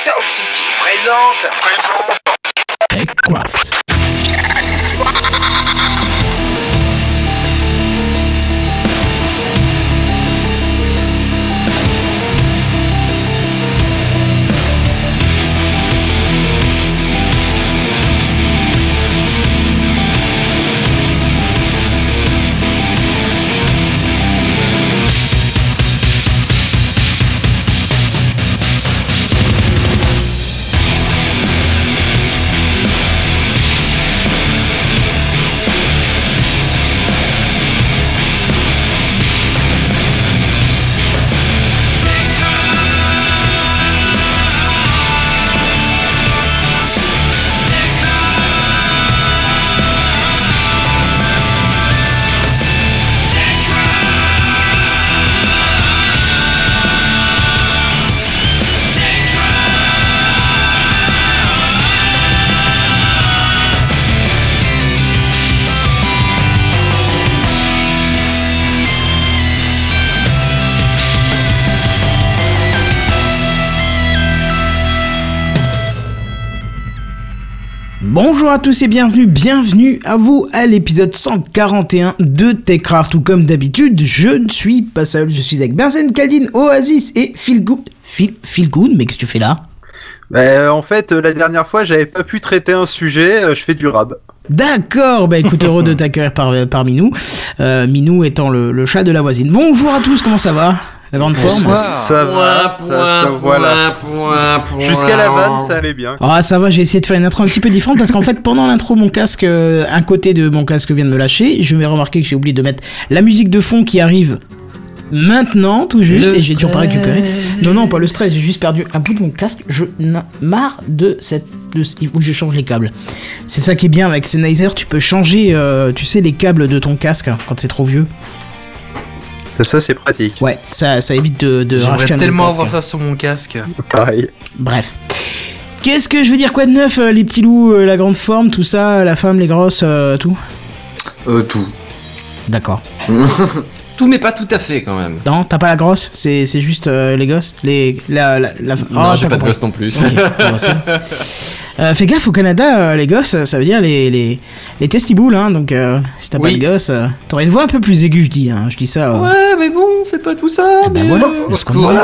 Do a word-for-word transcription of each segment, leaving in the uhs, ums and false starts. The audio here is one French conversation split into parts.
Sound City présente... Présente... TechCraft. Bonjour à tous et bienvenue, bienvenue à vous à l'épisode cent quarante et un de TechCraft, où comme d'habitude, je ne suis pas seul, je suis avec Benzen, Caldine, Oasis et Philgood. Phil, Philgood, mais qu'est-ce que tu fais là ? Bah, en fait, la dernière fois, j'avais pas pu traiter un sujet, je fais du rab. D'accord, bah écoute, heureux de t'accueillir par, parmi nous, euh, Minou étant le, le chat de la voisine. Bonjour à tous, comment ça va ? La grande forme. Ça, ça va, ça, ça, voilà. Jusqu'à la vanne, ça allait bien. Ah, ça va, j'ai essayé de faire une intro un petit peu différente parce qu'en fait, pendant l'intro, mon casque, euh, un côté de mon casque vient de me lâcher. Je vais remarquer que j'ai oublié de mettre la musique de fond qui arrive maintenant, tout juste, le et j'ai toujours pas récupéré. Non, non, pas le stress, j'ai juste perdu un bout de mon casque. Je n'ai marre de cette. De, il faut que je change les câbles. C'est ça qui est bien avec Sennheiser, tu peux changer, euh, tu sais, les câbles de ton casque hein, quand c'est trop vieux. Ça, c'est pratique. Ouais, ça, ça évite de, de racheter un J'aimerais tellement avoir ça sur mon casque. Pareil. Bref. Qu'est-ce que je veux dire, quoi de neuf, euh, les petits loups, euh, la grande forme, tout ça, la femme, les grosses, euh, tout Euh, tout. D'accord. Tout, mais pas tout à fait, quand même. Non, t'as pas la grosse, c'est, c'est juste euh, les gosses les, la, la, la... Non, oh, j'ai pas de gosse non plus. Okay, euh, fais gaffe, au Canada, euh, les gosses, ça veut dire les, les, les testiboules, hein, donc euh, si t'as oui. pas de gosse, euh, t'aurais une voix un peu plus aiguë, je dis, hein, je dis ça. Euh... Ouais, mais bon, c'est pas tout ça, eh ben mais... voilà, euh, c'est ce qu'on disait.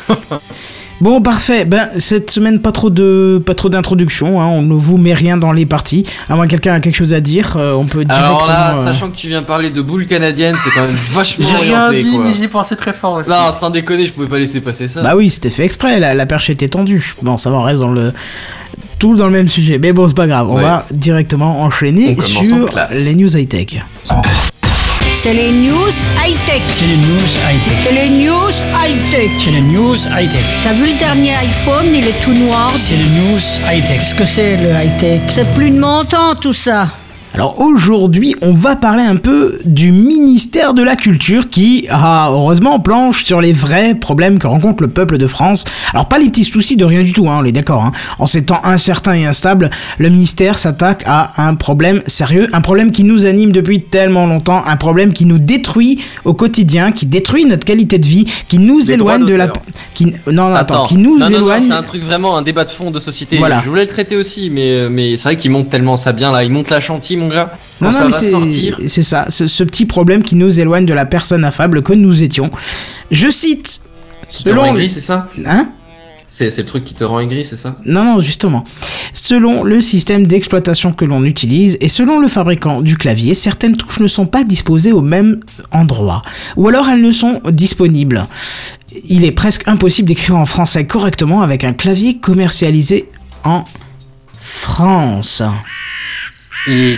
Bon, parfait. Ben, cette semaine, pas trop de, pas trop d'introduction, hein. On ne vous met rien dans les parties. À moins que quelqu'un a quelque chose à dire, euh, on peut directement... Alors là, euh... sachant que tu viens parler de boules canadiennes, c'est quand même vachement J'ai rien orienté, dit, quoi. mais j'y pensais très fort aussi. Non, sans déconner, je pouvais pas laisser passer ça. Bah oui, c'était fait exprès, la, la perche était tendue. Bon, ça va, on reste dans le... Tout dans le même sujet. Mais bon, c'est pas grave, on ouais. va directement enchaîner on sur les news high-tech. C'est les news high-tech. C'est les news high-tech. C'est les news high-tech. C'est les news high-tech. T'as vu le dernier iPhone, il est tout noir. C'est les news high-tech. Qu'est-ce que c'est le high-tech ? C'est plus de mon temps tout ça. Alors aujourd'hui, on va parler un peu du ministère de la Culture qui, ah, heureusement, planche sur les vrais problèmes que rencontre le peuple de France. Alors pas les petits soucis de rien du tout, hein, on est d'accord. Hein. En ces temps incertains et instables, le ministère s'attaque à un problème sérieux, un problème qui nous anime depuis tellement longtemps, un problème qui nous détruit au quotidien, qui détruit notre qualité de vie, qui nous Les éloigne de la... Qui... Non, non, attends, attends, qui nous non, non, éloigne... non, c'est un truc vraiment, un débat de fond de société. Voilà. Je voulais le traiter aussi, mais, mais c'est vrai qu'il monte tellement ça bien là, il monte la chantilly, mon gars. Quand Non, ça non, va mais sortir. c'est ça, ce, ce petit problème qui nous éloigne de la personne affable que nous étions. Je cite... Qui te rend Selon... aigri, c'est ça ? Hein ? c'est, c'est le truc qui te rend aigri, c'est ça ? Non, non, justement. Selon le système d'exploitation que l'on utilise et selon le fabricant du clavier, certaines touches ne sont pas disposées au même endroit. Ou alors elles ne sont disponibles. Il est presque impossible d'écrire en français correctement avec un clavier commercialisé en France. Et...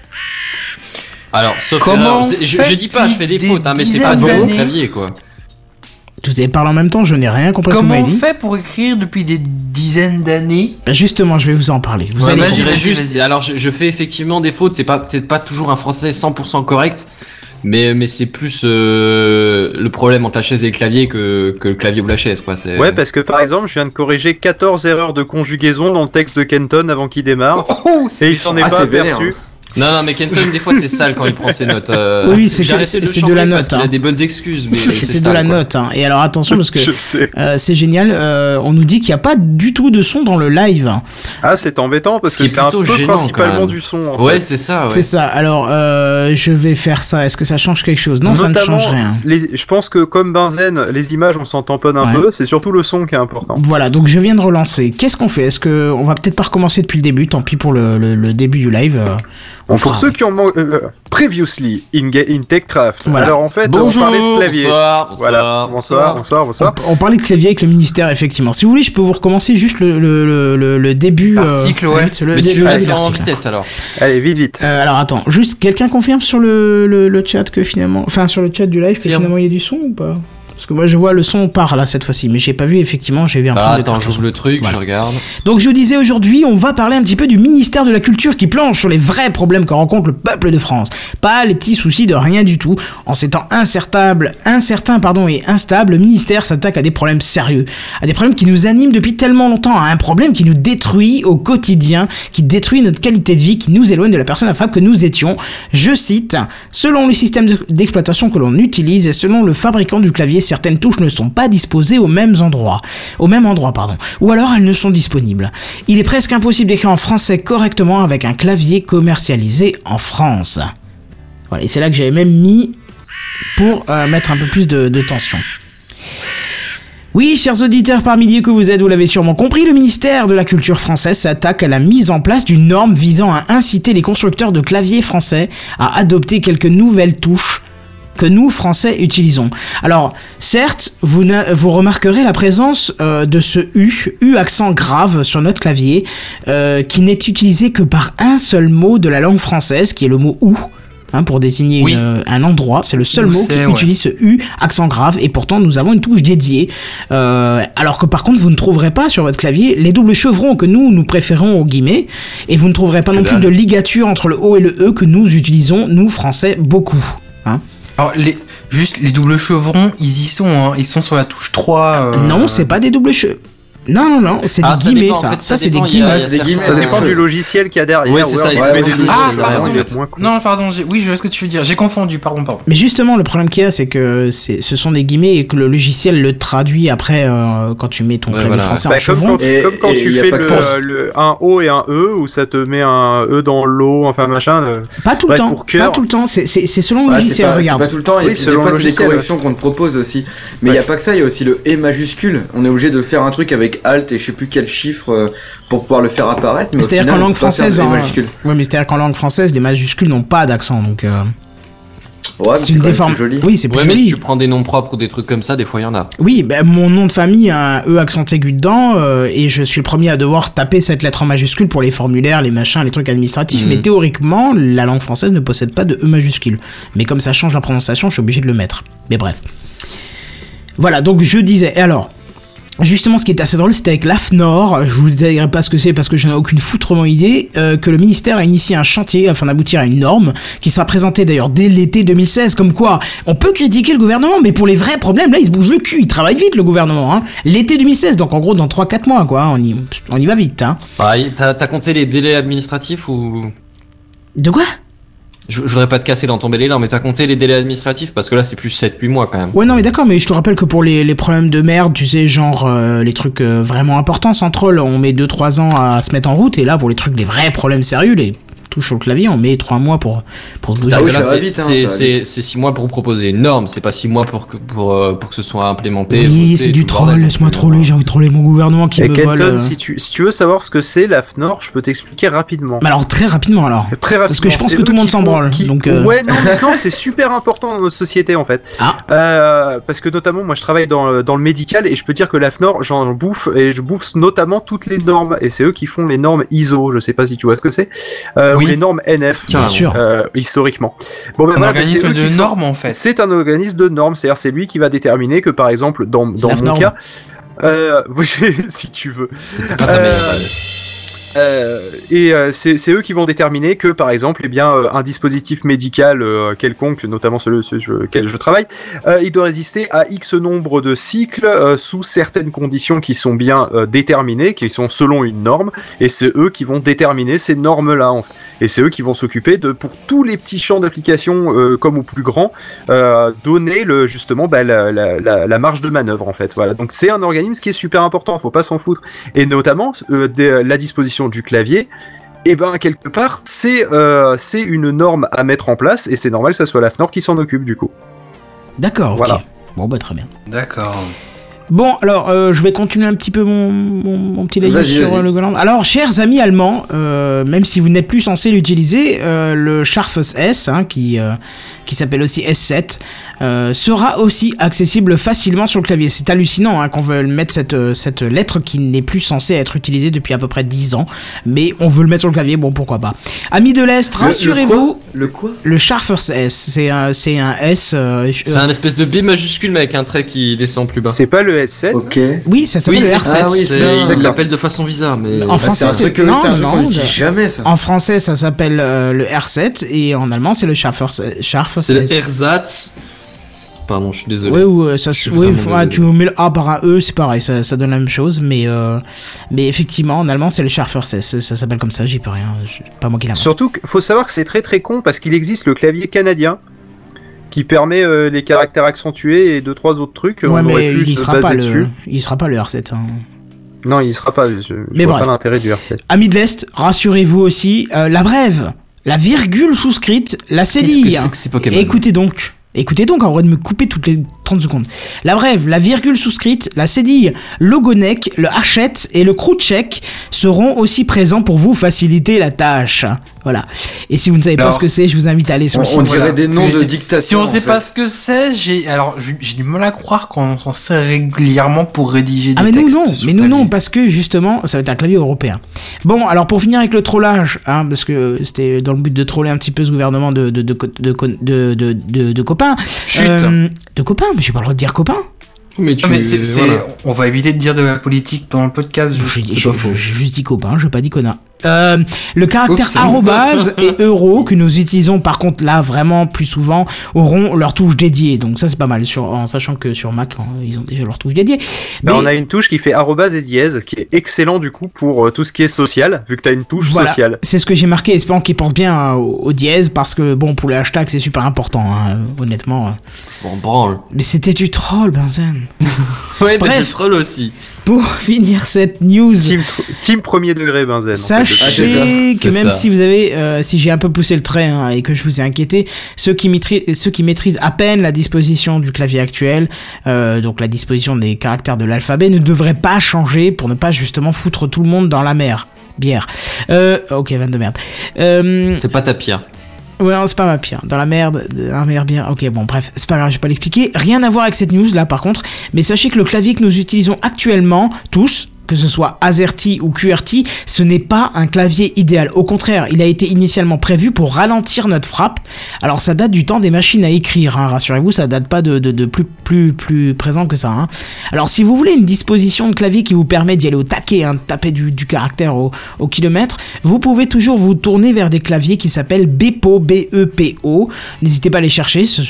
Alors, sauf Comment erreur, c'est- je, je dis pas, je fais des des fautes, hein, mais c'est pas dizaines de mon d'années clavier, quoi. Vous avez parlé en même temps, je n'ai rien compris à ce que vous Comment m'avez on dit. fait pour écrire depuis des dizaines d'années ? Ben justement, je vais vous en parler. Vous Ouais, allez moi, je vas-y, dirais vas-y, juste, vas-y. alors je, je fais effectivement des fautes, c'est pas peut-être pas toujours un français cent pour cent correct, mais mais c'est plus euh, le problème entre la chaise et le clavier que que le clavier ou la chaise, quoi. C'est... Ouais, parce que par exemple, je viens de corriger quatorze erreurs de conjugaison dans le texte de Kenton avant qu'il démarre, Oh, et il s'en est Ah, pas c'est vénère. aperçu. Non, non, mais Kenton, des fois, c'est sale quand il prend ses notes. Euh, oui, c'est, que, c'est, c'est de la note. Parce hein. qu'il a des bonnes excuses, mais c'est, c'est, c'est sale, de la quoi. note. Hein. Et alors, attention, parce que euh, c'est génial. Euh, on nous dit qu'il n'y a pas du tout de son dans le live. Ah, c'est embêtant parce que c'est un peu gênant, principalement du son. En ouais, fait. c'est ça. Ouais. C'est ça. Alors, euh, je vais faire ça. Est-ce que ça change quelque chose ? Non, Notamment, ça ne change rien. Les, je pense que comme Benzen, les images, on s'en tamponne un ouais. peu. C'est surtout le son qui est important. Voilà, donc je viens de relancer. Qu'est-ce qu'on fait ? Est-ce que on va peut-être pas recommencer depuis le début ? Tant pis pour le, le, le début du live. Euh, bon, pour ceux qui ont euh, previously in, in TechCraft. Voilà. Alors en fait, bonjour, on parlait de clavier. Bonsoir, bonsoir, voilà. bonsoir, bonsoir, bonsoir. On, on parlait de clavier avec le ministère, effectivement. Si vous voulez, je peux vous recommencer juste le le le, le début. L'article, euh, ouais. Le, Mais le, tu le, vas le, faire en vitesse alors. Allez, vite, vite. Euh, alors attends, juste quelqu'un confirme sur le, le le chat que finalement, enfin sur le chat du live que Firme. finalement il y a du son ou pas ? Parce que moi je vois le son part là cette fois-ci, mais j'ai pas vu effectivement, j'ai vu un ah, problème. Attends, j'ouvre le truc, voilà. Je regarde. Donc je vous disais aujourd'hui, on va parler un petit peu du ministère de la Culture qui planche sur les vrais problèmes que rencontre le peuple de France. Pas les petits soucis de rien du tout. En ces temps incertables, incertain pardon et instable, le ministère s'attaque à des problèmes sérieux, à des problèmes qui nous animent depuis tellement longtemps, à un problème qui nous détruit au quotidien, qui détruit notre qualité de vie, qui nous éloigne de la personne affable que nous étions. Je cite, selon le système d'exploitation que l'on utilise et selon le fabricant du clavier, certaines touches ne sont pas disposées aux mêmes endroits, au même endroit, pardon, ou alors elles ne sont disponibles. Il est presque impossible d'écrire en français correctement avec un clavier commercialisé en France. Voilà, et c'est là que j'avais même mis pour euh, mettre un peu plus de, de tension. Oui, chers auditeurs par milliers que vous êtes, vous l'avez sûrement compris, le ministère de la Culture française s'attaque à la mise en place d'une norme visant à inciter les constructeurs de claviers français à adopter quelques nouvelles touches que nous, Français, utilisons. Alors, certes, vous, vous remarquerez la présence euh, de ce U, U accent grave sur notre clavier, euh, qui n'est utilisé que par un seul mot de la langue française, qui est le mot « ou ». Hein, pour désigner oui. une, un endroit, c'est le seul Où mot qui ouais. utilise ce U accent grave, et pourtant nous avons une touche dédiée. Euh, alors que par contre, vous ne trouverez pas sur votre clavier les doubles chevrons que nous nous préférons aux guillemets, et vous ne trouverez pas non plus de ligature entre le O et le E que nous utilisons, nous Français, beaucoup. Hein. Alors, les, juste les doubles chevrons, ils y sont, hein, ils sont sur la touche trois. Euh... Non, c'est pas des doubles chevrons. Non, non, non, c'est ah, des guillemets, dépend, ça. En fait, ça, ça c'est dépend, des guillemets. Ça, des guillemets. ça dépend du logiciel qu'il y a derrière. Ouais, c'est ça, ouais, ouais, ouais, des des ah, pardon, en fait. non, pardon, j'ai... oui, je vois ce que tu veux dire. J'ai confondu, pardon, pardon. Mais justement, le problème qu'il y a, c'est que c'est, ce sont des guillemets et que le logiciel le traduit après euh, quand tu mets ton ouais, clavier voilà. français bah, en chevron. Comme quand, et, comme quand et, tu fais le, le, un O et un E, où ça te met un E dans l'O, enfin machin. Le... Pas tout le temps, pas tout le temps. C'est, c'est, c'est selon le logiciel, regarde. C'est pas tout le temps, et des fois, c'est des corrections qu'on te propose aussi. Mais il n'y a pas que ça, il y a aussi le E majuscule. On est obligé de faire un truc avec Alt et je sais plus quel chiffre pour pouvoir le faire apparaître, mais, mais c'est-à-dire final, qu'en langue française, hein, ouais, mais c'est-à-dire qu'en langue française, les majuscules n'ont pas d'accent, donc. Euh... Ouais, c'est, c'est une déforme. Joli. Oui, c'est plus ouais, joli. Mais si tu prends des noms propres ou des trucs comme ça, des fois il y en a. Oui, ben mon nom de famille a un E accent aigu dedans, euh, et je suis le premier à devoir taper cette lettre en majuscule pour les formulaires, les machins, les trucs administratifs. Mmh. Mais théoriquement, la langue française ne possède pas de E majuscule. Mais comme ça change la prononciation, je suis obligé de le mettre. Mais bref. Voilà, donc je disais. Et alors. Justement, ce qui est assez drôle, c'était avec l'A F N O R, je vous dirai pas ce que c'est parce que je n'ai aucune foutrement idée, euh, que le ministère a initié un chantier afin d'aboutir à une norme, qui sera présentée d'ailleurs dès l'été deux mille seize, comme quoi, on peut critiquer le gouvernement, mais pour les vrais problèmes, là, il se bouge le cul, il travaille vite, le gouvernement, hein. L'été deux mille seize, donc en gros, dans trois quatre mois, quoi, on y, on y va vite, hein. Ah, t'as, t'as compté les délais administratifs ou... De quoi ? Je, je voudrais pas te casser dans ton bel élan, mais t'as compté les délais administratifs parce que là c'est plus sept huit mois quand même. Ouais, non, mais d'accord, mais je te rappelle que pour les, les problèmes de merde, tu sais, genre euh, les trucs euh, vraiment importants, sans troll, on met deux trois ans à se mettre en route, et là pour les trucs, les vrais problèmes sérieux, les touches sur le clavier, on met trois mois pour, pour se bouger. Ah oui, là, ça va vite, hein, c'est, ça va c'est, vite. c'est six mois pour proposer une norme, c'est pas six mois pour que, pour, euh, pour que ce soit implémenté. Oui, voté, c'est du troll, laisse-moi troller, j'ai envie de troller mon gouvernement qui et me Kenton, vole. Euh... si tu, si tu veux savoir ce que c'est la F N O R, je peux t'expliquer rapidement. Mais alors, très rapidement alors. Très rapidement. Parce que je pense que tout le monde s'en branle. Qui... Donc, euh... Ouais, non, mais non, c'est super important dans notre société en fait. Ah. Euh, parce que notamment, moi je travaille dans, dans le médical et je peux dire que la F N O R, j'en bouffe et je bouffe notamment toutes les normes. Et c'est eux qui font les normes I S O, je sais pas si tu vois ce que c'est. Euh, oui. Ou les normes N F. Bien sûr. Euh, historiquement. Bon, ben, un voilà, organisme de sont... normes en fait. C'est un organisme de normes, c'est-à-dire c'est lui qui va déterminer que par exemple dans, dans mon cas, euh, si tu veux, c'est pas euh, Euh, et euh, c'est, c'est eux qui vont déterminer que, par exemple, eh bien, euh, un dispositif médical euh, quelconque, notamment celui sur lequel je travaille, euh, il doit résister à X nombre de cycles euh, sous certaines conditions qui sont bien euh, déterminées, qui sont selon une norme, et c'est eux qui vont déterminer ces normes-là. En fait. Et c'est eux qui vont s'occuper de, pour tous les petits champs d'application, euh, comme au plus grand, euh, donner le, justement bah, la, la, la, la marge de manœuvre, en fait. Voilà. Donc c'est un organisme qui est super important, faut pas s'en foutre. Et notamment, euh, de, la disposition du clavier, et ben quelque part c'est euh, c'est une norme à mettre en place et c'est normal que ça soit la F N O R qui s'en occupe du coup. D'accord. Voilà. Ok. Bon bah très bien. D'accord. Bon, alors, euh, je vais continuer un petit peu mon, mon, mon petit laïus sur vas-y. euh, le Golang. Alors, chers amis allemands, euh, même si vous n'êtes plus censé l'utiliser, euh, le Scharfes S, hein, qui, euh, qui s'appelle aussi S sept, euh, sera aussi accessible facilement sur le clavier. C'est hallucinant hein, qu'on veut mettre cette, cette lettre qui n'est plus censée être utilisée depuis à peu près dix ans, mais on veut le mettre sur le clavier, bon, pourquoi pas. Amis de l'Est, Le- rassurez-vous, Le quoi? le Scharfes S, c'est un, c'est un S... euh, C'est un espèce de B majuscule mais avec un trait qui descend plus bas. C'est pas le S sept. Ok. Oui, ça s'appelle Oui, le R sept. Ah oui, c'est- ça, il d'accord. l'appelle de façon bizarre, mais En Ah, français, c'est un truc, c'est- que- non, c'est un truc non, qu'on n'utilise de- jamais, ça. En français, ça s'appelle euh, le R sept et en allemand, c'est le Scharfes Scharfes c'est le S. Ersatz. Pardon, je suis désolé. Oui, ou euh, ça, Je suis oui, vraiment faut- ah, désolé. tu mets le A par un E, c'est pareil, ça, ça donne la même chose, mais, euh, mais effectivement, en allemand, c'est le Scharfes S, ça s'appelle comme ça, j'y peux rien, je- pas moi qui l'invente. Surtout qu'il faut savoir que c'est très très con parce qu'il existe le clavier canadien qui permet euh, les caractères accentués et deux trois autres trucs. Ouais, on aurait mais pu il se sera, baser pas le, dessus. il sera pas le R sept. Hein. Non, il sera pas. Je, je Mais vois bref. pas l'intérêt du R sept. Amis de l'Est, rassurez-vous aussi, euh, la brève, la virgule souscrite, la Qu'est-ce que cédille. c'est que ces Pokémon? Écoutez donc, écoutez donc, en vrai de me couper toutes les trente secondes. La brève, la virgule souscrite, la cédille, l'ogonek, le hachette et le croutchek seront aussi présents pour vous faciliter la tâche. Voilà. Et si vous ne savez pas Alors, ce que c'est, je vous invite à aller sur On, le on site. dirait Voilà. des noms C'est- de dictateurs. Si on en sait fait. pas ce que c'est, j'ai alors j'ai j'ai du mal à croire qu'on s'en sert régulièrement pour rédiger des Ah mais nous textes. non, sur mais nous clavier. non, parce que justement, ça va être un clavier européen. Bon, alors pour finir avec le trollage, hein, parce que c'était dans le but de troller un petit peu ce gouvernement de de de de de, de, de, de- de copains. Chut. Euh, de copains, mais j'ai pas le droit de dire copains. Mais tu Ah, mais c'est, c'est- voilà. on va éviter de dire de la politique pendant le podcast. je- J'ai dit- c'est j'ai pas faux. j'ai juste dit copain, j'ai pas dit connard. Euh, le caractère Oups. arrobase et euro que nous utilisons par contre là vraiment plus souvent auront leur touche dédiée, donc ça c'est pas mal sur, en sachant que sur Mac hein, ils ont déjà leur touche dédiée. Ben, Mais- on a une touche qui fait arrobase et dièse, qui est excellent du coup pour euh, tout ce qui est social, vu que t'as une touche Voilà, sociale. c'est ce que j'ai marqué, espérant qu'ils pensent bien euh, au, au dièse, parce que bon, pour les hashtags, c'est super important, hein, euh, honnêtement. euh. Je m'en branle. Mais c'était du troll, Benzen. Ouais, Bref. mais je troll aussi. Pour finir cette news, Team, tr- team premier degré, Benzen. en fait, sachez de- Ah, c'est ça, que c'est même ça. si vous avez, euh, si j'ai un peu poussé le trait hein, et que je vous ai inquiété, ceux qui, maîtrisent, ceux qui maîtrisent à peine la disposition du clavier actuel, euh, donc la disposition des caractères de l'alphabet, ne devraient pas changer pour ne pas justement foutre tout le monde dans la mer. Bière. Euh, ok, vanne de merde. Euh, C'est pas ta pire. Ouais, non, c'est pas ma pire. Dans la merde, dans la merde bien. Ok, bon, bref, c'est pas grave, je vais pas l'expliquer. Rien à voir avec cette news là, par contre. Mais sachez que le clavier que nous utilisons actuellement, tous, que ce soit AZERTY ou Q R T, ce n'est pas un clavier idéal. Au contraire, il a été initialement prévu pour ralentir notre frappe. Alors ça date du temps des machines à écrire, hein, rassurez-vous, ça date pas de, de, de plus, plus, plus présent que ça. Hein. Alors si vous voulez une disposition de clavier qui vous permet d'y aller au taquet, hein, de taper du, du caractère au, au kilomètre, vous pouvez toujours vous tourner vers des claviers qui s'appellent Bepo, B E P O. N'hésitez pas à les chercher, ça,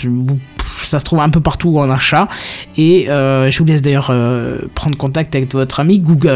ça se trouve un peu partout en achat. Et euh, je vous laisse d'ailleurs euh, prendre contact avec votre ami Google.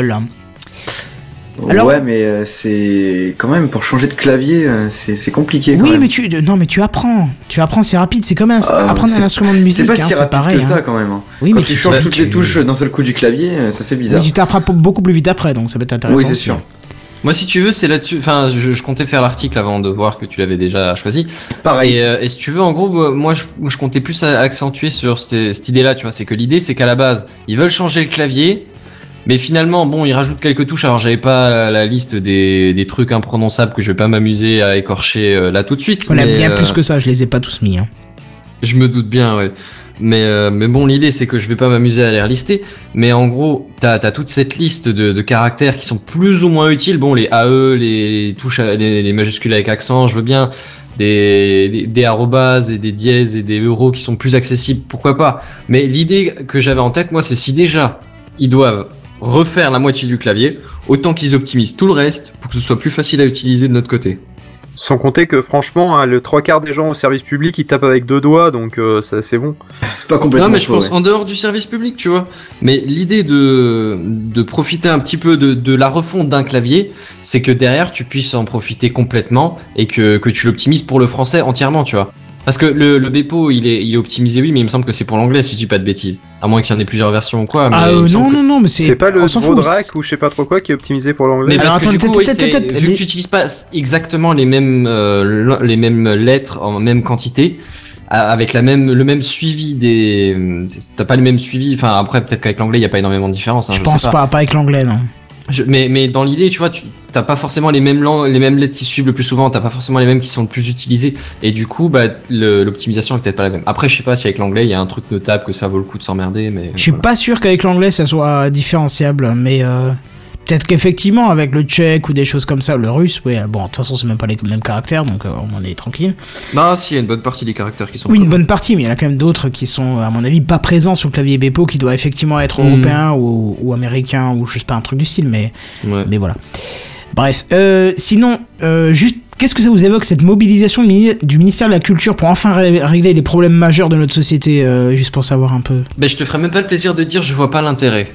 Alors- Ouais, mais euh, c'est quand même pour changer de clavier, euh, c'est c'est compliqué. Quand Oui, même. mais tu, non, mais tu apprends. Tu apprends, c'est rapide. C'est comme un, Ah, apprendre un c'est- instrument de musique. C'est pas hein, si rapide pareil, que ça hein. quand même. hein. Oui, Quand mais tu tu- changes tu- toutes les touches d'un seul coup du clavier, euh, ça fait bizarre. Oui, tu t'apprends beaucoup plus vite après, donc ça peut être intéressant. Oui, c'est aussi. sûr. Moi, si tu veux, c'est là-dessus. Enfin, je, je comptais faire l'article avant de voir que tu l'avais déjà choisi. Pareil. Et, euh, et si tu veux, en gros, moi, moi, je, je comptais plus à- accentuer sur cette, cette idée-là, tu vois. C'est que l'idée, c'est qu'à la base, ils veulent changer le clavier, mais finalement, bon, ils rajoutent quelques touches. Alors, j'avais pas la, la liste des, des trucs imprononçables que je vais pas m'amuser à écorcher euh, là tout de suite. On a mais, bien euh, plus que ça, je les ai pas tous mis. Hein. Je me doute bien, ouais. Mais, euh, mais bon, l'idée, c'est que je vais pas m'amuser à les relister. Mais en gros, t'as, t'as toute cette liste de, de caractères qui sont plus ou moins utiles. Bon, les A E, les, les touches, à- les, les majuscules avec accent, je veux bien. Des, des, des arrobases et des dièses et des euros qui sont plus accessibles, pourquoi pas. Mais l'idée que j'avais en tête, moi, c'est si déjà, ils doivent refaire la moitié du clavier, autant qu'ils optimisent tout le reste pour que ce soit plus facile à utiliser de notre côté. Sans compter que franchement, hein, le trois quarts des gens au service public, ils tapent avec deux doigts, donc euh, ça, c'est bon. C'est pas complètement. Non, mais je faux, pense ouais. en dehors du service public, tu vois. Mais l'idée de de profiter un petit peu de de la refonte d'un clavier, c'est que derrière tu puisses en profiter complètement et que que tu l'optimises pour le français entièrement, tu vois. Parce que le, le Bepo, il est, il est optimisé, oui, mais il me semble que c'est pour l'anglais, si je dis pas de bêtises. À moins qu'il y en ait plusieurs versions ou quoi. Mais Ah il euh, me semble non, que- non, non, mais c'est... C'est pas le on s'en fout, Dvorak ou je sais pas trop quoi qui est optimisé pour l'anglais. Mais parce Alors, que attends, du coup, peut-être, oui, peut-être, c'est- peut-être, vu les- que tu utilises pas exactement les mêmes, euh, les mêmes lettres en même quantité, a- avec la même, le même suivi des, t'as pas le même suivi, enfin après peut-être qu'avec l'anglais il y a pas énormément de différence, hein, Je je pense sais pas, pas avec l'anglais, non. Je- mais, mais dans l'idée, tu vois, tu t'as pas forcément les mêmes langues, les mêmes lettres qui suivent le plus souvent, t'as pas forcément les mêmes qui sont le plus utilisées, et du coup, bah, le- l'optimisation est peut-être pas la même. Après, je sais pas si avec l'anglais, il y a un truc notable que ça vaut le coup de s'emmerder, mais. Je suis voilà. pas sûr qu'avec l'anglais ça soit différenciable, mais euh, peut-être qu'effectivement avec le tchèque ou des choses comme ça, le russe, ouais, bon, de toute façon c'est même pas les mêmes caractères, donc euh, on en est tranquille. Non, si, il y a une bonne partie des caractères qui sont. Oui, une communs. bonne partie, mais il y en a quand même d'autres qui sont, à mon avis, pas présents sur le clavier Bepo, qui doit effectivement être Mm. européen ou, ou américain, ou je sais pas, un truc du style, mais, Ouais. mais voilà. Bref, euh, sinon, euh, juste, qu'est-ce que ça vous évoque, cette mobilisation du mini- du ministère de la Culture pour enfin ré- régler les problèmes majeurs de notre société, euh, juste pour savoir un peu. Ben, je te ferais même pas le plaisir de dire, je vois pas l'intérêt.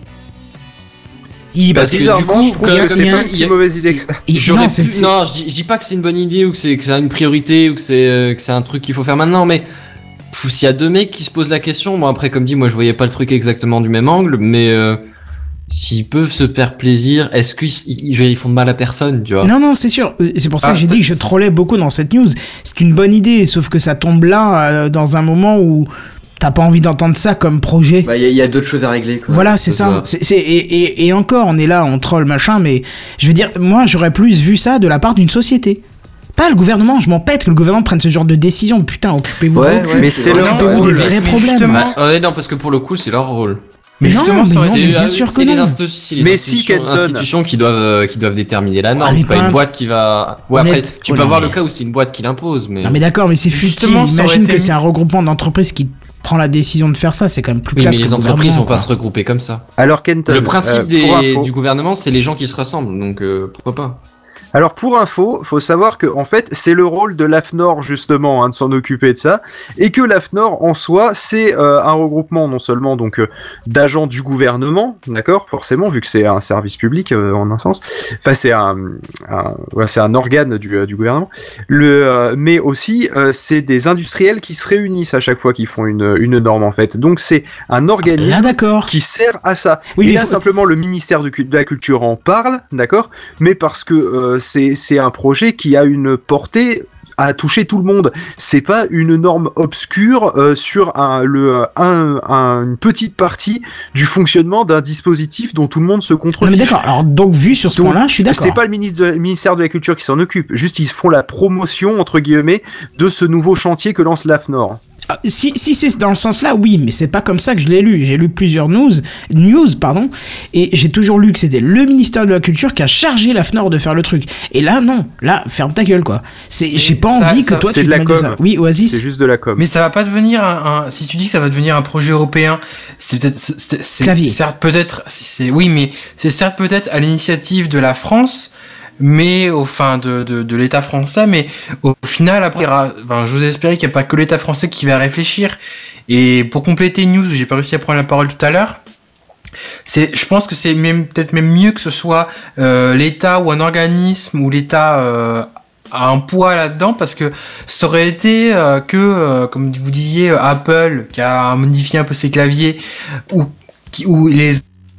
Il, Parce que Bizarrement, du coup, je trouve comme que il c'est y a- pas une il y si a- mauvaise idée que ça. il- J'aurais non, pu- c'est- c'est- non, je dis, je dis pas que c'est une bonne idée ou que c'est que c'est une priorité ou que c'est euh, que c'est un truc qu'il faut faire maintenant, mais pff, s'il y a deux mecs qui se posent la question, bon après comme dit, moi je voyais pas le truc exactement du même angle, mais euh, s'ils peuvent se faire plaisir, est-ce qu'ils ils, ils- ils font de mal à personne, tu vois? Non, non, c'est sûr. C'est pour ça Ah, que j'ai c'est- dit que je trollais beaucoup dans cette news. C'est une bonne idée, sauf que ça tombe là, euh, dans un moment où t'as pas envie d'entendre ça comme projet. Bah, il y a, y a d'autres choses à régler, quoi. Voilà, c'est c'est ça. ça. C'est, c'est- et, et, et encore, on est là, on troll, machin, mais je veux dire, moi, j'aurais plus vu ça de la part d'une société. Pas le gouvernement, je m'en pète que le gouvernement prenne ce genre de décision. Putain, occupez-vous Ouais, d'eux, ouais, Mais c'est c'est vrai. leur Non, occupez-vous des rôle. vrais mais problèmes. justement- Bah, ouais, non, parce que pour le coup, c'est leur rôle. Mais Non, justement, mais ça aurait non, été- mais bien ah, sûr que c'est les, non. instu- c'est les Mais institutions, si, Kenton. institutions qui doivent euh, qui doivent déterminer la norme. Ah, les c'est pas une peintres. boîte qui va. Ouais, On après, est- tu oh peux non, avoir mais- le cas où c'est une boîte qui l'impose, mais. Non, mais d'accord, mais c'est futile. Justement, ça aurait Imagine été que mieux. c'est un regroupement d'entreprises qui prend la décision de faire ça, c'est quand même plus Oui, classe mais que les le entreprises gouvernement, vont pas quoi. se regrouper comme ça. Alors Kenton, Le principe euh, des, pour info- du gouvernement, c'est les gens qui se ressemblent, donc euh, pourquoi pas. Alors pour info, faut savoir que en fait c'est le rôle de l'A F N O R justement hein, de s'en occuper de ça, et que l'A F N O R en soi c'est euh, un regroupement non seulement donc euh, d'agents du gouvernement, d'accord, forcément vu que c'est un service public euh, en un sens, enfin c'est un, un ouais, c'est un organe du, euh, du gouvernement, le euh, mais aussi euh, c'est des industriels qui se réunissent à chaque fois qu'ils font une une norme en fait, donc c'est un Là, organisme d'accord. qui sert à ça. Oui, et mais là, faut- simplement, le ministère du cu- de la Culture en parle, d'accord, mais parce que euh, c'est c'est un projet qui a une portée à toucher tout le monde. C'est pas une norme obscure euh, sur un, le, un, un- une petite partie du fonctionnement d'un dispositif dont tout le monde se Non, mais contrefiche. d'accord. Alors, donc, vu sur ce Donc, point-là, je suis d'accord. C'est pas le ministre de, le ministère de la Culture qui s'en occupe, juste ils font la promotion, entre guillemets, de ce nouveau chantier que lance l'A F N O R. Ah, Si, si c'est dans le sens-là, oui, mais c'est pas comme ça que je l'ai lu. J'ai lu plusieurs news, news, pardon, et j'ai toujours lu que c'était le ministère de la Culture qui a chargé la F N O R de faire le truc. Et là, non. Là, ferme ta gueule, quoi. C'est, j'ai pas ça- envie ça- que toi c'est tu de te la mêles de com. ça. Oui, Oasis. C'est juste de la com. Mais ça va pas devenir un, un- si tu dis que ça va devenir un projet européen, c'est peut-être, c'est, c'est- Clavier. certes peut-être, si c'est, oui, mais c'est certes peut-être à l'initiative de la France, mais au fin de, de, de l'État français, mais au final après, il y aura- enfin, j'ose espérer qu'il n'y a pas que l'État français qui va réfléchir. Et pour compléter une news, j'ai pas réussi à prendre la parole tout à l'heure. C'est, je pense que c'est même peut-être même mieux que ce soit euh, l'État ou un organisme ou l'État euh, a un poids là-dedans, parce que ça aurait été euh, que, euh, comme vous disiez, euh, Apple qui a modifié un peu ses claviers, ou qui, ou les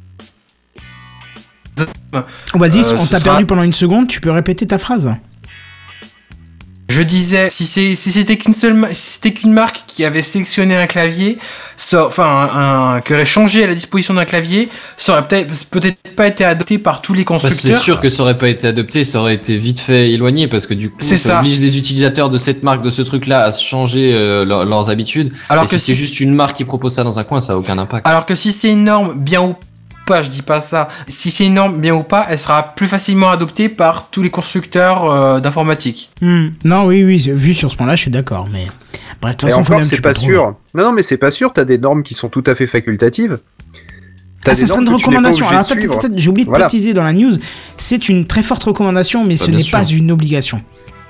Oasis, Euh, on ce t'a sera- perdu pendant une seconde. Tu peux répéter ta phrase? Je disais, si c'est, si c'était qu'une seule, ma- si c'était qu'une marque qui avait sélectionné un clavier, ça, enfin, un, un- qui aurait changé à la disposition d'un clavier, ça aurait peut-être, peut-être pas été adopté par tous les Bah, c'est constructeurs. sûr que ça aurait pas été adopté, ça aurait été vite fait éloigné parce que du coup, C'est ça ça. oblige les utilisateurs de cette marque, de ce truc-là, à se changer euh, leur- leurs habitudes. Alors Et que si c'est si- juste une marque qui propose ça dans un coin, ça a aucun impact. Alors que si c'est une norme bien ou pas, je dis pas ça, si c'est une norme bien ou pas, elle sera plus facilement adoptée par tous les constructeurs euh, d'informatique. Hmm. Non, oui, oui, vu sur ce point-là, je suis d'accord, mais bref, de toute Et façon, faut encore, même c'est tu pas peux sûr. Non, non, mais c'est pas sûr. T'as des normes qui sont tout à fait facultatives. t'as ah, des ça serait normes une que tu n'es pas recommandation. obligé Alors, de peut-être, suivre. peut-être, j'ai oublié de Voilà. préciser dans la news, c'est une très forte recommandation, mais Bah, ce bien n'est sûr. pas une obligation.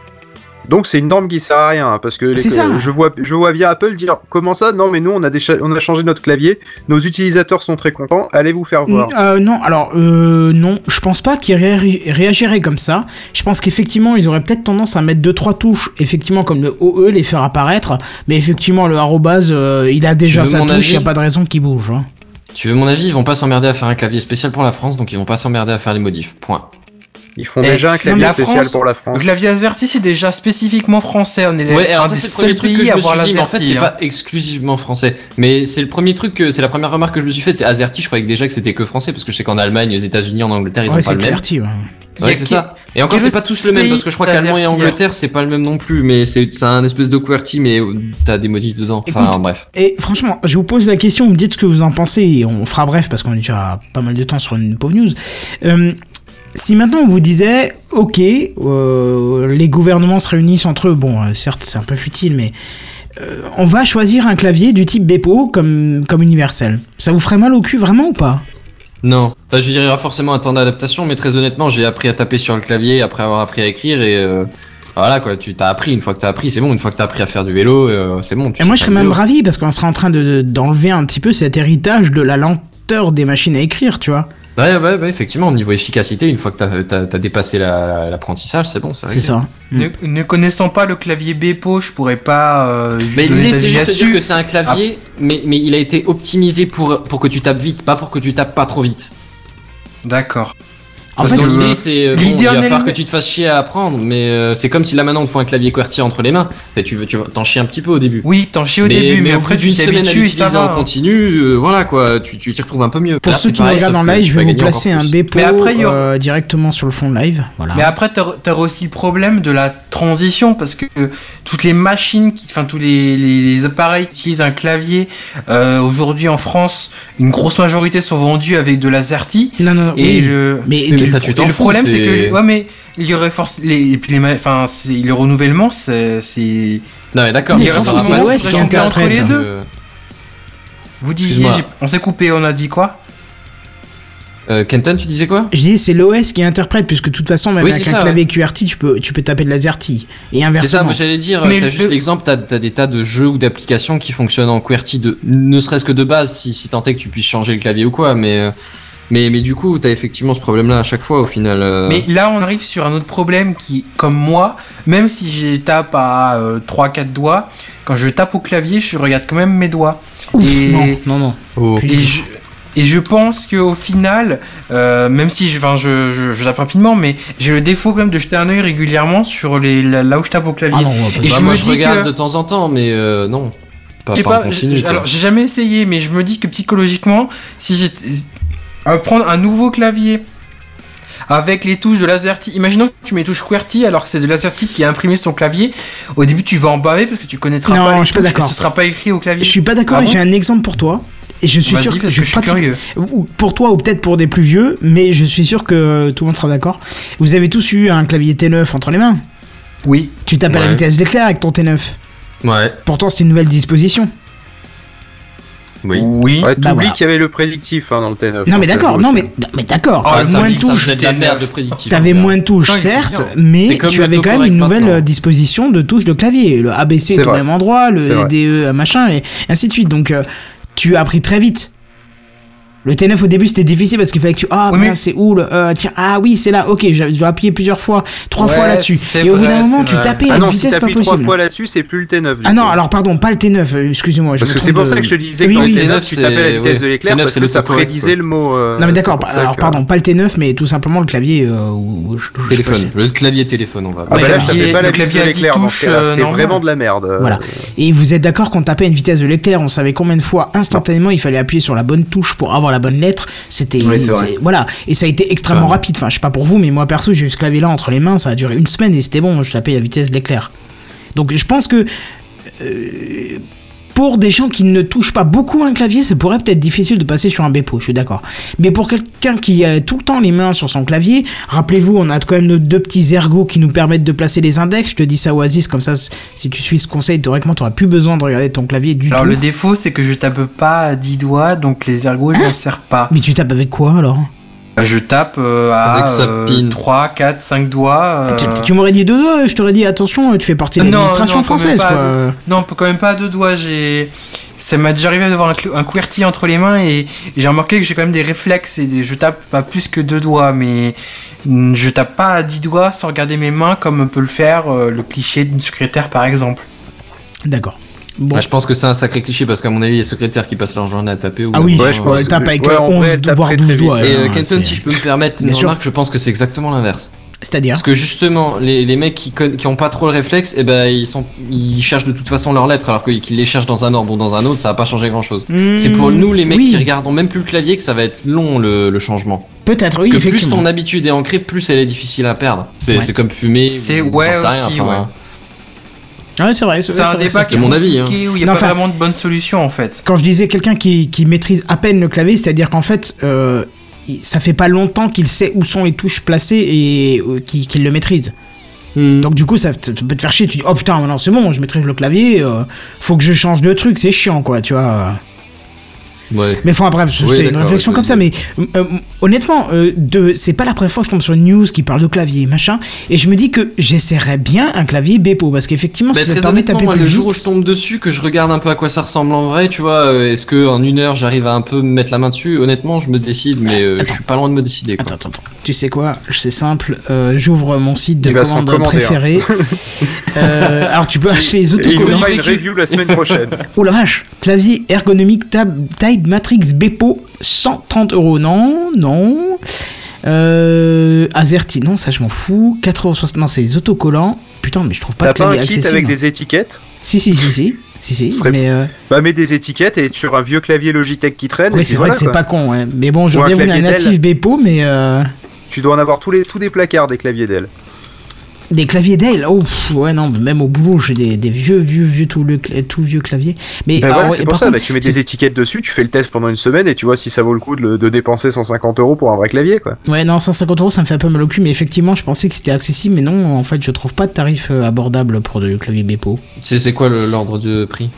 Donc c'est une norme qui sert à rien, hein, parce que les- C'est ça. je vois, je vois bien Apple dire comment ça. Non, mais nous on a déjà, on a changé notre clavier. Nos utilisateurs sont très contents. Allez vous faire voir. Euh, non, alors euh, non, je pense pas qu'ils réagi- réagiraient comme ça. Je pense qu'effectivement, ils auraient peut-être tendance à mettre deux trois touches, effectivement comme le O E, les faire apparaître. Mais effectivement, le arrobase, euh, il a déjà veux sa mon touche, avis il y a pas de raison qu'il bouge. Hein. Tu veux mon avis, ils vont pas s'emmerder à faire un clavier spécial pour la France, donc ils vont pas s'emmerder à faire les modifs. Point. Ils font Et déjà un clavier la spécial France, pour la Le France. clavier AZERTY, c'est déjà spécifiquement français. On est Ouais, alors un ça des c'est le premier seuls truc que pays je à me avoir suis dit, mais en fait l'AZERTY. c'est hein. pas exclusivement français. Mais c'est le premier truc que, c'est la première remarque que je me suis faite, c'est AZERTY, je croyais que déjà que c'était que français, parce que je sais qu'en Allemagne, aux États-Unis, en Angleterre, ils Ouais, ont pas c'est le même. QWERTY, ouais. Il y Ouais, a c'est qui- ça. Et encore, quel c'est pas tous le même, pays parce que je crois t'as qu'Allemand et AZERTY, Angleterre, c'est pas le même non plus, mais c'est, c'est un espèce de QWERTY, mais t'as des modifs dedans. Enfin, Écoute, bref. Et franchement, je vous pose la question, vous me dites ce que vous en pensez, et on fera bref parce qu'on est déjà pas mal de temps sur une pauvre news. Euh, si maintenant on vous disait, ok, euh, les gouvernements se réunissent entre eux, bon, euh, certes c'est un peu futile, mais euh, on va choisir un clavier du type Bepo comme, comme universel. Ça vous ferait mal au cul vraiment ou pas? Non. Enfin, je dirais il y aura forcément un temps d'adaptation, mais très honnêtement, j'ai appris à taper sur le clavier après avoir appris à écrire et euh, voilà quoi, tu t'as appris, une fois que t'as appris, c'est bon, une fois que t'as appris à faire du vélo, euh, c'est bon. Tu Et moi je sais serais faire du même vélo. ravi parce qu'on serait en train de, de- d'enlever un petit peu cet héritage de la lenteur des machines à écrire, tu vois. Ouais, ouais, ouais, effectivement, au niveau efficacité, une fois que t'as, t'as, t'as dépassé la, l'apprentissage, c'est bon, c'est C'est ça. Ne, ne connaissant pas le clavier Bepo, je pourrais pas euh, juste Mais donner l'idée, d'avis c'est juste de dire là-dessus. que c'est un clavier, mais, mais il a été optimisé pour, pour que tu tapes vite, pas pour que tu tapes pas trop vite. D'accord. En Parce fait, que le- l'idée, c'est euh, bon, l'idée il va en falloir elle-même- que tu te fasses chier à apprendre, mais euh, c'est comme si là maintenant on te fait un clavier QWERTY entre les mains. Fait, tu veux, tu vas t'en chier un petit peu au début. Oui, t'en chies au début, mais, au après bout tu d'une t'y semaine à habitues et ça l'utiliser va. en hein. continu, euh, voilà quoi, tu tu t'y retrouves un peu mieux. pour Là, ceux c'est qui nous pareil, regardent sauf en que live, tu je vais vas vous gagner placer encore un plus. Bepo Mais après, il y aura- euh, directement sur le fond live. Voilà. Mais après, t'auras t'auras aussi le problème de la transition parce que euh, toutes les machines, qui, enfin tous les, les, les appareils qui utilisent un clavier euh, aujourd'hui en France, une grosse majorité sont vendus avec de l'AZERTY. Non, non, Et oui. le, mais, mais du- ça, tu et t'en le fous, problème, c'est c'est- que, ouais, mais il y aurait forcément les, et puis les, ma- enfin, c'est le renouvellement, c'est, c'est. Non mais d'accord, Il y mais aurait ça, forcément ça, l'O S ça, qui ça, interprète. entre les deux. euh, Vous disiez, Excuse-moi. j'ai- on s'est coupé, on a dit quoi? euh, Kenton, tu disais quoi? Je dis c'est l'O S qui interprète puisque de toute façon même Oui, avec c'est un ça, clavier QWERTY tu peux tu peux taper de l'AZERTY et C'est inversement. ça, moi j'allais dire, Mais t'as le- juste l'exemple, t'as, t'as des tas de jeux ou d'applications qui fonctionnent en QWERTY, de, ne serait-ce que de base, si, si tant est que tu puisses changer le clavier ou quoi, mais, euh, mais, mais du coup, t'as effectivement ce problème-là à chaque fois au final. euh. Mais là, on arrive sur un autre problème qui, comme moi, même si je tape à euh, trois quatre doigts, quand je tape au clavier, je regarde quand même mes doigts. Ouf, et, non non non. Oh. et je, et je pense qu'au final, euh, même si je, enfin, je, je, je tape rapidement, mais j'ai le défaut quand même de jeter un œil régulièrement sur les, là, là où je tape au clavier. Ah non, on va pas- Et Bah, je moi me je dis regarde que- de temps en temps, mais euh, non. Pas, Je sais pas en pas, continu, j'ai- quoi. alors j'ai jamais essayé, mais je me dis que psychologiquement, si j'étais à prendre un nouveau clavier avec les touches de l'AZERTY, imaginons que tu mets les touches QWERTY alors que c'est de l'AZERTY qui a imprimé son clavier, au début tu vas en baver parce que tu connaîtras Non, pas les je suis pas touches et d'accord. ce sera pas écrit au clavier. Je suis pas d'accord Ah et bon j'ai un exemple pour toi. Et je suis Vas-y, sûr que parce je que je suis pratique- curieux. ou pour toi ou peut-être pour des plus vieux, mais je suis sûr que tout le monde sera d'accord. Vous avez tous eu un clavier T neuf entre les mains. Oui. Tu tapes à la Ouais. vitesse d'éclair avec ton T neuf. Ouais, Pourtant c'est une nouvelle disposition. oui. Oui. Ouais, Bah t'oublies voilà. qu'il y avait le prédictif hein, dans le T neuf. Non hein, mais ça d'accord, joue non aussi. mais non, mais d'accord. Oh, T'avais ça moins dit- de ça touches. C'est de la merde de prédictif. T'avais regarde. moins de touches, Putain, il était certes, bien. mais C'est comme tu le avais quand même autocorrect une nouvelle maintenant. euh, disposition de touches de clavier. Le A B C C'est est au vrai. même endroit, C'est le vrai. D E machin, et ainsi de suite. Donc euh, tu as appris très vite. Le T neuf au début c'était difficile parce qu'il fallait que tu ah Oui, mince, mais- c'est où le euh, tiens ah oui c'est là ok je je dois appuyer plusieurs fois trois Ouais, fois là-dessus c'est et au bout vrai, d'un moment c'est tu vrai. tapais à Ah une non, si vitesse pas t'appuies trois possible. fois là-dessus, c'est plus le T neuf. du Ah non coup. alors pardon pas le T neuf euh, excusez-moi je Parce me que c'est trompe pour de- ça que je te disais Oui, que dans oui, le oui. T neuf, tu tapais à la c'est- vitesse de ouais. l'éclair T neuf, parce c'est que ça l'autocorrect, prédisait le mot. euh, non mais c'est d'accord pour ça alors que- pardon pas le T neuf mais tout simplement le clavier euh, où- où je- je- je Téléphone, passais. le clavier téléphone, on va. Ah bah Ouais, là, le je clavier- tapais pas la le vitesse clavier de à dix l'éclair, dans ce touches, cas-là, euh, c'était normal. vraiment de la merde. euh, Voilà. Et vous êtes d'accord qu'on tapait à une vitesse de l'éclair, on savait combien de fois instantanément il fallait appuyer sur la bonne touche pour avoir la bonne lettre. C'était Oui, c'est vrai. voilà. Et ça a été extrêmement Ouais. rapide. Enfin, je sais pas pour vous, mais moi perso, j'ai eu ce clavier là entre les mains, ça a duré une semaine et c'était bon. Je tapais à la vitesse de l'éclair. Donc je pense que euh, pour des gens qui ne touchent pas beaucoup un clavier, ça pourrait peut-être difficile de passer sur un Bepo, je suis d'accord. Mais pour quelqu'un qui a tout le temps les mains sur son clavier, rappelez-vous, on a quand même nos deux petits ergots qui nous permettent de placer les index. Je te dis ça, Oasis, comme ça, si tu suis ce conseil, théoriquement, tu n'auras plus besoin de regarder ton clavier du alors, tout. Alors, le défaut, c'est que je tape pas à dix doigts, donc les ergots, je m'en sers pas. Mais tu tapes avec quoi, alors ? Je tape euh, à euh, trois, quatre, cinq doigts. Euh... Tu, tu m'aurais dit deux doigts, je t'aurais dit attention, tu fais partie de l'administration non, non, française. Quoi. Deux... Non, quand même pas à deux doigts. J'ai... Ça m'est déjà arrivé d'avoir un, cl- un QWERTY entre les mains et, et j'ai remarqué que j'ai quand même des réflexes et des... je tape pas plus que deux doigts, mais je tape pas à dix doigts sans regarder mes mains comme peut le faire euh, le cliché d'une secrétaire par exemple. D'accord. Bon. Ouais, je pense que c'est un sacré cliché parce qu'à mon avis, les secrétaires qui passent leur journée à taper. Ou ah oui, ouais, je pense. Elle tape avec ouais, onze voire douze doigts. Et euh, Kenton, si je peux me permettre une remarque, je pense que c'est exactement l'inverse. C'est-à-dire parce que justement, les, les mecs qui, qui ont pas trop le réflexe, eh ben ils sont, ils cherchent de toute façon leurs lettres, alors qu'ils les cherchent dans un ordre ou dans un autre, ça va pas changer grand-chose. Mmh, c'est pour nous les mecs oui. qui regardent même plus le clavier que ça va être long le, le changement. Peut-être, parce oui. Parce que plus ton habitude est ancrée, plus elle est difficile à perdre. C'est, ouais. c'est comme fumer. C'est ou, ouais aussi, rien, ouais. Ouais, c'est vrai. C'est, c'est un vrai, débat qui est mon avis, hein. où il n'y a non, pas enfin, vraiment de bonne solution en fait. Quand je disais quelqu'un qui, qui maîtrise à peine le clavier, c'est-à-dire qu'en fait, euh, ça fait pas longtemps qu'il sait où sont les touches placées et euh, qu'il, qu'il le maîtrise. Mm. Donc du coup, ça, ça peut te faire chier. Tu dis oh putain, maintenant c'est bon, je maîtrise le clavier. Euh, faut que je change de truc, c'est chiant quoi, tu vois. Ouais. Mais enfin bref, c'était oui, une réflexion ouais, comme ça, mais euh, honnêtement, euh, de, c'est pas la première fois que je tombe sur une news qui parle de clavier, machin, et je me dis que j'essaierais bien un clavier Bepo, parce qu'effectivement, bah, ça te permet de taper moi, plus le vite. jour où je tombe dessus, que je regarde un peu à quoi ça ressemble en vrai, tu vois, euh, est-ce que en une heure j'arrive à un peu me mettre la main dessus? Honnêtement, je me décide, mais euh, je suis pas loin de me décider. Quoi. Attends, attends, attends. Tu sais quoi? C'est simple, euh, j'ouvre mon site de commande préféré. Hein. euh, alors tu peux acheter les autocollants. Il y aura une review la semaine prochaine. Oh la vache, clavier ergonomique tab, Type Matrix Bepo. cent trente euros, non, non. Euh, Azerty, non, ça je m'en fous. quatre euros soixante, non, c'est les autocollants. Putain, mais je trouve pas T'as de clavier pas un kit accessible. avec des étiquettes? Si, si, si, si. Si, si, serait... mais. Euh... Bah, mets des étiquettes et sur un vieux clavier Logitech qui traîne. Oui, et c'est voilà, vrai que quoi. c'est pas con, ouais. Mais bon, j'aurais bien voulu un natif Bepo, mais. Euh... Tu dois en avoir tous les tous des placards des claviers Dell. Des claviers Dell, oh pff, ouais non, même au boulot j'ai des, des vieux vieux vieux tout le tout vieux claviers. Mais ben alors, voilà, c'est pour ça, contre, bah, tu mets c'est... des étiquettes dessus, tu fais le test pendant une semaine et tu vois si ça vaut le coup de, de dépenser cent cinquante euros pour un vrai clavier quoi. Ouais non, cent cinquante euros ça me fait un peu mal au cul, mais effectivement je pensais que c'était accessible, mais non en fait je trouve pas de tarif abordable pour du clavier Bepo. C'est c'est quoi le, l'ordre de prix?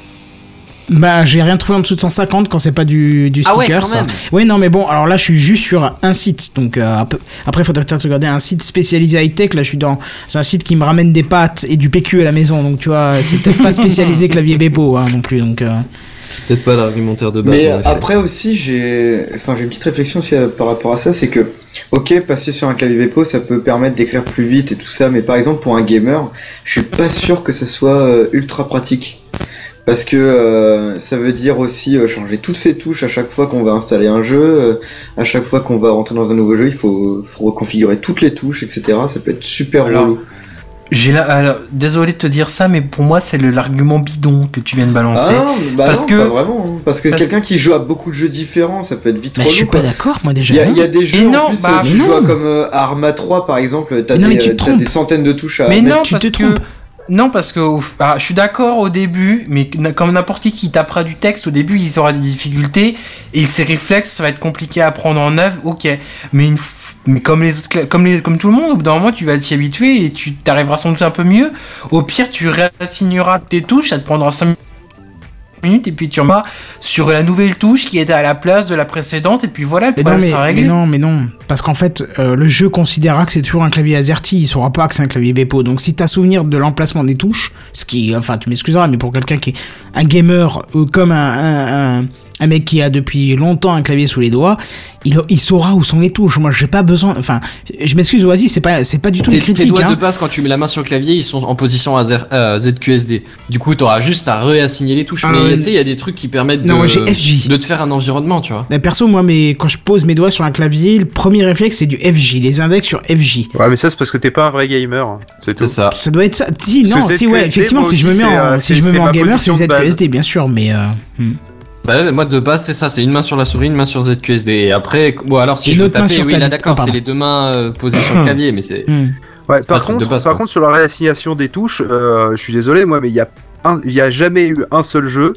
Bah j'ai rien trouvé en dessous de cent cinquante quand c'est pas du, du sticker. Ah ouais, quand ça. même. Oui non mais bon alors là je suis juste sur un site donc euh, après il faudrait peut-être regarder un site spécialisé high tech. Là je suis dans c'est un site qui me ramène des pâtes et du P Q à la maison donc tu vois c'est peut-être pas spécialisé clavier Bepo hein, non plus donc. Euh... Peut-être pas l'argumentaire de base. Mais après aussi j'ai enfin j'ai une petite réflexion aussi euh, par rapport à ça, c'est que ok passer sur un clavier Bepo ça peut permettre d'écrire plus vite et tout ça, mais par exemple pour un gamer je suis pas sûr que ça soit euh, ultra pratique. Parce que euh, ça veut dire aussi euh, changer toutes ces touches à chaque fois qu'on va installer un jeu, euh, à chaque fois qu'on va rentrer dans un nouveau jeu, il faut, faut reconfigurer toutes les touches, et cetera. Ça peut être super relou. J'ai la, alors, désolé de te dire ça, mais pour moi c'est le, l'argument bidon que tu viens de balancer. Ah, bah parce non, que pas vraiment. Hein. Parce que parce... quelqu'un qui joue à beaucoup de jeux différents, ça peut être vite bah, relou. Je suis quoi. pas d'accord, moi déjà. Il y a, il y a des jeux et en non, plus, bah, tu joues comme euh, Arma trois par exemple, t'as, des, euh, t'as des centaines de touches à mais mettre. Non, tu parce te trompes. Que... Non, parce que ah, je suis d'accord au début, mais comme n'importe qui qui tapera du texte, au début, il aura des difficultés et ses réflexes, ça va être compliqué à prendre en œuvre. Ok, mais, une f... mais comme les autres, comme les, comme tout le monde, au bout d'un moment, tu vas t'y habituer et tu t'arriveras sans doute un peu mieux. Au pire, tu réassigneras tes touches, ça te prendra cinq minutes et puis tu remets sur la nouvelle touche qui était à la place de la précédente et puis voilà, le problème sera réglé. Mais non, mais non, parce qu'en fait, euh, le jeu considérera que c'est toujours un clavier Azerty, il saura pas que c'est un clavier Bepo. Donc si t'as souvenir de l'emplacement des touches, ce qui, enfin, tu m'excuseras, mais pour quelqu'un qui est un gamer euh, comme un, un, un, un mec qui a depuis longtemps un clavier sous les doigts, il, il saura où sont les touches. Moi, j'ai pas besoin, enfin, je m'excuse, Oasis, c'est pas, c'est pas du tout une critique. Tes doigts hein. de base, quand tu mets la main sur le clavier, ils sont en position à euh, Z Q S D. Du coup, t'auras juste à réassigner les touches. Euh, mais tu sais, il y a des trucs qui permettent non, de, j'ai F J. de te faire un environnement, tu vois. Mais perso, moi, mais quand je pose mes doigts sur un clavier, le premier réflexe, c'est du F J, les index sur F J. Ouais, mais ça, c'est parce que t'es pas un vrai gamer. Hein. C'est, c'est ça. Ça doit être ça. Si, non, si, ouais, effectivement, si je me mets en, si je me mets en gamer, c'est Z Q S D, bien sûr, mais. Euh, hmm. Bah, moi de base c'est ça, c'est une main sur la souris, une main sur Z Q S D. Et après, bon alors si une je veux taper, oui ta... là d'accord, oh, c'est les deux mains euh, posées sur le clavier, mais c'est. Mm. Ouais, c'est par contre, base, par contre sur la réassignation des touches, euh, je suis désolé moi, mais il y a un, il y a jamais eu un seul jeu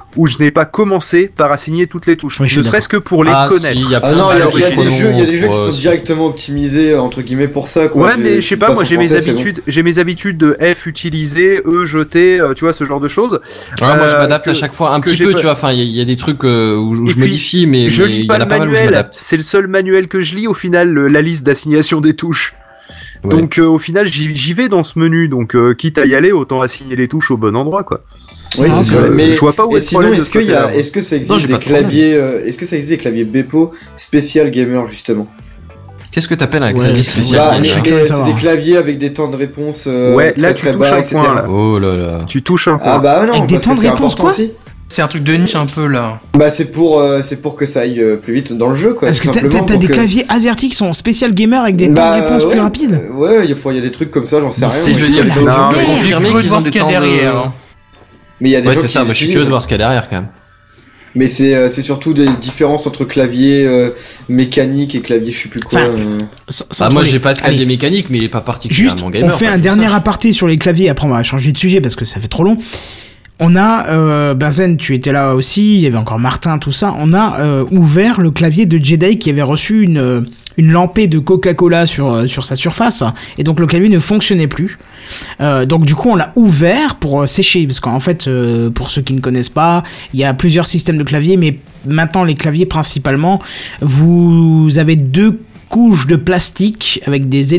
où je n'ai pas commencé par assigner toutes les touches, Oui, je suis ne serait-ce que pour les Ah, connaître. si, y a Ah plein non, il y a, de il y a des pronoms, jeux, il y a des jeux qui ouais, sont c'est- directement optimisés entre guillemets pour ça, quoi. Ouais, C'est- mais je sais tu pas, passes moi en j'ai mes français, c'est bon. habitudes, j'ai mes habitudes de F utiliser, E jeter, euh, tu vois ce genre de choses. Ouais, moi je Euh, m'adapte que- à chaque fois un que petit j'ai peu, pas- tu vois. Enfin, il y, a- il y a des trucs euh, où, où Et je puis, modifie, mais je mais lis il y pas en a le pas mal où je manuel, m'adapte. c'est le seul manuel que je lis au final, le- la liste d'assignation des touches. Ouais. Donc euh, au final j'y j'y vais dans ce menu, donc euh, quitte à y aller, autant assigner les touches au bon endroit quoi. Oui, Ah, c'est sûr. euh, Mais je vois pas où et est le sinon, problème de est-ce ce qu'il y a, côté-là. est-ce que ça Non, existe j'ai des pas de problème. claviers, euh, est-ce que ça existe des claviers Bepo spécial gamer justement? Qu'est-ce que t'appelles un Ouais, clavier c'est- spécial Bah, gamer. les- Je gamer serais curieux de les- c'est savoir. des claviers avec des temps de réponse euh, Ouais, très là, tu très touches bas, un et cetera. point, là. Oh là là. Tu touches un point. Ah bah non, Avec des parce temps que de c'est réponse, important quoi aussi. C'est un truc de niche un peu là. Bah c'est pour euh, c'est pour que ça aille euh, plus vite dans le jeu, quoi. Parce que tout t'as, simplement, t'as- t'as pour des que- claviers AZERTY qui sont spécial gamer avec des temps Bah, de réponse ouais, plus rapides. euh, Ouais, il faut il y a des trucs comme ça, j'en sais Mais rien. c'est moi, je je veux dire, sais il faut pas. Non, je mais- veux J'ai confirmer cru de qu'ils ont voir ce des qu'il y a temps derrière. de... hein. Mais il y a des Ouais, gens c'est qui ça, moi je suis utilisent, curieux de voir ce qu'il y a derrière quand même. Mais c'est euh, c'est surtout des différences entre clavier euh, mécanique et clavier je sais plus quoi. Enfin, euh. Sans- sans Bah, moi trop j'ai les- pas de clavier Allez, mécanique, mais il est pas juste, particulièrement gamer. on fait pas un que dernier ça. aparté sur les claviers, après on va changer de sujet parce que ça fait trop long. On a, euh, Benzen, tu étais là aussi, il y avait encore Martin, tout ça, on a euh, ouvert le clavier de Jedi qui avait reçu une, euh, une lampée de Coca-Cola sur, euh, sur sa surface, et donc le clavier ne fonctionnait plus. Euh, donc du coup on l'a ouvert pour euh, sécher, parce qu'en fait, euh, pour ceux qui ne connaissent pas, il y a plusieurs systèmes de clavier, mais maintenant les claviers principalement, vous avez deux couches de plastique avec des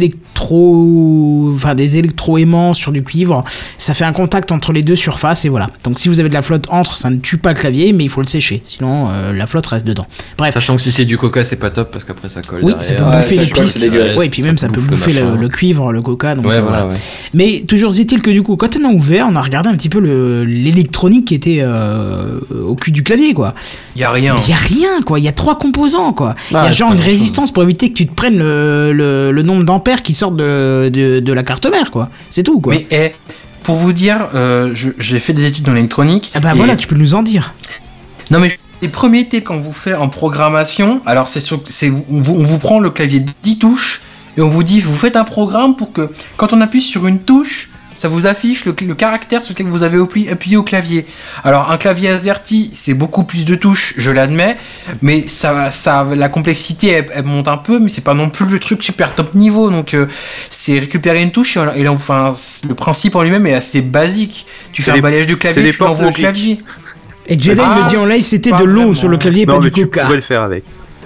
électro enfin des électroaimants sur du cuivre, ça fait un contact entre les deux surfaces et voilà. Donc si vous avez de la flotte entre, ça ne tue pas le clavier, mais il faut le sécher, sinon euh, la flotte reste dedans. Bref. Sachant que si c'est du coca, c'est pas top parce qu'après ça colle Oui, derrière. ça peut Ouais, bouffer ça, les je crois que pistes. c'est dégueulasse. Ouais, et puis même ça, peut bouffe le bouffer le, machin. le cuivre, le coca. Donc Ouais, euh, voilà, voilà. ouais. Mais toujours est-il que du coup, quand on a ouvert, on a regardé un petit peu le, l'électronique qui était euh, au cul du clavier, quoi. Y a rien. Il y a rien, quoi. Il y a trois composants, quoi. Il Ah, y a c'est genre pas une grand-chose. résistance pour éviter que tu te prennes le, le, le nombre d'ampères qui sortent de, de, de la carte mère, quoi. C'est tout, quoi. Mais eh, pour vous dire, euh, je- j'ai fait des études dans l'électronique. Ah bah et- voilà, tu peux nous en dire. Non mais les premiers tips qu'on vous fait en programmation, alors c'est sur, c'est on vous, on vous prend le clavier dix touches et on vous dit vous faites un programme pour que quand on appuie sur une touche, ça vous affiche le, le caractère sur lequel vous avez appuyé, appuyé au clavier. Alors un clavier AZERTY, c'est beaucoup plus de touches, je l'admets, mais ça, ça, la complexité elle, elle monte un peu, mais c'est pas non plus le truc super top niveau. Donc euh, c'est récupérer une touche et, et là, enfin le principe en lui-même est assez basique. Tu C'est fais des- un balayage de c'est clavier, des tu l'envoies au portes logiques. clavier. Et Jedi Ah, le dit en live, c'était pas de l'eau vraiment. sur le clavier, Non pas mais du tu coca. pourrais le faire avec.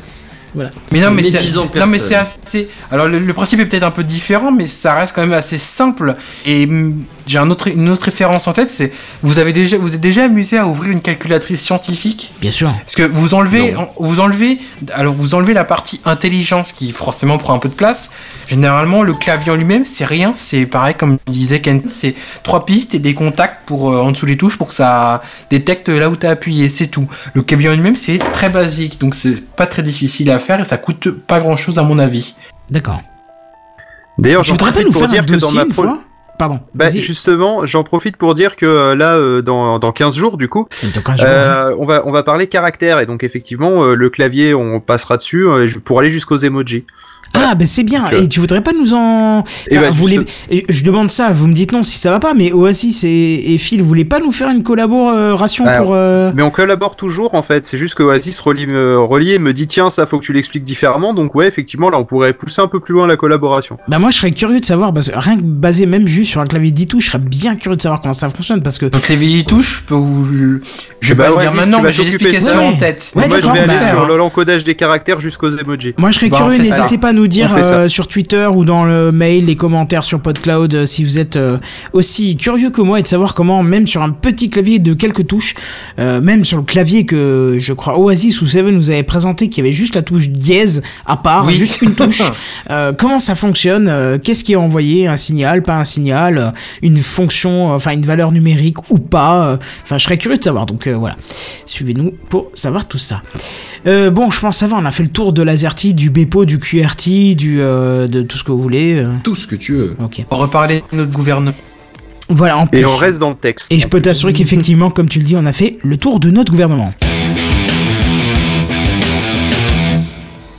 Mais non, mais c'est, Médisant c'est- non, mais c'est personne. assez. Alors, le, le principe est peut-être un peu différent, mais ça reste quand même assez simple. Et hum, j'ai un autre, une autre référence en tête, c'est vous avez déjà, vous êtes déjà amusé à ouvrir une calculatrice scientifique, Bien sûr. parce que vous enlevez, en- vous enlevez, alors vous enlevez la partie intelligence qui forcément prend un peu de place. Généralement, le clavier en lui-même, c'est rien. C'est pareil, comme disait Ken, c'est trois pistes et des contacts pour euh, en dessous les touches pour que ça détecte là où t'as appuyé. C'est tout. Le clavier en lui-même, c'est très basique, donc c'est pas très difficile à faire et ça coûte pas grand-chose à mon avis. D'accord. D'ailleurs, Tu j'en voudrais pas profite nous pour faire un dire que dans dossier ma une pro- fois Pardon. Bah vas-y. justement, j'en profite pour dire que euh, là, euh, dans, dans quinze jours, du coup, Donc, un jour, hein. euh, on va on va parler caractère et donc effectivement, euh, le clavier, on passera dessus euh, pour aller jusqu'aux emojis. Ah, ben c'est bien. Donc, euh, Et tu voudrais pas nous en. Et Enfin, bah, vous juste- les- et je demande ça, vous me dites non si ça va pas, mais Oasis et, et Phil voulaient pas nous faire une collaboration Alors, pour. euh, Mais on collabore toujours en fait. C'est juste que Oasis relie, me, relie et me dit tiens, ça faut que tu l'expliques différemment. Donc ouais, effectivement, là, on pourrait pousser un peu plus loin la collaboration. Bah, moi je serais curieux de savoir, parce que rien que basé même juste sur un clavier dix touches, je serais bien curieux de savoir comment ça fonctionne parce que. Donc les V I touches, je peux vous... Je vais Bah, pas le vas-y, dire si maintenant, tu vas mais j'ai t'occuper de l'explication ça. en tête. Ouais, Moi, je d'accord, vais aller bah, sur hein. le- l'encodage des caractères jusqu'aux emojis. Moi je serais Bah, on curieux, fait ça. n'hésitez pas à nous dire On fait ça. euh, sur Twitter ou dans le mail, les commentaires sur PodCloud, euh, si vous êtes euh, aussi curieux que moi et de savoir comment, même sur un petit clavier de quelques touches, euh, même sur le clavier que je crois Oasis ou Seven vous avez présenté, qui avait juste la touche dièse à part, Oui. juste une touche, euh, comment ça fonctionne, euh, qu'est-ce qui est envoyé, un signal, pas un signal, euh, une fonction, euh, enfin une valeur numérique ou pas, euh, enfin je serais curieux de savoir, donc euh, voilà, suivez-nous pour savoir tout ça. Euh, bon, je pense ça va, on a fait le tour de l'AZERTY, du Bepo, du Q R T, du, euh, de tout ce que vous voulez. euh, Tout ce que tu veux. ok. On reparler de notre gouvernement. Voilà, en plus. Et on reste dans le texte. Et je peux t'assurer qu'effectivement, comme tu le dis, on a fait le tour de notre gouvernement.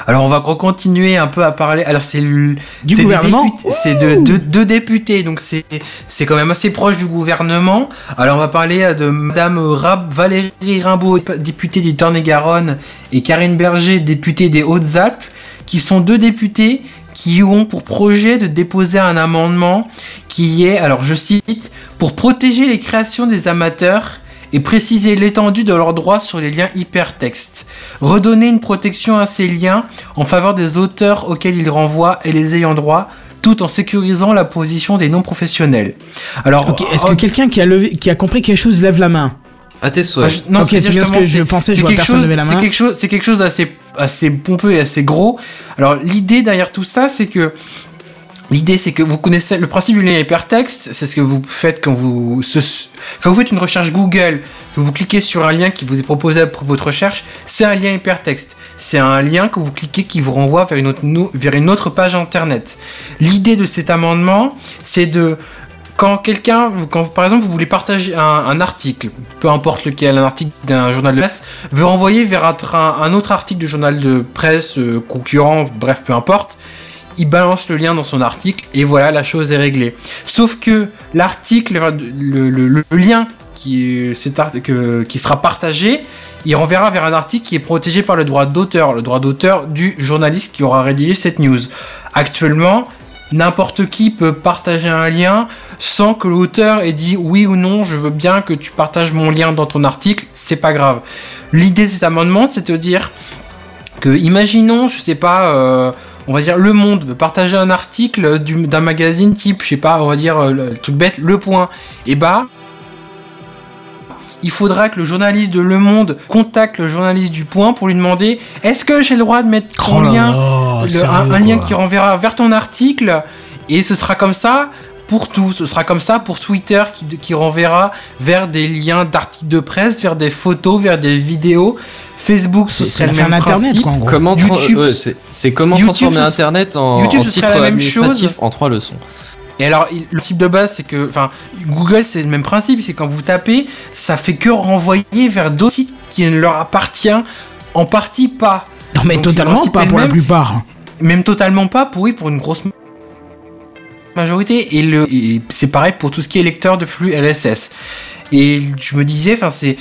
Alors on va continuer un peu à parler. Alors c'est le, du c'est gouvernement. Députés, c'est de deux de députés, donc c'est c'est quand même assez proche du gouvernement. Alors on va parler de Madame Rab, Valérie Rimbaud, députée du Tarn-et-Garonne, et Karine Berger, députée des Hautes-Alpes, qui sont deux députés qui ont pour projet de déposer un amendement qui est, alors je cite, pour protéger les créations des amateurs et préciser l'étendue de leurs droits sur les liens hypertextes. Redonner une protection à ces liens en faveur des auteurs auxquels ils renvoient et les ayants droit, tout en sécurisant la position des non-professionnels. Alors, okay, est-ce que oh, quelqu'un qui a levé, qui a compris quelque chose lève la main? À tes souhaits. Ah, non, ok, c'est bien ce que je pensais, je vois personne lever la main. C'est quelque chose, c'est quelque chose assez, assez pompeux et assez gros. Alors, l'idée derrière tout ça, c'est que L'idée, c'est que vous connaissez le principe du lien hypertexte, c'est ce que vous faites quand vous, ce, quand vous faites une recherche Google, que vous cliquez sur un lien qui vous est proposé pour votre recherche, c'est un lien hypertexte. C'est un lien que vous cliquez qui vous renvoie vers une autre, vers une autre page internet. L'idée de cet amendement, c'est de, quand quelqu'un, quand par exemple vous voulez partager un, un article, peu importe lequel, un article d'un journal de presse, veut renvoyer vers un, un autre article de journal de presse euh, concurrent, bref, peu importe, il balance le lien dans son article et voilà, la chose est réglée. Sauf que l'article, le, le, le lien qui, cet art, que, qui sera partagé, il renverra vers un article qui est protégé par le droit d'auteur, le droit d'auteur du journaliste qui aura rédigé cette news. Actuellement, n'importe qui peut partager un lien sans que l'auteur ait dit oui ou non, je veux bien que tu partages mon lien dans ton article, c'est pas grave. L'idée de cet amendement, c'est de dire que, imaginons, je sais pas, euh, on va dire Le Monde veut partager un article du, d'un magazine type, je sais pas, on va dire euh, le truc bête, Le Point. Et bah, il faudra que le journaliste de Le Monde contacte le journaliste du Point pour lui demander est-ce que j'ai le droit de mettre ton oh lien, là, le, sérieux, un, un lien qui renverra vers ton article, et ce sera comme ça pour tout. Ce sera comme ça pour Twitter qui, qui renverra vers des liens d'articles de presse, vers des photos, vers des vidéos. Facebook, ce serait le même Internet, principe. quoi, en gros. Comment tra- YouTube, ouais, c'est, c'est comment YouTube, transformer ce- Internet en, YouTube, en ce titre serait la même administratif chose. en trois leçons. Et alors, il- le principe de base, c'est que, enfin, Google, c'est le même principe, c'est quand vous tapez, ça fait que renvoyer vers d'autres sites qui ne leur appartient en partie pas. Non mais Donc, totalement le principe pas est pour le la même. plupart. Même totalement pas, pour oui, pour une grosse majorité. Et, le, et c'est pareil pour tout ce qui est lecteur de flux R S S. Et je me disais, enfin, c'est...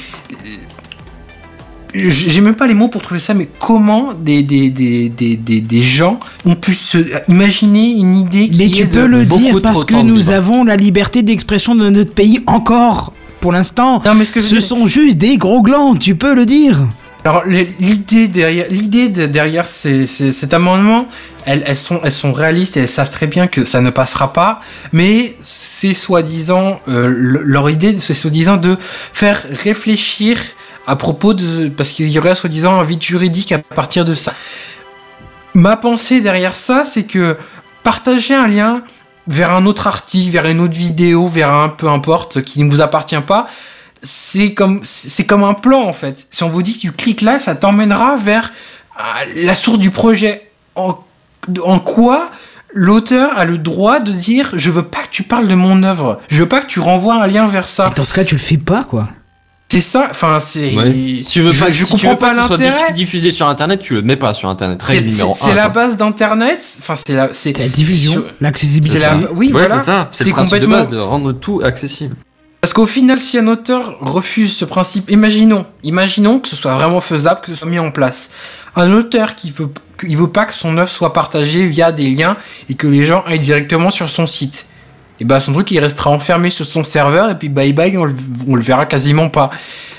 J'ai même pas les mots pour trouver ça, mais comment des, des, des, des, des, des gens ont pu se imaginer une idée qui Mais est tu de peux le beaucoup dire trop parce que temps de nous débat. avons la liberté d'expression de notre pays encore. Pour l'instant, Non, mais ce que je veux ce dire- sont juste des gros glands, tu peux le dire. Alors les- l'idée derrière, l'idée de- derrière ces, ces- cet amendement, elles, elles sont, elles sont réalistes et elles savent très bien que ça ne passera pas. Mais c'est soi-disant euh, le- leur idée, c'est soi-disant de faire réfléchir à propos de, parce qu'il y aurait soi-disant un vide juridique à partir de ça. Ma pensée derrière ça, c'est que partager un lien vers un autre article, vers une autre vidéo, vers un peu importe qui ne vous appartient pas, c'est comme c'est comme un plan en fait. Si on vous dit tu cliques là, ça t'emmènera vers euh, la source du projet. En, en quoi l'auteur a le droit de dire je veux pas que tu parles de mon œuvre, je veux pas que tu renvoies un lien vers ça. Et dans ce cas, tu le fais pas quoi. C'est ça, enfin c'est. Ouais. Si tu veux je, pas, je si comprends tu veux pas, pas que ce soit l'intérêt. diff- diffusé sur Internet, tu le mets pas sur Internet. C'est, Règle c'est, numéro c'est un, la quoi. base d'Internet. Enfin c'est la c'est C'est la diffusion, sur- l'accessibilité. c'est la oui Ouais, voilà. c'est ça. C'est, C'est le principe de complètement- base de rendre tout accessible. Parce qu'au final, si un auteur refuse ce principe, imaginons, imaginons que ce soit vraiment faisable, que ce soit mis en place. Un auteur qui veut, il veut pas que son œuvre soit partagée via des liens et que les gens aillent directement sur son site. Et bah, son truc, il restera enfermé sur son serveur et puis bye bye, on le, on le verra quasiment pas.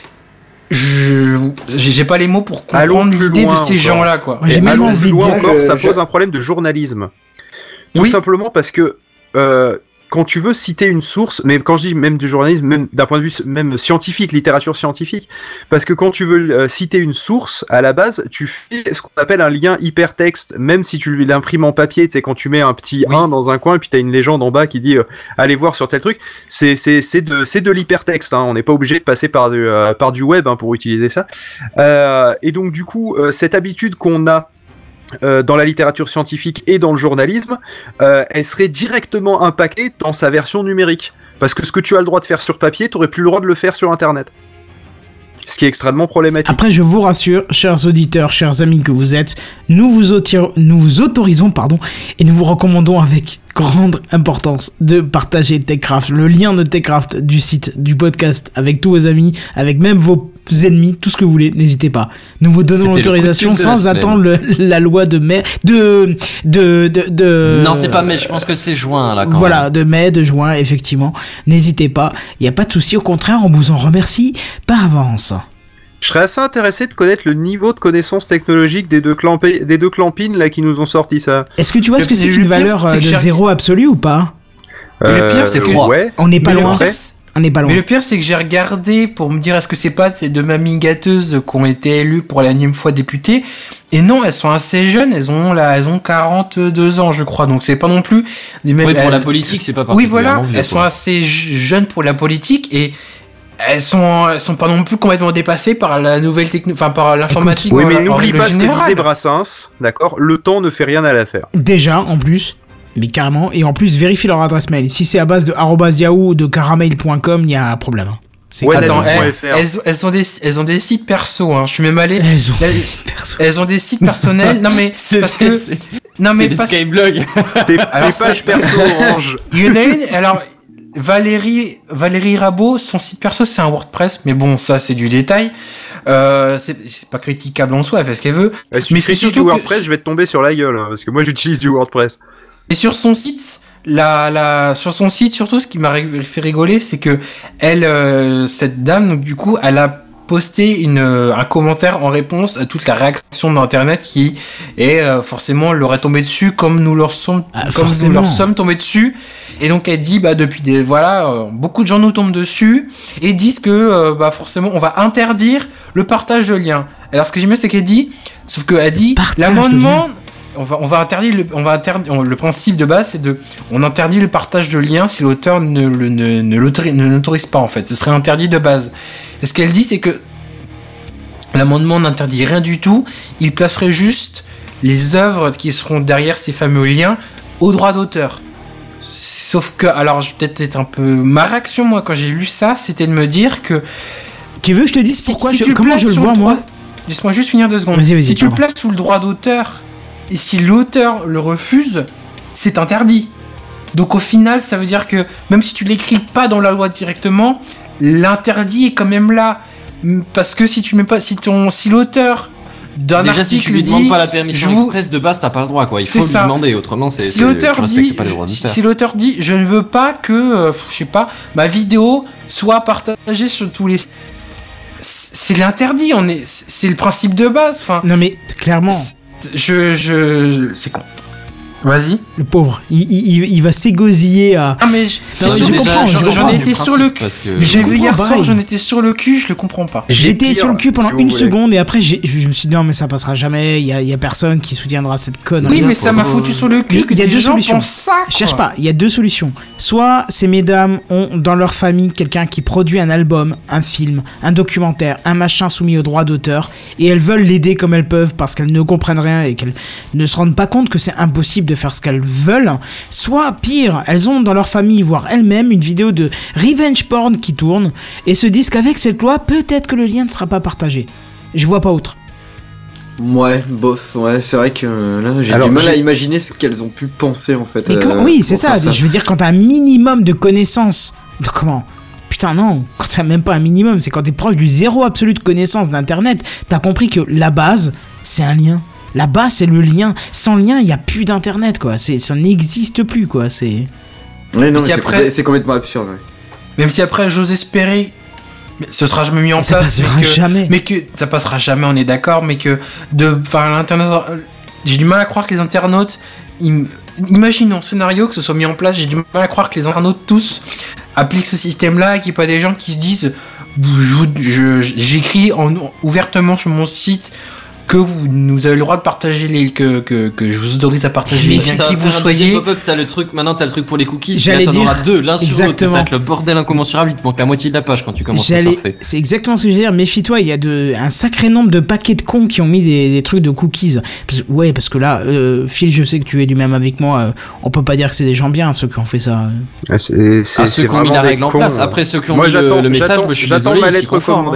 Je, j'ai j'ai pas les mots pour Allons comprendre plus l'idée loin de ces encore. gens-là, quoi. Moi, j'ai Et même allons envie plus de loin dire encore, que ça je- pose un problème de journalisme. Tout Oui. simplement parce que euh, quand tu veux citer une source, mais quand je dis même du journalisme, même d'un point de vue même scientifique, littérature scientifique, parce que quand tu veux euh, citer une source, à la base, tu fais ce qu'on appelle un lien hypertexte, même si tu l'imprimes en papier, tu sais, quand tu mets un petit Oui. un dans un coin et puis t'as une légende en bas qui dit euh, allez voir sur tel truc, c'est c'est c'est de c'est de l'hypertexte, hein, on n'est pas obligé de passer par du euh, par du web hein, pour utiliser ça. Euh, et donc du coup, euh, cette habitude qu'on a Euh, dans la littérature scientifique et dans le journalisme, euh, elle serait directement impactée dans sa version numérique. Parce que ce que tu as le droit de faire sur papier, tu n'aurais plus le droit de le faire sur Internet. ce qui est extrêmement problématique. Après, je vous rassure, chers auditeurs, chers amis que vous êtes, nous vous, autir- nous vous autorisons pardon, et nous vous recommandons avec grande importance de partager Techcraft, le lien de Techcraft du site, du podcast, avec tous vos amis, avec même vos ennemis, tout ce que vous voulez, n'hésitez pas. Nous vous donnons C'était l'autorisation sans attendre le, la loi de mai, de, de, de, de Non, c'est pas mai, je pense que c'est juin, là, quand Voilà, même. de mai, de juin, effectivement. N'hésitez pas, il n'y a pas de souci, au contraire, on vous en remercie par avance. Je serais assez intéressé de connaître le niveau de connaissance technologique des deux, clampé- des deux clampines là qui nous ont sorti ça. Est-ce que tu vois Le- ce que c'est le qu'une pire, valeur c'est euh, que de j'ai- zéro absolu ou pas? Mais le pire, c'est Euh, que- ouais. On n'est pas Mais le loin. pire, On n'est pas loin. Mais le pire, c'est que j'ai regardé pour me dire est-ce que c'est pas ces deux mamies gâteuses qui ont été élues pour la énième fois députées. Et non, elles sont assez jeunes, elles ont là, elles ont quarante-deux ans, je crois. Donc c'est pas non plus des mêmes. Oui, pour elles- la politique, c'est pas Oui, particulièrement voilà, vieux, elles sont quoi. assez j- jeunes pour la politique et elles sont, elles sont pas non plus complètement dépassées par la nouvelle techno, enfin par l'informatique. Oui, en- mais en n'oublie règle pas ce que générale. disait Brassens, d'accord? Le temps ne fait rien à l'affaire. Déjà, en plus, mais carrément, et en plus, vérifie leur adresse mail. Si c'est à base de arobase yahoo ou de caramel point com, il y a un problème. hein. C'est Ouais, carrément- Attends, Nadim elles, point F R. elles, elles ont des, elles ont des sites perso, hein. Je suis même allé. Elles ont Là, des sites perso. Elles ont des sites personnels. Non mais C'est parce que c'est- non mais c'est des parce- skyblogs. Tes, Alors, tes pages c'est- perso orange. il y en a une. Alors Valérie Valérie Rabault, son site perso c'est un WordPress, mais bon ça c'est du détail. Euh, c'est c'est pas critiquable en soi, elle fait ce qu'elle veut. Euh, si Mais tu c'est critiques du surtout que- WordPress, je vais te tomber sur la gueule, hein, parce que moi j'utilise du WordPress. Et sur son site, la, la, sur son site, surtout, ce qui m'a ri- fait rigoler, c'est que elle, euh, cette dame, donc du coup, elle a posté une, euh, un commentaire en réponse à toute la réaction d'internet qui est euh, forcément leur est tombée dessus comme nous leur sommes, Ah, comme nous forcément. leur sommes tombés dessus. Et donc elle dit bah depuis des voilà euh, beaucoup de gens nous tombent dessus et disent que euh, bah forcément on va interdire le partage de liens. Alors ce que j'aime bien c'est qu'elle dit, sauf qu'elle dit Partage de l'amendement on va, on va interdire le, on va interdire, on- le principe de base c'est de, on interdit le partage de liens si l'auteur ne, le- ne, ne l'autorise, ne l'autorise pas en fait. Ce serait interdit de base. Et ce qu'elle dit c'est que l'amendement n'interdit rien du tout. Il placerait juste les œuvres qui seront derrière ces fameux liens au droit d'auteur. Sauf que, alors je vais peut-être être un peu, ma réaction moi quand j'ai lu ça, c'était de me dire que Tu veux que je te dise si- pourquoi si je- tu le comment places je le sous vois, droit- moi? Laisse-moi juste finir deux secondes. Vas-y, vas-y, si tu le pardon. places sous le droit d'auteur, et si l'auteur le refuse, c'est interdit. Donc au final, ça veut dire que même si tu l'écris pas dans la loi directement, l'interdit est quand même là. M- Parce que si tu mets pas, si ton, si l'auteur d'un Déjà, si article tu lui dit, demandes pas la permission je vous- express de base, t'as pas le droit, quoi. Il C'est faut lui ça. demander, autrement, c'est. si c'est- l'auteur tu respectes dit, pas les droits si, d'auteur. si l'auteur dit, je ne veux pas que, euh, je sais pas, ma vidéo soit partagée sur tous les, c'est l'interdit. On est, c'est le principe de base. Enfin, Non mais, clairement, je, je, je- c'est con. Vas-y. le pauvre, il, il, il va s'égosiller à... Ah mais je, Non, je- mais je je- comprends, je j'en comprends ai du été sur le cul. Parce que. J'ai vu comprends, hier soir, pareil. j'en étais sur le cul, je le comprends pas. J'étais pire, sur le cul pendant si vous une voulez. seconde et après j'ai- je me suis dit non mais ça passera jamais, il y a, il y a personne qui soutiendra cette connerie. Oui, mais pour ça m'a le- foutu sur le Mais cul que il y a des deux gens solutions. pensent ça. quoi. Cherche pas, il y a deux solutions. Soit ces mesdames ont dans leur famille quelqu'un qui produit un album, un film, un documentaire, un machin soumis au droit d'auteur, et elles veulent l'aider comme elles peuvent parce qu'elles ne comprennent rien et qu'elles ne se rendent pas compte que c'est impossible de faire ce qu'elles veulent. Soit pire, elles ont dans leur famille, voire elles-mêmes, une vidéo de revenge porn qui tourne et se disent qu'avec cette loi, peut-être que le lien ne sera pas partagé. Je vois pas autre. Ouais, bof, ouais, c'est vrai que euh, là, j'ai Alors, du mal j'ai- à imaginer ce qu'elles ont pu penser en fait. Mais euh, comment- oui, c'est pour ça, faire Je veux dire, quand t'as un minimum de connaissances. De comment Putain, non, quand t'as même pas un minimum, c'est quand t'es proche du zéro absolu de connaissances d'internet, t'as compris que la base, c'est un lien. La base, c'est le lien. Sans lien, il y a plus d'internet, quoi. C'est, ça n'existe plus, quoi. C'est. Ouais, non, Si mais c'est, après- complè- c'est complètement absurde. Ouais. Même si après, j'ose espérer, mais ce sera jamais mis en Ça place, passera mais que, jamais. mais que ça passera jamais, on est d'accord, mais que de, enfin, l'internet, j'ai du mal à croire que les internautes, im- imaginons scénario que ce soit mis en place, j'ai du mal à croire que les internautes tous appliquent ce système-là et qu'il n'y ait pas des gens qui se disent, vous- je- je- j'écris en, ouvertement sur mon site que vous nous avez le droit de partager les que, que, que je vous autorise à partager les Mais liens ça qui va vous faire un deuxième soyez. pop-up, ça le truc. Maintenant, t'as le truc pour les cookies. puis J'allais là, t'en auras dire- deux, l'un sur l'autre. Ça Exactement. va être le bordel incommensurable. Il te manque la moitié de la page quand tu commences à J'allais- surfer. C'est exactement ce que je veux dire. Méfie-toi, il y a de, un sacré nombre de paquets de cons qui ont mis des, des trucs de cookies. Parce- ouais, parce que là, euh, Phil, je sais que tu es du même avec moi. euh, on peut pas dire que c'est des gens bien, ceux qui ont fait ça. Ouais, c'est, c'est, Ah, c'est ceux qui ont mis vraiment la des règle en cons, place. hein. Après, ceux qui ont Moi, mis le, j'attends, le message, j'attends, moi, je suis j'attends désolé, ma ils s'y lettre conforment, recommandée. hein.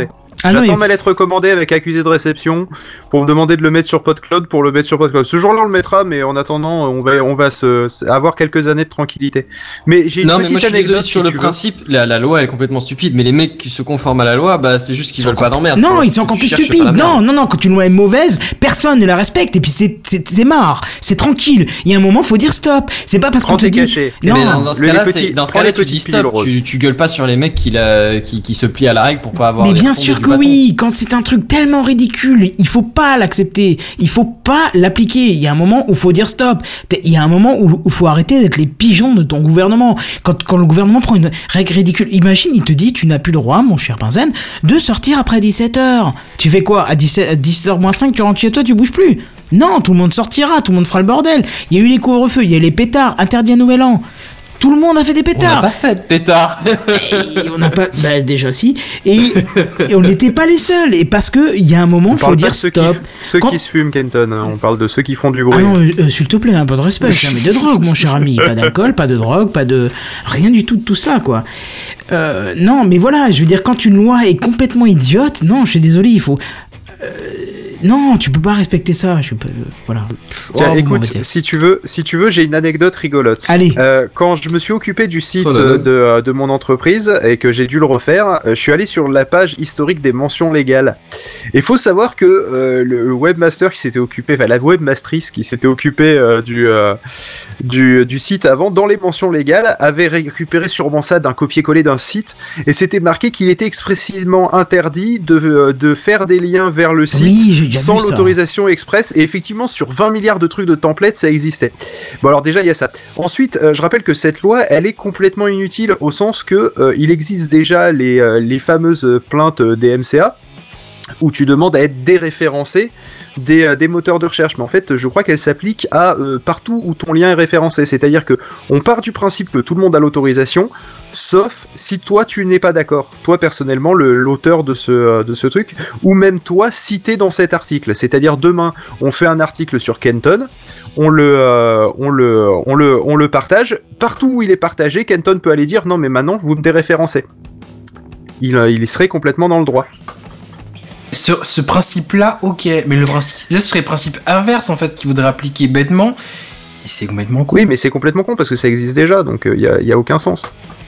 Ah non, J'attends mais- ma lettre recommandée avec accusé de réception pour me demander de le mettre sur PodCloud pour le mettre sur PodCloud. Ce jour-là, on le mettra, mais en attendant, on va, on va se, se- avoir quelques années de tranquillité. Mais j'ai une Non, mais petite moi je suis anecdote désolé, sur si le tu veux. principe, la, la loi elle est complètement stupide, mais les mecs qui se conforment à la loi, bah c'est juste qu'ils veulent pas d'emmerde. tu Non, vois. ils sont encore Tu plus cherches pas stupides. la merde. Non, non, non, quand une loi est mauvaise, personne ne la respecte. Et puis c'est, c'est, c'est marre. C'est tranquille. Il y a un moment, faut dire stop. C'est pas parce qu'on Prends te tes dit. cachets. Non, mais dans, dans ce le- les cas-là, petits- c'est- dans ce prends cas-là, les tu dis petites pilules stop, roses. tu, tu gueules pas sur les mecs qui, la, qui, qui se plient à la règle pour pas avoir mais les bien retombées sûr du que bâton. oui. Quand c'est un truc tellement ridicule, il faut pas l'accepter. Il faut pas l'appliquer. Il y a un moment où faut dire stop. T'es- Il y a un moment où il faut arrêter d'être les pigeons de ton gouvernement. Quand, quand le gouvernement prend une règle ridicule, imagine, il te dit, tu n'as plus le droit, mon cher Benzen, de sortir après dix-sept heures. Tu fais quoi? À dix-sept, à dix-sept heures moins cinq, tu rentres chez toi, tu bouges plus. Non, tout le monde sortira, tout le monde fera le bordel. Il y a eu les couvre-feux, il y a eu les pétards, interdits à Nouvel An. Tout le monde a fait des On n'a pétards. pas fait de pétard. Et on n'a pas, bah déjà si, et, et on n'était pas les seuls. Et parce que il y a un moment, On faut parle pas dire de ceux, qui, stop. f- ceux Quand- qui se fument, Kenton. hein. On parle de ceux qui font du Ah bruit. non, euh, s'il te plaît, un peu de respect, jamais de drogue, mon cher ami. Pas d'alcool, pas de drogue, pas de rien du tout de tout cela, quoi. Euh, non, mais voilà, je veux dire, quand une loi est complètement idiote, non, je suis désolé, il faut. euh, non, tu peux pas respecter ça. Je peux, voilà. Tiens, Oh, vous écoute, m'embêtez. si tu veux, si tu veux, j'ai une anecdote rigolote. Allez. Euh, quand je me suis occupé du site Oh là là. euh, de, euh, de mon entreprise et que j'ai dû le refaire, euh, je suis allé sur la page historique des mentions légales. Il faut savoir que euh, le webmaster qui s'était occupé, enfin la webmastrice qui s'était occupée euh, du, euh, du du site avant, dans les mentions légales, avait récupéré sûrement ça d'un copier-coller d'un site et c'était marqué qu'il était expressément interdit de euh, de faire des liens vers le site Oui, j'ai déjà sans vu ça. l'autorisation express, et effectivement sur vingt milliards de trucs de templates ça existait. Bon alors déjà il y a ça. Ensuite euh, je rappelle que cette loi elle est complètement inutile au sens que euh, il existe déjà les, euh, les fameuses plaintes euh, des M C A où tu demandes à être déréférencé des, euh, des moteurs de recherche, mais en fait je crois qu'elle s'applique à euh, partout où ton lien est référencé, c'est-à-dire que on part du principe que tout le monde a l'autorisation, sauf si toi tu n'es pas d'accord, toi personnellement le- l'auteur de ce, euh, de ce truc, ou même toi cité dans cet article, c'est-à-dire demain on fait un article sur Kenton, on le, euh, on le, on le, on le partage, partout où il est partagé, Kenton peut aller dire non mais maintenant vous me déréférencez. Il, euh, il serait complètement dans le droit. Ce, ce principe-là, ok, mais le principe, ce serait le principe inverse en fait qu'il voudrait appliquer bêtement. Et c'est complètement con. Oui, mais c'est complètement con parce que ça existe déjà, donc il euh, y, a, y a aucun sens.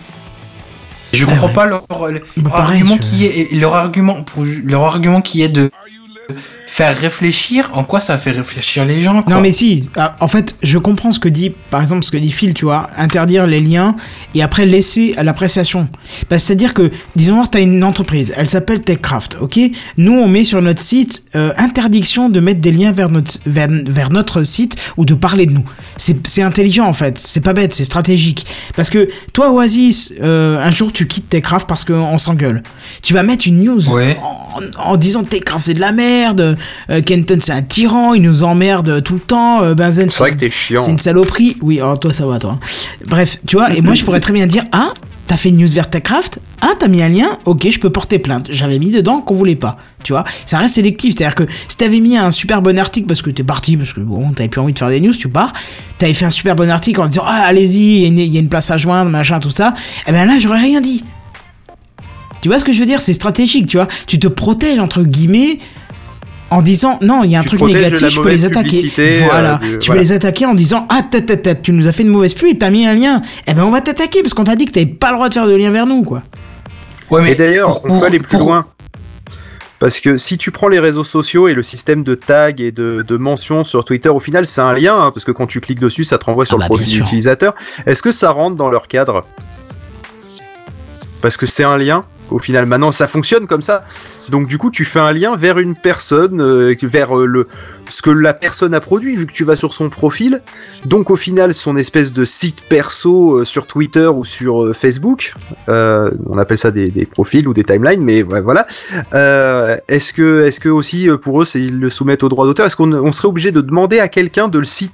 Je Ah comprends ouais. pas leur, leur Bah, pareil, argument je- qui est leur argument pour leur argument qui est de faire réfléchir. En quoi ça fait réfléchir les gens quoi. Non mais si, ah, en fait, je comprends ce que dit, par exemple, ce que dit Phil, tu vois, interdire les liens et après laisser à l'appréciation. Bah, c'est-à-dire que, disons, t'as une entreprise, elle s'appelle TechCraft, ok? Nous, on met sur notre site euh, interdiction de mettre des liens vers notre, vers, vers notre site ou de parler de nous. C'est, c'est intelligent en fait, c'est pas bête, c'est stratégique. Parce que toi, Oasis, euh, un jour tu quittes TechCraft parce qu'on s'engueule. Tu vas mettre une news Ouais. en, en disant TechCraft c'est de la merde, euh, Kenton c'est un tyran, il nous emmerde tout le temps, euh, Benzen C'est vrai que t'es chiant. c'est une saloperie. Oui, alors toi ça va toi. Bref, tu vois, et moi je pourrais très bien dire ah, t'as fait une news vers TechCraft, ah t'as mis un lien, ok je peux porter plainte. J'avais mis dedans qu'on voulait pas, tu vois. Ça reste sélectif, c'est-à-dire que si t'avais mis un super bon article parce que t'es parti, parce que bon t'avais plus envie de faire des news, tu pars, t'avais fait un super bon article en disant ah allez-y, il y a une- il y, a une place à joindre, machin, tout ça, et ben là j'aurais rien dit. Tu vois ce que je veux dire? C'est stratégique, tu vois. Tu te protèges entre guillemets en disant non, il y a un Tu truc protèges de la négatif, je peux mauvaise les attaquer. publicité, Voilà, euh, du- tu voilà. peux les attaquer en disant ah tête tête tête, tu nous as fait une mauvaise pub et t'as mis un lien. Eh ben on va t'attaquer parce qu'on t'a dit que t'avais pas le droit de faire de lien vers nous, quoi. Ouais, mais Et d'ailleurs, pour- on peut pour- aller plus pour- loin. Parce que si tu prends les réseaux sociaux et le système de tag et de, de mentions sur Twitter, au final, c'est un lien, hein, parce que quand tu cliques dessus, ça te renvoie sur Ah le bah, profil bien sûr. utilisateur. Est-ce que ça rentre dans leur cadre? Parce que c'est un lien. Au final, maintenant, ça fonctionne comme ça. Donc, du coup, tu fais un lien vers une personne, euh, vers euh, le ce que la personne a produit, vu que tu vas sur son profil. Donc, au final, son espèce de site perso euh, sur Twitter ou sur euh, Facebook, euh, on appelle ça des, des profils ou des timelines, mais ouais, voilà. Euh, est-ce que, est-ce que aussi euh, pour eux, c'est, ils le soumettent au droit d'auteur? Est-ce qu'on on serait obligé de demander à quelqu'un de le citer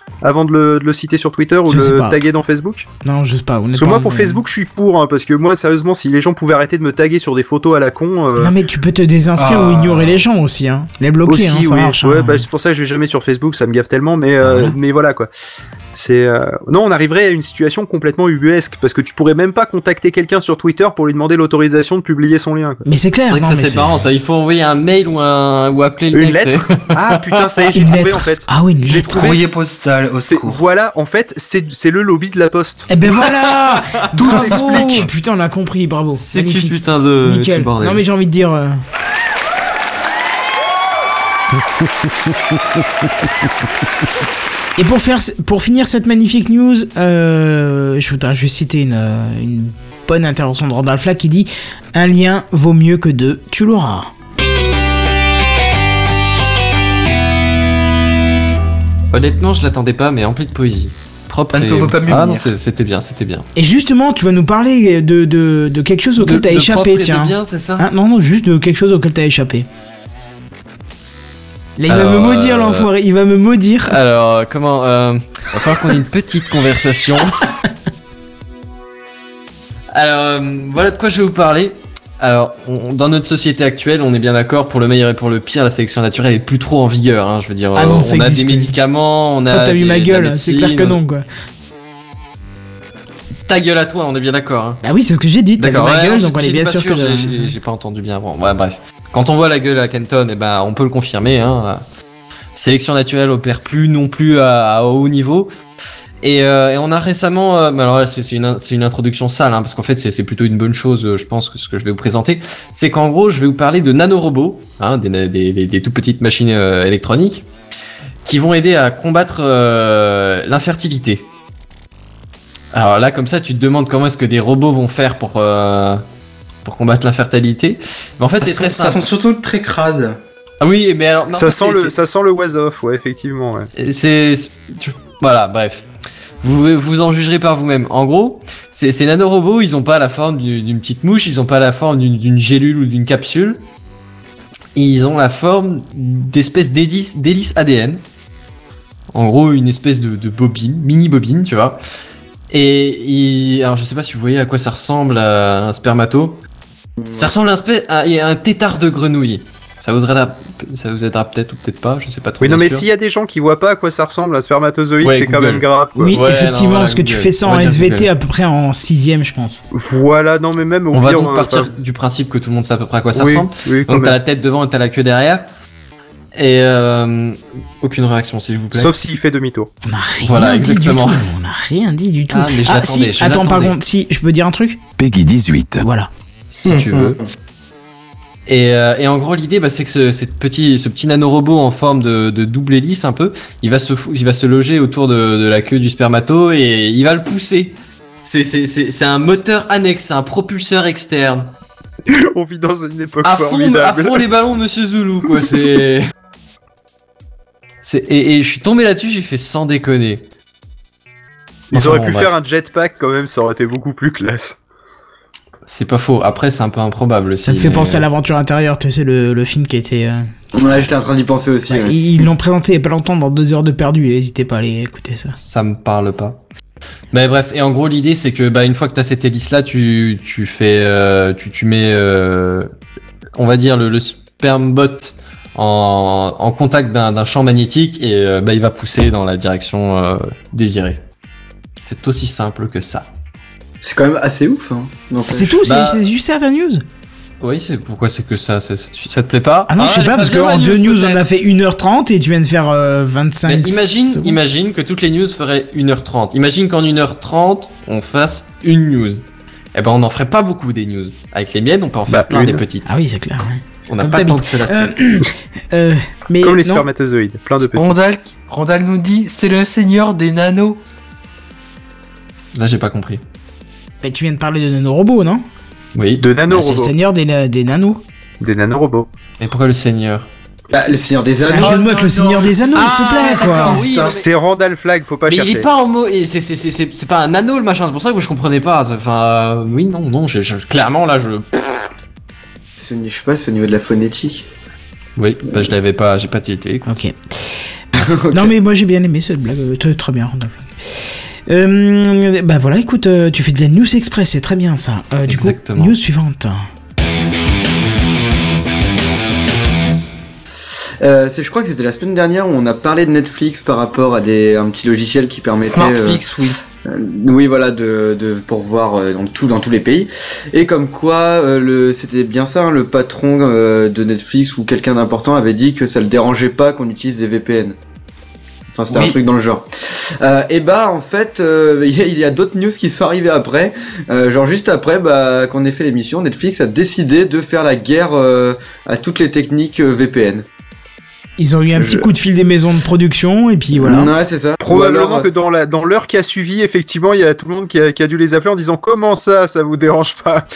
avant de le, de le citer sur Twitter ou Je de sais le pas. taguer dans Facebook? Non, je sais pas. Parce que moi, pour Facebook, je suis pour, hein, parce que moi, sérieusement, si les gens pouvaient arrêter de me taguer sur des photos à la con. Euh... Non, mais tu peux te désinscrire Ah. ou ignorer les gens aussi, hein. Les bloquer, Aussi, hein, ça oui. marche. Ouais, hein. bah, c'est pour ça que je vais jamais sur Facebook, ça me gaffe tellement, mais, euh, Voilà. mais voilà, quoi. C'est, euh... non, on arriverait à une situation complètement ubuesque, parce que tu pourrais même pas contacter quelqu'un sur Twitter pour lui demander l'autorisation de publier son lien, quoi. Mais c'est clair. C'est vrai que non, ça mais c'est marrant ça, il faut envoyer un mail ou un ou appeler le Une mec, lettre? tu sais. Ah, putain, ça y est, j'ai Une trouvé, lettre. en fait. Ah oui, une J'ai lettre. trouvé. Courrier postal, au C'est- secours. Voilà, en fait, c'est, c'est le lobby de la Poste. Eh ben voilà. Tout Bravo. s'explique. Putain, on a compris, bravo. C'est qui Magnifique. putain de tout Nickel. le bordel. Non mais j'ai envie de dire. euh, Et pour faire, pour finir cette magnifique news, euh, je, je vais citer une, euh, une bonne intervention de Randall Flagg qui dit un lien vaut mieux que deux, tu l'auras. Honnêtement, je l'attendais pas, mais rempli de poésie. Propre. Ça ne et- peut pas mieux Ah non, venir. c'est- c'était bien, c'était bien. Et justement, tu vas nous parler de, de, de quelque chose auquel De- t'as de échappé, propre et de tiens. bien, c'est ça Hein, non, non, juste de quelque chose auquel t'as échappé. Là, il va Alors, me maudire, euh, l'enfoiré, il va me maudire. Alors, euh, comment euh, va falloir qu'on ait une petite conversation. Alors, euh, voilà de quoi je vais vous parler. Alors, on- dans notre société actuelle, on est bien d'accord, pour le meilleur et pour le pire, la sélection naturelle est plus trop en vigueur. Hein, je veux dire, Ah non, euh, ça on a existe des plus. médicaments, on Toi, a. t'as vu des- ma de la gueule, c'est clair que médecine. non, quoi. Ta gueule à toi, on est bien d'accord. Hein. Bah oui, c'est ce que j'ai dit, t'as vu D'accord, ma ouais, gueule, non, donc on est j'étais bien pas sûr que... j'ai- j'ai- J'ai pas entendu bien avant. Ouais, bref. Quand on voit la gueule à Kenton, eh ben, on peut le confirmer. Hein. Sélection naturelle opère plus non plus à, à haut niveau. Et, euh, et on a récemment, euh, mais alors là c'est c'est une, c'est une introduction sale, hein, parce qu'en fait c'est c'est plutôt une bonne chose, euh, je pense, que ce que je vais vous présenter, c'est qu'en gros je vais vous parler de nanorobots, hein, des, des, des, des tout petites machines euh, électroniques, qui vont aider à combattre euh, l'infertilité. Alors là comme ça tu te demandes comment est-ce que des robots vont faire pour euh, pour combattre l'infertilité. Mais en fait c'est Ça, très ça simple. sent surtout très crade. Ah oui mais alors non, Ça c'est- sent le, c'est- ça sent le was-off, ouais, effectivement, ouais. Et C'est, c'est- tu- voilà, bref. Vous vous en jugerez par vous-même. En gros, ces, ces nanorobots, ils ont pas la forme d'une d'une petite mouche, ils ont pas la forme d'une d'une gélule ou d'une capsule. Ils ont la forme d'espèce d'hélice d'hélice A D N. En gros, une espèce de, de bobine, mini bobine, tu vois. Et ils- alors, je sais pas si vous voyez à quoi ça ressemble à un spermato. Ça ressemble à un, espèce- à à un tétard de grenouille. Ça vous aidera, ça vous aidera peut-être ou peut-être pas, je sais pas trop. Oui, non, bien mais sûr. s'il y a des gens qui voient pas à quoi ça ressemble, un spermatozoïde, Ouais, c'est quand Google. même grave, quoi. Oui, Ouais, effectivement, non, voilà, parce que tu Google. fais ça On en va dire S V T Google. à peu près en sixième, je pense. Voilà, non, mais même au On va pire, donc euh, partir enfin, du principe que tout le monde sait à peu près à quoi ça oui, ressemble. oui, quand Donc t'as même. la tête devant et t'as la queue derrière. Et euh, aucune réaction s'il vous plaît. Sauf s'il fait demi-tour. On a rien Voilà, dit exactement. du tout. On a rien dit du tout. Ah, mais je l'attendais, si, je attends, par l'attendais. contre, si, je peux dire un truc Peggy dix-huit. Voilà. Si tu veux. Et, euh, et en gros l'idée bah, c'est que ce, cette petit, ce petit nanorobot en forme de, de double hélice un peu, il va se, fou- il va se loger autour de, de la queue du spermato et il va le pousser. C'est, c'est, c'est, c'est un moteur annexe, c'est un propulseur externe. On vit dans une époque À fond, à formidable. fond les ballons, Monsieur Zoulou, quoi. C'est. c'est et, et je suis tombé là-dessus, j'ai fait sans déconner. Ils Enfin, auraient bon, pu bref. faire un jetpack quand même, ça aurait été beaucoup plus classe. C'est pas faux. Après, c'est un peu improbable aussi. Ça me fait mais- penser à l'aventure intérieure, tu sais, le, le film qui était. euh, Ouais, j'étais en train d'y penser aussi. ouais, ouais. Ils l'ont présenté il y a pas longtemps dans deux heures de perdu, et n'hésitez pas à aller écouter ça. Ça me parle pas. Mais bref, et en gros l'idée c'est que bah une fois que t'as cette hélice là, tu tu fais euh, tu tu mets euh, on va dire le, le spermbot en en contact d'un d'un champ magnétique et euh, bah il va pousser dans la direction euh, désirée. C'est aussi simple que ça. C'est quand même assez ouf. Hein. Donc, C'est euh, tout, c'est Bah- c'est juste ça ta news Oui, c'est pourquoi c'est que ça, ça, ça, ça te plaît pas? Ah non, je sais j'ai pas, parce bien qu'en ma deux news on peut-être. a fait une heure trente et tu viens de faire euh, vingt-cinq Mais imagine, secondes. imagine que toutes les news feraient une heure trente. Imagine qu'en une heure trente, on fasse une news. Eh ben, on n'en ferait pas beaucoup des news. Avec les miennes, on peut en faire Bah, plein une. des petites. Ah oui, c'est clair, ouais. On n'a Comme pas le temps de t'habites. se lasser. Euh, euh, mais Comme les non, spermatozoïdes, plein de petits. Randall, Randall nous dit c'est le seigneur des nanos. Là, j'ai pas compris. mais tu viens de parler de nanorobots, non Oui. De Bah, C'est le nanorobots. seigneur des, na- des nanos. Des nanorobots. Et pourquoi le seigneur? Bah, le Seigneur des C'est un Anneaux. jeu de mots avec le non, seigneur non, des anneaux, Ah, s'il te plaît, d'accord, quoi. oui, non, mais- C'est Randall Flagg, faut pas Mais chercher. il est pas en mot, et c'est, c'est, c'est, c'est, c'est pas un anneau le machin, c'est pour ça que je comprenais pas. Enfin, euh, oui, non, non, je, je- clairement là, je. C'est au- Je sais pas, c'est au niveau de la phonétique. Oui, bah je l'avais pas, j'ai pas tilté. quoi. Ok. okay. Non mais moi j'ai bien aimé cette blague, très, très bien. Euh, bah voilà, écoute, euh, tu fais de la news express, c'est très bien ça. Euh, du Exactement. coup, news suivante. Euh, c'est, je crois que c'était la semaine dernière où on a parlé de Netflix par rapport à des, un petit logiciel qui permettait... Smartflix, euh, oui. Euh, oui, voilà, de, de pour voir euh, dans tout dans tous les pays. Et comme quoi, euh, le, c'était bien ça, hein, le patron euh, de Netflix ou quelqu'un d'important avait dit que ça le dérangeait pas qu'on utilise des V P N. Enfin, c'était oui. un truc dans le genre. Euh, et bah, en fait, euh, il y a d'autres news qui sont arrivées après. Euh, genre juste après, bah, qu'on ait fait l'émission, Netflix a décidé de faire la guerre euh, à toutes les techniques euh, V P N. Ils ont eu un petit Je... coup de fil des maisons de production et puis voilà. Ouais, c'est ça. Probablement alors... que dans la dans l'heure qui a suivi, effectivement, il y a tout le monde qui a, qui a dû les appeler en disant comment ça, ça vous dérange pas.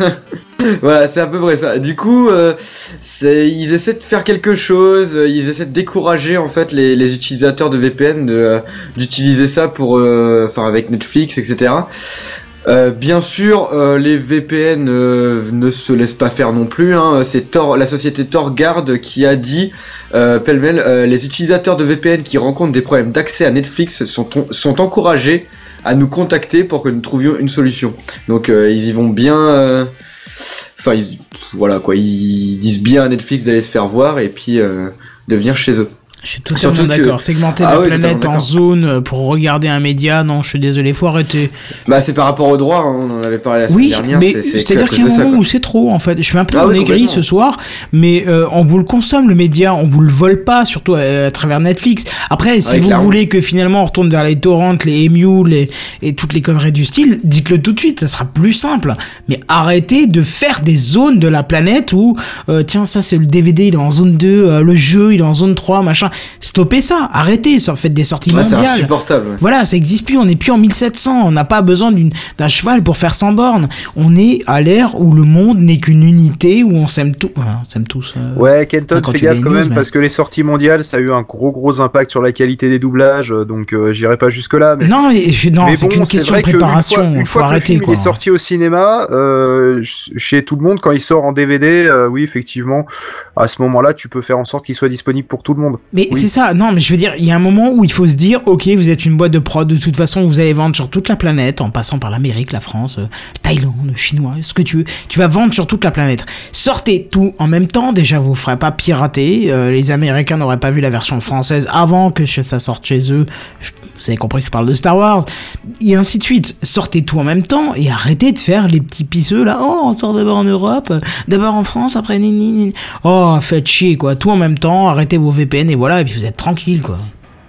Voilà, c'est à peu près ça. Du coup, euh, c'est, ils essaient de faire quelque chose, ils essaient de décourager en fait les, les utilisateurs de V P N de, euh, d'utiliser ça pour, enfin, euh, avec Netflix, et cetera. Euh, bien sûr, euh, les V P N euh, ne se laissent pas faire non plus. Hein. C'est Tor, la société Torguard qui a dit, euh, pêle-mêle, euh, les utilisateurs de V P N qui rencontrent des problèmes d'accès à Netflix sont, sont encouragés à nous contacter pour que nous trouvions une solution. Donc euh, ils y vont bien. Enfin, euh, voilà quoi, ils disent bien à Netflix d'aller se faire voir et puis euh, de venir chez eux. Je suis totalement d'accord. Que... Segmenter ah la oui, planète en zone pour regarder un média, non, je suis désolé, faut arrêter. Bah, c'est par rapport au droit, hein, on en avait parlé la semaine oui, dernière. Mais c'est, c'est c'est-à-dire qu'il y a un moment ça, où c'est trop, en fait. Je suis un peu ah, en oui, aigri ce soir, mais euh, on vous le consomme, le média, on vous le vole pas, surtout à, à travers Netflix. Après, si ouais, vous clairement. voulez que finalement on retourne vers les torrents, les Emu, les, et toutes les conneries du style, dites-le tout de suite, ça sera plus simple. Mais arrêtez de faire des zones de la planète où, euh, tiens, ça c'est le D V D, il est en zone deux, euh, le jeu, il est en zone trois, machin. Stoppez ça, arrêtez, ça faites des sorties ouais, mondiales. C'est insupportable. Ouais. Voilà, ça existe plus, on n'est plus en mille sept cents, on n'a pas besoin d'une, d'un cheval pour faire cent bornes. On est à l'ère où le monde n'est qu'une unité, où on s'aime tous. Voilà, on s'aime tous. Euh... Ouais, Kenton, fais gaffe quand même, mais... parce que les sorties mondiales, ça a eu un gros gros impact sur la qualité des doublages, donc euh, j'irai pas jusque là. Mais... Non, mais, je, non, mais c'est bon, qu'une question de préparation, une fois, une faut fois arrêter. Que le film quoi. il est sorti au cinéma, euh, chez tout le monde, quand il sort en D V D, euh, oui, effectivement, à ce moment-là, tu peux faire en sorte qu'il soit disponible pour tout le monde. Mais oui. c'est ça, non, mais je veux dire, il y a un moment où il faut se dire, ok, vous êtes une boîte de prod, de toute façon, vous allez vendre sur toute la planète, en passant par l'Amérique, la France, euh, Thaïlande, le Chinois, ce que tu veux. Tu vas vendre sur toute la planète. Sortez tout en même temps, déjà, vous ne ferez pas pirater. Euh, les Américains n'auraient pas vu la version française avant que ça sorte chez eux. Je, vous avez compris que je parle de Star Wars. Et ainsi de suite. Sortez tout en même temps et arrêtez de faire les petits pisseux, là. Oh, on sort d'abord en Europe, d'abord en France, après ni ni ni. Oh, faites chier, quoi. Tout en même temps, arrêtez vos V P N et voilà, et puis vous êtes tranquille, quoi.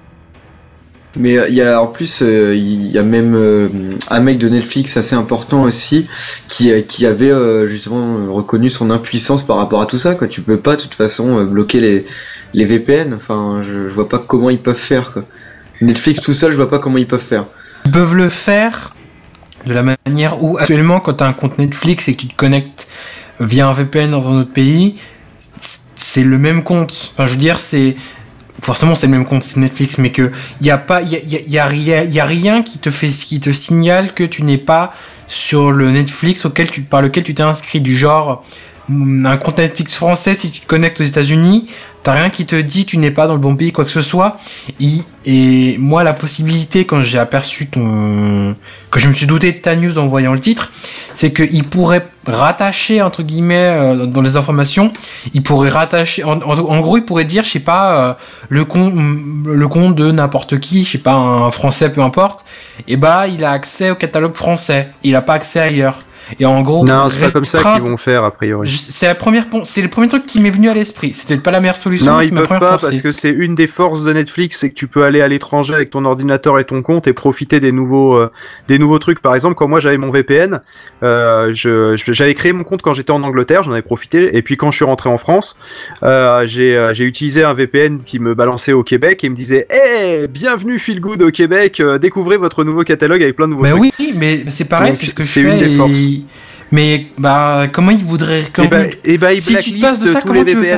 Mais il euh, y a en plus il euh, y a même euh, un mec de Netflix assez important aussi qui euh, qui avait euh, justement reconnu son impuissance par rapport à tout ça quoi. Tu peux pas de toute façon euh, bloquer les les V P N. Enfin, je, je vois pas comment ils peuvent faire quoi. Netflix tout seul, je vois pas comment ils peuvent faire. Ils peuvent le faire de la manière où actuellement quand t'as un compte Netflix et que tu te connectes via un V P N dans un autre pays, c'est le même compte. Enfin, je veux dire c'est forcément c'est le même compte, c'est Netflix, mais que y a pas, y a, y a, y a rien, y a rien qui te fait, qui te signale que tu n'es pas sur le Netflix auquel tu, par lequel tu t'es inscrit, du genre un compte Netflix français. Si tu te connectes aux États-Unis, t'as rien qui te dit tu n'es pas dans le bon pays, quoi que ce soit. Et, et moi, la possibilité, quand j'ai aperçu ton, que je me suis douté de ta news en voyant le titre, c'est qu'il pourrait rattacher, entre guillemets, euh, dans les informations, il pourrait rattacher, en, en, en gros, il pourrait dire, je sais pas, euh, le compte, le compte de n'importe qui, je sais pas, un Français, peu importe, et bah, il a accès au catalogue français, il a pas accès ailleurs. Et en gros, non, c'est pas comme ça qu'ils vont faire a priori. C'est la première, c'est le premier truc qui m'est venu à l'esprit. C'était pas la meilleure solution. Non, ils peuvent pas pensée. Parce que c'est une des forces de Netflix, c'est que tu peux aller à l'étranger avec ton ordinateur et ton compte et profiter des nouveaux, euh, des nouveaux trucs. Par exemple, quand moi j'avais mon V P N, euh, je, j'avais créé mon compte quand j'étais en Angleterre, j'en avais profité. Et puis quand je suis rentré en France, euh, j'ai, euh, j'ai utilisé un V P N qui me balançait au Québec et me disait, hey, bienvenue Feel Good au Québec, euh, découvrez votre nouveau catalogue avec plein de nouveaux mais trucs. Mais oui, mais c'est pareil, donc, c'est ce que c'est je fais. C'est une des forces. Et... Mais bah comment ils voudraient quand et bah, et bah, ils si tu te passes de ça, comment tu veux faire ça?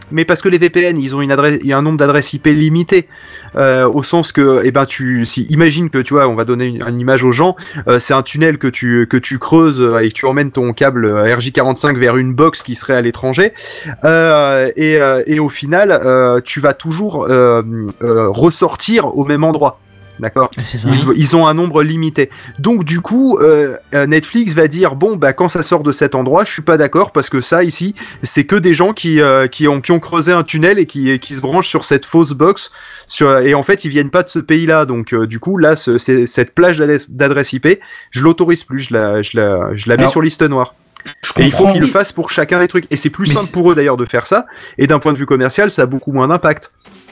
mais parce que les V P N, ils ont une adresse, il y a un nombre d'adresses I P limité, euh, au sens que, eh ben, tu, si, imagine que, tu vois, on va donner une, une image aux gens, euh, c'est un tunnel que tu, que tu creuses euh, et que tu emmènes ton câble R J quarante-cinq vers une box qui serait à l'étranger, euh, et, euh, et au final, euh, tu vas toujours euh, euh, ressortir au même endroit. D'accord. C'est ça. Ils, ils ont un nombre limité. Donc du coup, euh, Netflix va dire bon bah quand ça sort de cet endroit, je suis pas d'accord parce que ça ici, c'est que des gens qui euh, qui ont qui ont creusé un tunnel et qui qui se branchent sur cette fausse box. Sur et en fait ils viennent pas de ce pays-là. Donc euh, du coup là, ce, c'est, cette plage d'adresse, d'adresse I P, je l'autorise plus. Je la je la je la mets Alors, sur liste noire. Et il faut qu'ils le fassent pour chacun des trucs. Et c'est plus Mais simple c'est... pour eux d'ailleurs de faire ça. Et d'un point de vue commercial, ça a beaucoup moins d'impact.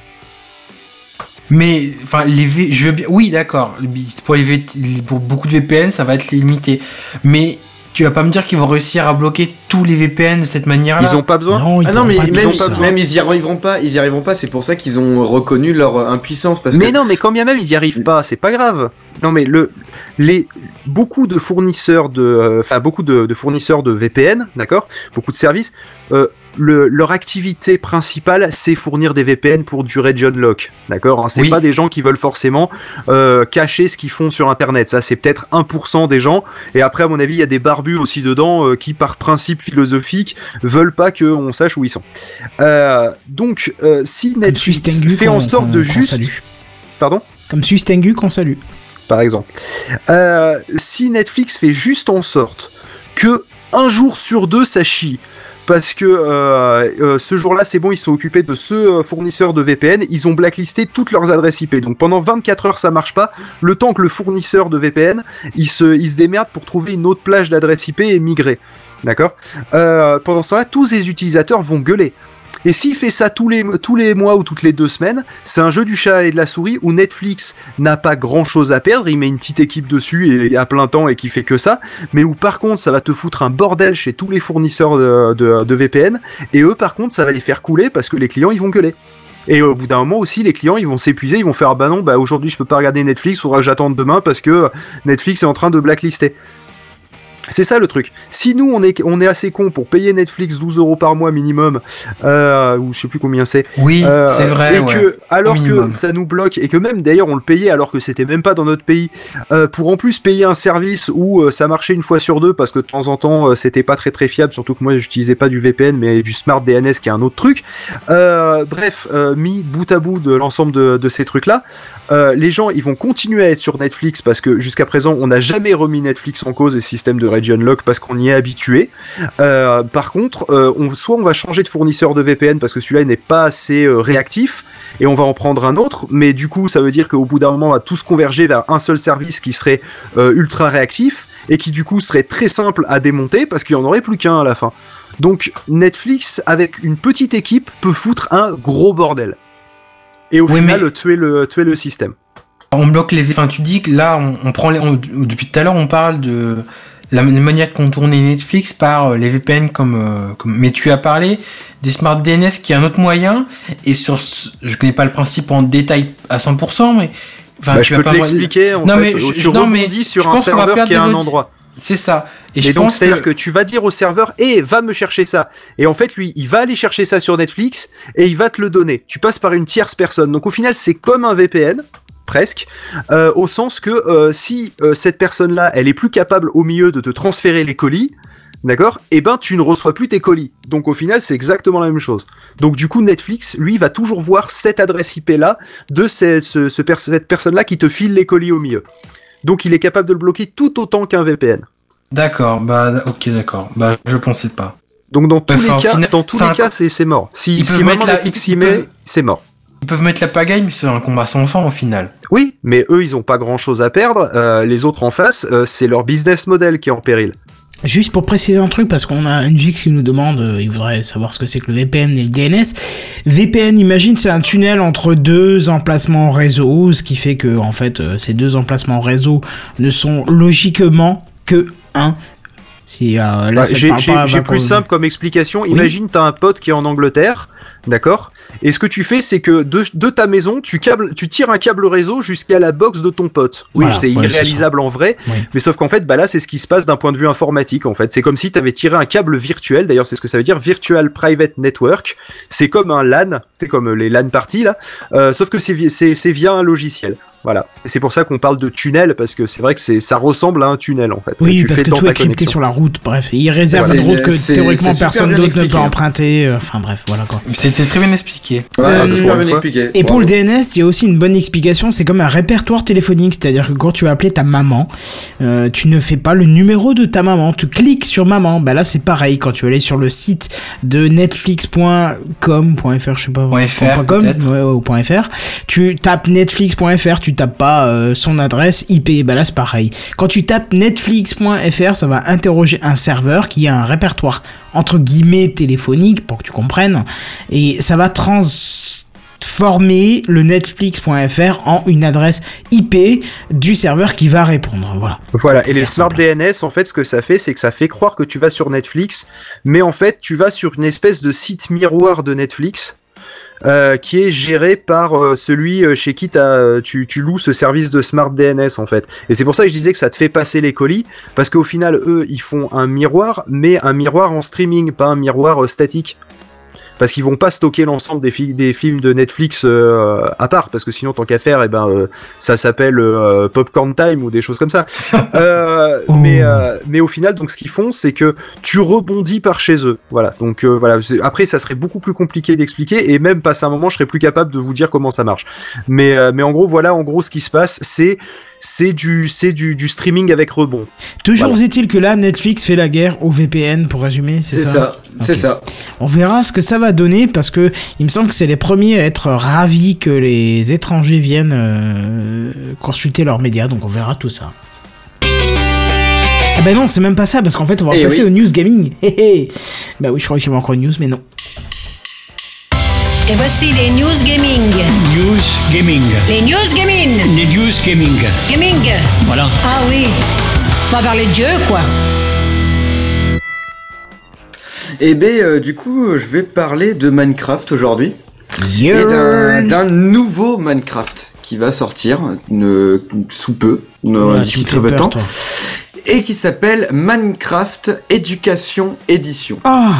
Mais enfin les v... je veux bien oui d'accord pour les v... pour beaucoup de V P N ça va être limité mais tu vas pas me dire qu'ils vont réussir à bloquer tous les V P N de cette manière-là. Ils ont pas besoin. Non, ils ah non mais pas même, ils même ils y arriveront pas, ils y arriveront pas, c'est pour ça qu'ils ont reconnu leur impuissance parce Mais que... non, mais quand bien même ils y arrivent pas, c'est pas grave. Non mais le les beaucoup de fournisseurs de enfin euh, beaucoup de, de fournisseurs de V P N, d'accord, beaucoup de services euh, Le, leur activité principale, c'est fournir des V P N pour du region lock, d'accord, hein, c'est oui. pas des gens qui veulent forcément euh, cacher ce qu'ils font sur Internet. Ça, c'est peut-être un pour cent des gens. Et après, à mon avis, il y a des barbus aussi dedans euh, qui, par principe philosophique, veulent pas qu'on sache où ils sont. Euh, donc, euh, si Netflix fait en sorte de juste, pardon, comme Suisse Tengu qu'on salue, par exemple, euh, si Netflix fait juste en sorte que un jour sur deux, ça chie. Parce que euh, euh, ce jour-là, c'est bon, ils sont occupés de ce euh, fournisseur de V P N, ils ont blacklisté toutes leurs adresses I P. Donc pendant vingt-quatre heures, ça marche pas. Le temps que le fournisseur de V P N, il se, il se démerde pour trouver une autre plage d'adresses I P et migrer. D'accord euh, Pendant ce temps-là, tous les utilisateurs vont gueuler. Et s'il fait ça tous les, tous les mois ou toutes les deux semaines, c'est un jeu du chat et de la souris où Netflix n'a pas grand chose à perdre, il met une petite équipe dessus et à plein temps et qui fait que ça, mais où par contre ça va te foutre un bordel chez tous les fournisseurs de, de, de V P N, et eux par contre ça va les faire couler parce que les clients ils vont gueuler. Et au bout d'un moment aussi, les clients ils vont s'épuiser, ils vont faire ah bah non, bah aujourd'hui je peux pas regarder Netflix, faudra que j'attende demain parce que Netflix est en train de blacklister. C'est ça le truc. Si nous on est on est assez con pour payer Netflix douze euros par mois minimum, euh, ou je sais plus combien c'est. Oui, euh, c'est vrai. Et ouais. que alors que ça nous bloque et que même d'ailleurs on le payait alors que c'était même pas dans notre pays, euh, pour en plus payer un service où euh, ça marchait une fois sur deux parce que de temps en temps euh, c'était pas très très fiable, surtout que moi j'utilisais pas du V P N mais du Smart D N S qui est un autre truc. Euh, bref, euh, mis bout à bout de l'ensemble de, de ces trucs là. Euh, les gens ils vont continuer à être sur Netflix parce que jusqu'à présent on n'a jamais remis Netflix en cause et système de region lock parce qu'on y est habitué. Euh, par contre, euh, on, soit on va changer de fournisseur de V P N parce que celui-là n'est pas assez euh, réactif et on va en prendre un autre, mais du coup ça veut dire qu'au bout d'un moment on va tous converger vers un seul service qui serait euh, ultra réactif et qui du coup serait très simple à démonter parce qu'il n'y en aurait plus qu'un à la fin. Donc Netflix avec une petite équipe peut foutre un gros bordel. Et au oui, final, mais... tuer, le, tuer le système. On bloque les... Enfin, tu dis que là, on, on prend les... On, depuis tout à l'heure, on parle de la manière de contourner Netflix par les V P N comme... Euh, comme... Mais tu as parlé des Smart D N S qui est un autre moyen. Et sur... Je connais pas le principe en détail à cent pour cent, mais... Enfin, bah, tu je peux te l'expliquer, en non, fait. Mais je, tu non, mais sur un serveur qui est à un audi... endroit. C'est ça. Et, et je donc, pense c'est-à-dire que... que tu vas dire au serveur, hé, hey, va me chercher ça. Et en fait, lui, il va aller chercher ça sur Netflix et il va te le donner. Tu passes par une tierce personne. Donc, au final, c'est comme un V P N, presque, euh, au sens que euh, si euh, cette personne-là, elle est plus capable au milieu de te transférer les colis, d'accord, et eh ben, tu ne reçois plus tes colis. Donc, au final, c'est exactement la même chose. Donc, du coup, Netflix, lui, va toujours voir cette adresse I P-là de cette, ce, ce per- cette personne-là qui te file les colis au milieu. Donc, il est capable de le bloquer tout autant qu'un V P N. D'accord, bah ok, d'accord. Bah je pensais pas. Donc dans tous enfin, les cas, final, dans tous les un... cas, c'est c'est mort. Si si vraiment Netflix y met, c'est mort. Ils peuvent mettre la pagaille, mais c'est un combat sans fin au final. Oui, mais eux, ils ont pas grand chose à perdre. Euh, les autres en face, euh, c'est leur business model qui est en péril. Juste pour préciser un truc, parce qu'on a un N G X qui nous demande, euh, il voudrait savoir ce que c'est que le V P N et le D N S. V P N, imagine, c'est un tunnel entre deux emplacements réseau, ce qui fait que, en fait, euh, ces deux emplacements réseau ne sont logiquement que un. Si, euh, là, bah, j'ai j'ai, j'ai plus simple comme explication. Oui. Imagine, t'as un pote qui est en Angleterre, D'accord. Et ce que tu fais, c'est que de, de ta maison, tu, câbles, tu tires un câble réseau jusqu'à la box de ton pote. Oui, voilà, c'est ouais, irréalisable c'est en vrai, oui. Mais sauf qu'en fait, bah là, c'est ce qui se passe d'un point de vue informatique. En fait, c'est comme si tu avais tiré un câble virtuel. D'ailleurs, c'est ce que ça veut dire, Virtual Private Network. C'est comme un LAN, c'est comme les LAN parties là, euh, sauf que c'est, c'est, c'est via un logiciel. Voilà. Et c'est pour ça qu'on parle de tunnel, parce que c'est vrai que c'est, ça ressemble à un tunnel, en fait. Oui, tu parce fais que tout est crypté sur la route, bref. Il réserve voilà. une route que c'est, théoriquement c'est personne d'autre ne peut emprunter. Enfin bref, voilà quoi. C'est, c'est très bien expliqué. Ouais, euh, super bien expliqué. Et wow. pour le D N S, il y a aussi une bonne explication, c'est comme un répertoire téléphonique, c'est-à-dire que quand tu vas appeler ta maman, euh, tu ne fais pas le numéro de ta maman, tu cliques sur maman. Bah là, c'est pareil, quand tu vas aller sur le site de netflix point com point f r, je sais pas, .fr, .com, ouais, ou .fr, tu tapes netflix point f r, tu tapes pas euh, son adresse I P, bah là c'est pareil. Quand tu tapes netflix point f r, ça va interroger un serveur qui a un répertoire entre guillemets téléphonique, pour que tu comprennes, et ça va transformer le netflix point f r en une adresse I P du serveur qui va répondre. Voilà. Voilà, et les Smart D N S, en fait, ce que ça fait, c'est que ça fait croire que tu vas sur Netflix, mais en fait, tu vas sur une espèce de site miroir de Netflix. Euh, qui est géré par euh, celui euh, chez qui t'as, tu, tu loues ce service de Smart D N S en fait. Et c'est pour ça que je disais que ça te fait passer les colis, parce qu'au final, eux, ils font un miroir, mais un miroir en streaming, pas un miroir euh, statique. Parce qu'ils vont pas stocker l'ensemble des, fi- des films de Netflix euh, à part, parce que sinon tant qu'à faire, eh ben euh, ça s'appelle euh, Popcorn Time ou des choses comme ça. euh, oh. Mais euh, mais au final, donc ce qu'ils font, c'est que tu rebondis par chez eux. Voilà. Donc euh, voilà. C'est... Après, ça serait beaucoup plus compliqué d'expliquer, et même passé un moment, je serais plus capable de vous dire comment ça marche. Mais euh, mais en gros, voilà, en gros, ce qui se passe, c'est c'est du c'est du, du streaming avec rebond. Toujours voilà. est-il que là, Netflix fait la guerre au V P N, pour résumer, c'est, c'est ça. ça. Okay. C'est ça. On verra ce que ça va donner, parce que il me semble que c'est les premiers à être ravis que les étrangers viennent euh, consulter leurs médias, donc on verra tout ça. Ah bah non, c'est même pas ça, parce qu'en fait on va Et passer oui. aux news gaming. Bah oui, je crois qu'il y avait encore une news, mais non. Et voici les news gaming. News gaming. Les news gaming. Les news gaming. Gaming. Voilà. Ah oui. On va parler de Dieu, quoi. Et ben euh, du coup, je vais parler de Minecraft aujourd'hui. Yeah. Et d'un, d'un nouveau Minecraft qui va sortir euh, sous peu, euh, Ouais, d'ici très peu de temps, toi. et qui s'appelle Minecraft Éducation Édition. Ah.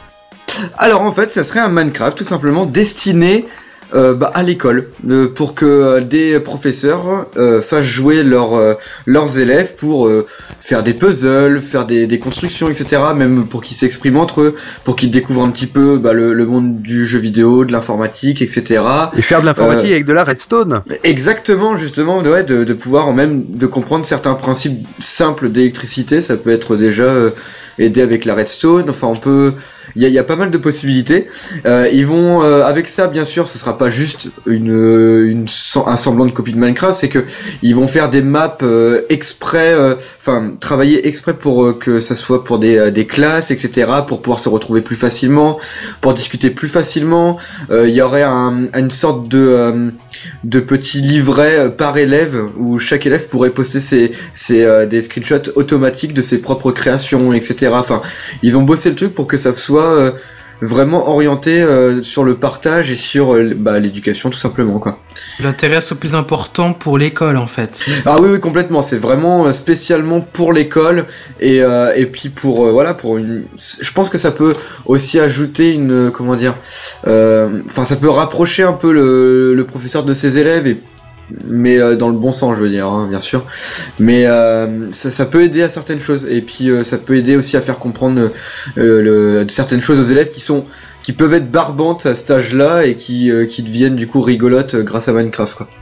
Alors en fait, ça serait un Minecraft tout simplement destiné euh, bah, à l'école, euh, pour que euh, des professeurs euh, fassent jouer leurs euh, leurs élèves pour euh, faire des puzzles, faire des, des constructions, et cetera. Même pour qu'ils s'expriment entre eux, pour qu'ils découvrent un petit peu bah, le, le monde du jeu vidéo, de l'informatique, et cetera. Et faire de l'informatique Euh, avec de la redstone. Exactement, justement, ouais, de, de pouvoir même de comprendre certains principes simples d'électricité. Ça peut être déjà euh, aider avec la redstone. Enfin, on peut. Il y a, il y a pas mal de possibilités. Euh, ils vont euh, avec ça, bien sûr, ce sera pas juste une, une un semblant de copie de Minecraft, c'est que ils vont faire des maps euh, exprès, enfin euh, travailler exprès pour euh, que ça soit pour des euh, des classes, et cetera, pour pouvoir se retrouver plus facilement, pour discuter plus facilement. Euh, Il y aurait un, une sorte de euh, de petits livrets par élève où chaque élève pourrait poster ses, ses euh, des screenshots automatiques de ses propres créations, et cetera. Enfin, ils ont bossé le truc pour que ça soit euh, vraiment orienté euh, sur le partage et sur euh, bah, l'éducation tout simplement quoi. L'intérêt soit plus important pour l'école en fait. Ah oui oui complètement, c'est vraiment euh, spécialement pour l'école et euh, et puis pour euh, voilà pour une. Je pense que ça peut aussi ajouter une euh, comment dire, enfin euh, ça peut rapprocher un peu le, le professeur de ses élèves et mais euh, dans le bon sens je veux dire hein, bien sûr, mais euh, ça, ça peut aider à certaines choses et puis euh, ça peut aider aussi à faire comprendre euh, le, certaines choses aux élèves qui sont qui peuvent être barbantes à cet âge-là et qui euh, qui deviennent du coup rigolotes grâce à Minecraft quoi,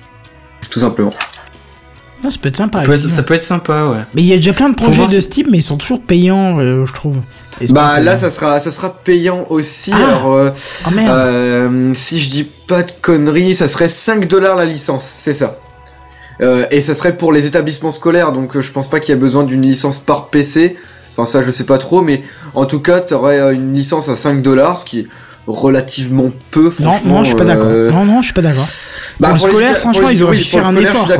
tout simplement. Ah, ça peut être sympa. Ça peut être, ça peut être sympa ouais. Mais il y a déjà plein de projets de si... ce type, mais ils sont toujours payants, euh, je trouve. Bah là ça sera ça sera payant aussi. Ah. Alors euh, oh, merde. Euh, si je dis pas de conneries, ça serait cinq dollars la licence, c'est ça. Euh, et ça serait pour les établissements scolaires, donc euh, je pense pas qu'il y a besoin d'une licence par P C. Enfin ça je sais pas trop, mais en tout cas t'aurais euh, une licence à cinq dollars, ce qui est relativement peu franchement. Non, non, je suis pas d'accord. Euh... Non, non, je suis pas d'accord. Bah, pour, pour le scolaire, les... franchement, les... ils auraient oui, pu faire un scolaire, effort. Je suis d'accord.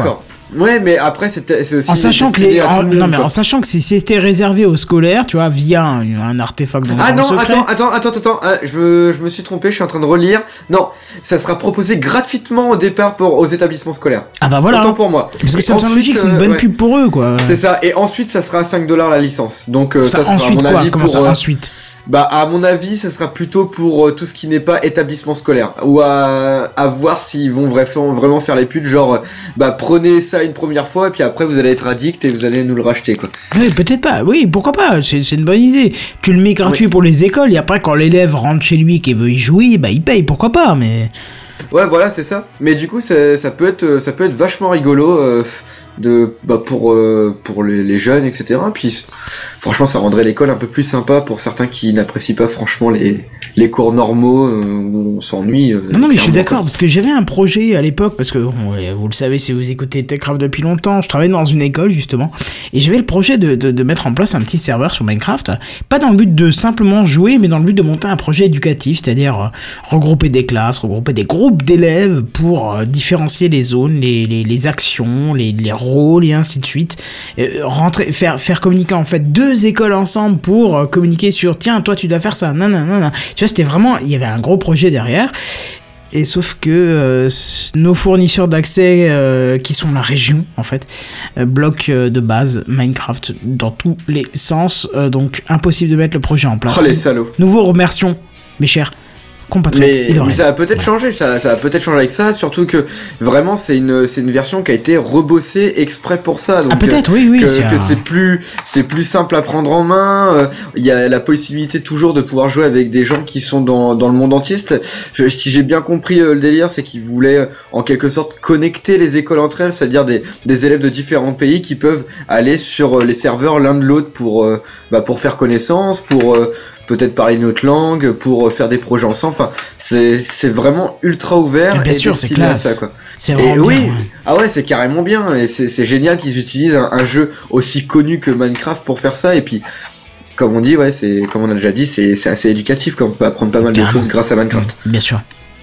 Ouais, mais après c'était c'est aussi en sachant que les, en, monde, non mais quoi. en sachant que si c'était réservé aux scolaires, tu vois, via un, un artefact. Ah non, attends, attends, attends, attends, euh, je me, je me suis trompé, je suis en train de relire. Non, ça sera proposé gratuitement au départ pour aux établissements scolaires. Ah bah voilà. Autant pour moi. Parce que ça me semble logique, c'est une bonne euh, pub ouais. pour eux, quoi. C'est ça. Et ensuite, ça sera à cinq dollars la licence. Donc euh, ça, ça sera ensuite, à mon quoi avis Comment pour. Ça, euh, ensuite. Bah à mon avis, ça sera plutôt pour euh, tout ce qui n'est pas établissement scolaire ou à, à voir s'ils vont vraiment vraiment faire les pubs genre euh, bah prenez ça une première fois et puis après vous allez être addict et vous allez nous le racheter quoi. Oui, peut-être pas. Oui, pourquoi pas. C'est c'est une bonne idée. Tu le mets gratuit oui. pour les écoles et après quand l'élève rentre chez lui et qu'il veut y jouer, bah il paye, pourquoi pas, mais ouais, voilà, c'est ça. Mais du coup, ça, ça peut être ça peut être vachement rigolo euh, de bah pour euh, pour les, les jeunes etc. Puis franchement ça rendrait l'école un peu plus sympa pour certains qui n'apprécient pas franchement les les cours normaux euh, où on s'ennuie euh, non non mais je suis d'accord parce que j'avais un projet à l'époque parce que ouais, vous le savez si vous écoutez Techcraft depuis longtemps, je travaillais dans une école justement et j'avais le projet de, de de mettre en place un petit serveur sur Minecraft, pas dans le but de simplement jouer mais dans le but de monter un projet éducatif, c'est-à-dire euh, regrouper des classes, regrouper des groupes d'élèves pour euh, différencier les zones, les les les actions, les les rôles et ainsi de suite, euh, rentrer faire faire communiquer en fait deux écoles ensemble pour euh, communiquer sur tiens toi tu dois faire ça non non non non tu vois c'était vraiment il y avait un gros projet derrière et sauf que euh, nos fournisseurs d'accès euh, qui sont la région en fait euh, bloquent euh, de base Minecraft dans tous les sens euh, donc impossible de mettre le projet en place. Oh les salauds. Nous vous remercions mes chers compatriotes. Mais, mais ça va peut-être changer, ça, ça va peut-être changer avec ça, surtout que vraiment c'est une c'est une version qui a été rebossée exprès pour ça. Donc, ah peut-être oui oui. Que c'est, que un... c'est plus c'est plus simple à prendre en main. Il y a la possibilité toujours de pouvoir jouer avec des gens qui sont dans dans le monde entier. Je, si j'ai bien compris le délire, c'est qu'ils voulaient en quelque sorte connecter les écoles entre elles, c'est-à-dire des des élèves de différents pays qui peuvent aller sur les serveurs l'un de l'autre pour euh, bah pour faire connaissance, pour euh, peut-être parler une autre langue, pour faire des projets ensemble. Enfin, c'est c'est vraiment ultra ouvert bien et sûr, destiné à ça quoi. C'est et vraiment oui, bien, ouais. Ah ouais, c'est carrément bien et c'est c'est génial qu'ils utilisent un, un jeu aussi connu que Minecraft pour faire ça et puis comme on dit ouais, c'est comme on a déjà dit, c'est c'est assez éducatif quoi, on peut apprendre pas mal carrément. de choses grâce à Minecraft. Bien sûr.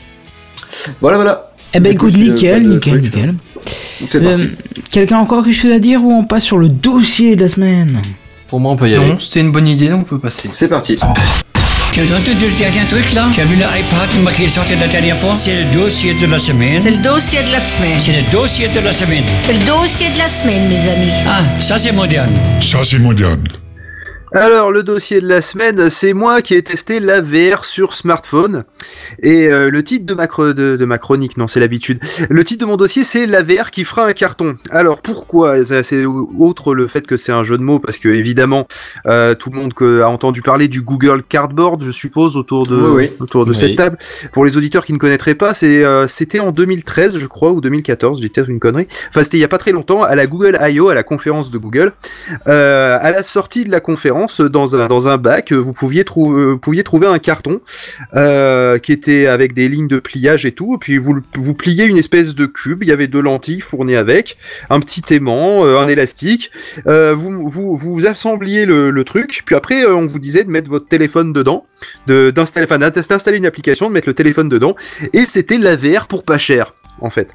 Voilà voilà. Eh ben écoute, nickel, nickel, nickel. C'est euh, parti. Quelqu'un a encore quelque chose à dire ou on passe sur le dossier de la semaine? Pour moi, on peut y aller. Non, c'était une bonne idée, donc on peut passer. C'est parti. Tu as entendu le dernier truc là? Tu as vu l'iPad qui est sorti la dernière fois? C'est le dossier de la semaine. C'est le dossier de la semaine. C'est le dossier de la semaine. C'est le dossier de la semaine, mes amis. Ah, ça c'est moderne. Ça c'est moderne. Alors, le dossier de la semaine, c'est moi qui ai testé la V R sur smartphone. Et euh, le titre de ma, cro- de, de ma chronique, non, c'est l'habitude. Le titre de mon dossier, c'est la V R qui fera un carton. Alors, pourquoi? C'est outre le fait que c'est un jeu de mots, parce que évidemment, euh, tout le monde a entendu parler du Google Cardboard, je suppose, autour de, oui, oui. autour de Oui. cette table. Pour les auditeurs qui ne connaîtraient pas, c'est, euh, c'était en deux mille treize, je crois, ou deux mille quatorze, j'ai peut-être une connerie. Enfin, c'était il y a pas très longtemps, à la Google I O, à la conférence de Google. Euh, à la sortie de la conférence, dans un dans un bac, vous pouviez trouver pouviez trouver un carton euh, qui était avec des lignes de pliage et tout. Et puis vous vous pliez une espèce de cube. Il y avait deux lentilles fournies avec, un petit aimant, euh, un élastique. Euh, vous vous vous assembliez le, le truc. Puis après, euh, on vous disait de mettre votre téléphone dedans, de d'installer, enfin d'installer une application, de mettre le téléphone dedans. Et c'était la V R pour pas cher, en fait.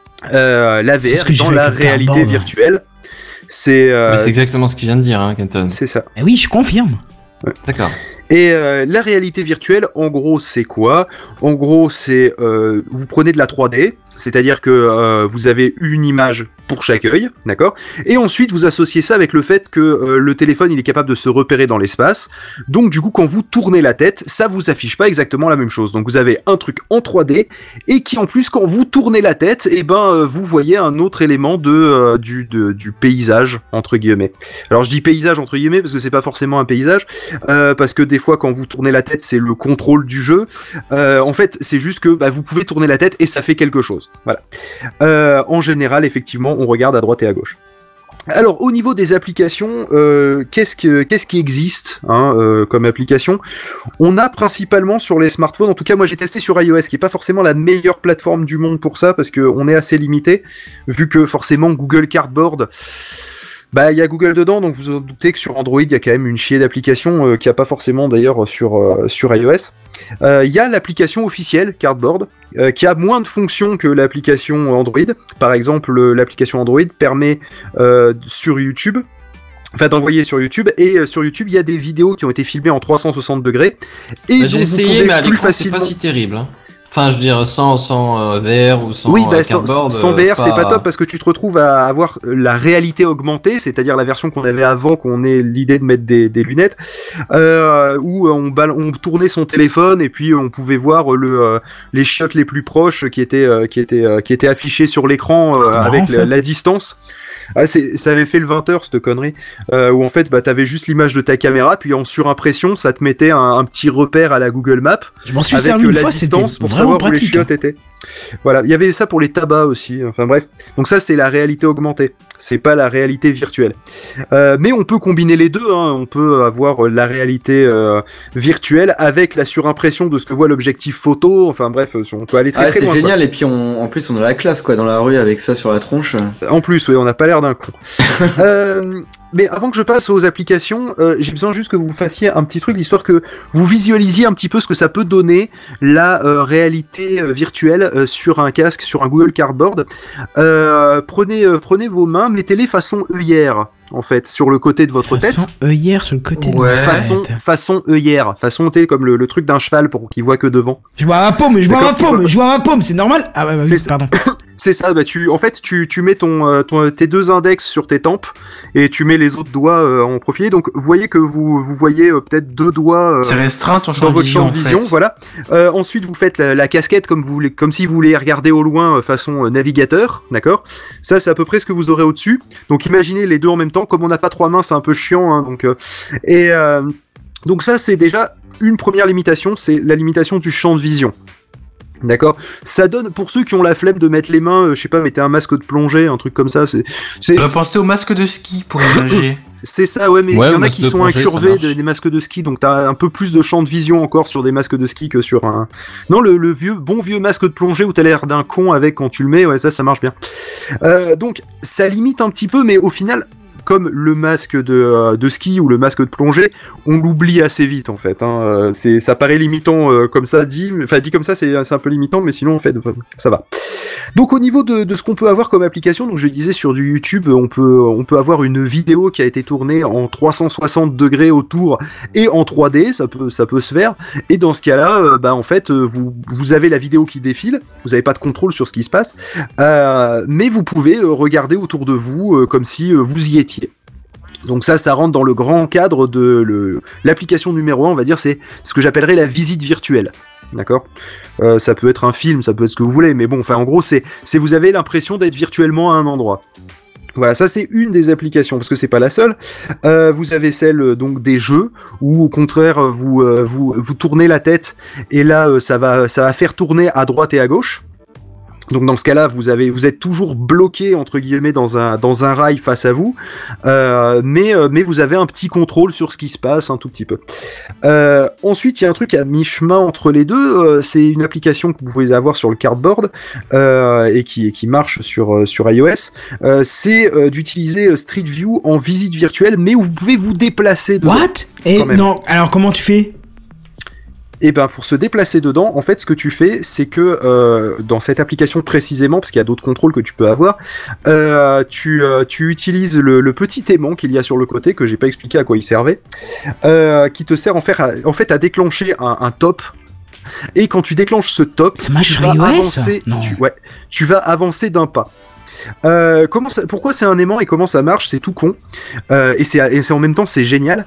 Euh, la V R dans la réalité Cardboard. virtuelle. C'est euh, Mais c'est exactement ce qu'il vient de dire, hein, Kenton. c'est ça. Eh oui, je confirme. D'accord. Et euh, la réalité virtuelle, en gros, c'est quoi? En gros, c'est euh, vous prenez de la trois D, c'est-à-dire que euh, vous avez une image pour chaque œil, d'accord? Et ensuite, vous associez ça avec le fait que euh, le téléphone, il est capable de se repérer dans l'espace. Donc, du coup, quand vous tournez la tête, ça vous affiche pas exactement la même chose. Donc, vous avez un truc en trois D et qui, en plus, quand vous tournez la tête, eh ben, euh, vous voyez un autre élément de euh, du de, du paysage entre guillemets. Alors, je dis paysage entre guillemets parce que c'est pas forcément un paysage, euh, parce que des fois, quand vous tournez la tête, c'est le contrôle du jeu. Euh, en fait, c'est juste que bah, vous pouvez tourner la tête et ça fait quelque chose. Voilà. Euh, en général, effectivement, on regarde à droite et à gauche. Alors, au niveau des applications, euh, qu'est-ce, que, qu'est-ce qui existe hein, euh, comme application? On a principalement sur les smartphones, en tout cas moi j'ai testé sur iOS, qui est pas forcément la meilleure plateforme du monde pour ça, parce qu'on est assez limité, vu que forcément Google Cardboard... Bah, il y a Google dedans, donc vous vous doutez que sur Android, il y a quand même une chier d'applications euh, qu'il n'y a pas forcément d'ailleurs sur, euh, sur iOS. Il euh, y a l'application officielle, Cardboard, euh, qui a moins de fonctions que l'application Android. Par exemple, l'application Android permet euh, sur YouTube, enfin d'envoyer sur YouTube, et euh, sur YouTube, il y a des vidéos qui ont été filmées en trois cent soixante degrés. Et bah, j'ai essayé, mais à l'écran, facilement... c'est pas si terrible, hein. Enfin, je veux dire, sans, sans euh, V R ou sans oui, bah, euh, sans, cardboard, sans V R, c'est pas... pas top parce que tu te retrouves à avoir la réalité augmentée, c'est-à-dire la version qu'on avait avant qu'on ait l'idée de mettre des, des lunettes, euh, où on, bal- on tournait son téléphone et puis on pouvait voir le, euh, les chiottes les plus proches qui étaient, euh, qui étaient, euh, qui étaient affichées sur l'écran euh, avec marrant, la, la distance. Ah, c'est, ça avait fait le vingt heures cette connerie, euh, où en fait bah, t'avais juste l'image de ta caméra, puis en surimpression ça te mettait un, un petit repère à la Google Maps je m'en suis avec servi une la fois, distance pour savoir pratique, où les chiottes hein. étaient. Voilà, il y avait ça pour les tabacs aussi, enfin bref. Donc ça c'est la réalité augmentée, c'est pas la réalité virtuelle. Euh, mais on peut combiner les deux, hein. On peut avoir la réalité euh, virtuelle avec la surimpression de ce que voit l'objectif photo, enfin bref, on peut aller très ah, très loin. C'est génial, quoi. Et puis on, en plus on a la classe quoi, dans la rue avec ça sur la tronche. En plus, oui, on n'a pas l'air d'un con. euh... Mais avant que je passe aux applications, euh, j'ai besoin juste que vous fassiez un petit truc, histoire que vous visualisiez un petit peu ce que ça peut donner la euh, réalité euh, virtuelle euh, sur un casque, sur un Google Cardboard. Euh, prenez, euh, prenez vos mains, mettez-les façon œillère, en fait, sur le côté de votre façon tête. Façon œillère sur le côté ouais. de votre façon, tête. Façon œillère, façon, tu sais, comme le, le truc d'un cheval pour qu'il voit que devant. Je vois ma paume, je vois ma paume, je vois ma paume, c'est normal. Ah bah, bah oui, pardon. C'est ça, bah tu, en fait, tu, tu mets ton, euh, ton, tes deux index sur tes tempes et tu mets les autres doigts euh, en profilé. Donc, vous voyez que vous, vous voyez euh, peut-être deux doigts. Euh, c'est restreint ton champ dans de votre vision, champ de vision, en fait. voilà. Euh, ensuite, vous faites la, la casquette comme vous voulez, comme si vous voulez regarder au loin euh, façon euh, navigateur, d'accord. Ça, c'est à peu près ce que vous aurez au-dessus. Donc, imaginez les deux en même temps. Comme on n'a pas trois mains, c'est un peu chiant, hein, donc. Euh, et euh, donc ça, c'est déjà une première limitation, c'est la limitation du champ de vision. D'accord. Ça donne, pour ceux qui ont la flemme de mettre les mains, euh, je sais pas, mettez un masque de plongée, un truc comme ça. C'est. c'est On va penser au masque de ski pour nager. C'est ça, ouais, mais il ouais, y en a qui sont plongée, incurvés de, des masques de ski, donc t'as un peu plus de champ de vision encore sur des masques de ski que sur un. Non, le, le vieux, bon vieux masque de plongée où t'as l'air d'un con avec quand tu le mets, ouais, ça, ça marche bien. Euh, donc, ça limite un petit peu, mais au final. Comme le masque de, euh, de ski ou le masque de plongée, on l'oublie assez vite en fait. Hein. Euh, c'est, ça paraît limitant euh, comme ça dit, enfin dit comme ça c'est, c'est un peu limitant, mais sinon en fait ça va. Donc au niveau de, de ce qu'on peut avoir comme application, donc je disais sur du YouTube, on peut on peut avoir une vidéo qui a été tournée en trois cent soixante degrés autour et en trois D, ça peut ça peut se faire. Et dans ce cas-là, euh, bah en fait vous vous avez la vidéo qui défile, vous n'avez pas de contrôle sur ce qui se passe, euh, mais vous pouvez euh, regarder autour de vous euh, comme si euh, vous y étiez. Donc ça, ça rentre dans le grand cadre de le, l'application numéro un, on va dire, c'est ce que j'appellerais la visite virtuelle. D'accord, euh, ça peut être un film, ça peut être ce que vous voulez, mais bon, enfin en gros, c'est, c'est vous avez l'impression d'être virtuellement à un endroit. Voilà, ça c'est une des applications, parce que c'est pas la seule. Euh, vous avez celle donc des jeux, où au contraire vous euh, vous vous tournez la tête et là euh, ça va ça va faire tourner à droite et à gauche. Donc dans ce cas-là, vous avez, vous êtes toujours bloqué entre guillemets dans un dans un rail face à vous, euh, mais euh, mais vous avez un petit contrôle sur ce qui se passe un tout petit peu. Euh, ensuite, il y a un truc à mi-chemin entre les deux. Euh, c'est une application que vous pouvez avoir sur le Cardboard euh, et qui qui marche sur euh, sur iOS. Euh, c'est euh, d'utiliser Street View en visite virtuelle, mais où vous pouvez vous déplacer dedans. What? Et non. Alors comment tu fais? Et ben pour se déplacer dedans, en fait, ce que tu fais, c'est que euh, dans cette application précisément, parce qu'il y a d'autres contrôles que tu peux avoir, euh, tu, euh, tu utilises le, le petit aimant qu'il y a sur le côté, que j'ai pas expliqué à quoi il servait, euh, qui te sert en fait à, en fait à déclencher un, un top. Et quand tu déclenches ce top, ça marche tu sur vas iOS avancer. Non. Tu, ouais, tu vas avancer d'un pas. Euh, comment ça, pourquoi c'est un aimant et comment ça marche, c'est tout con. Euh, et, c'est, et c'est en même temps c'est génial.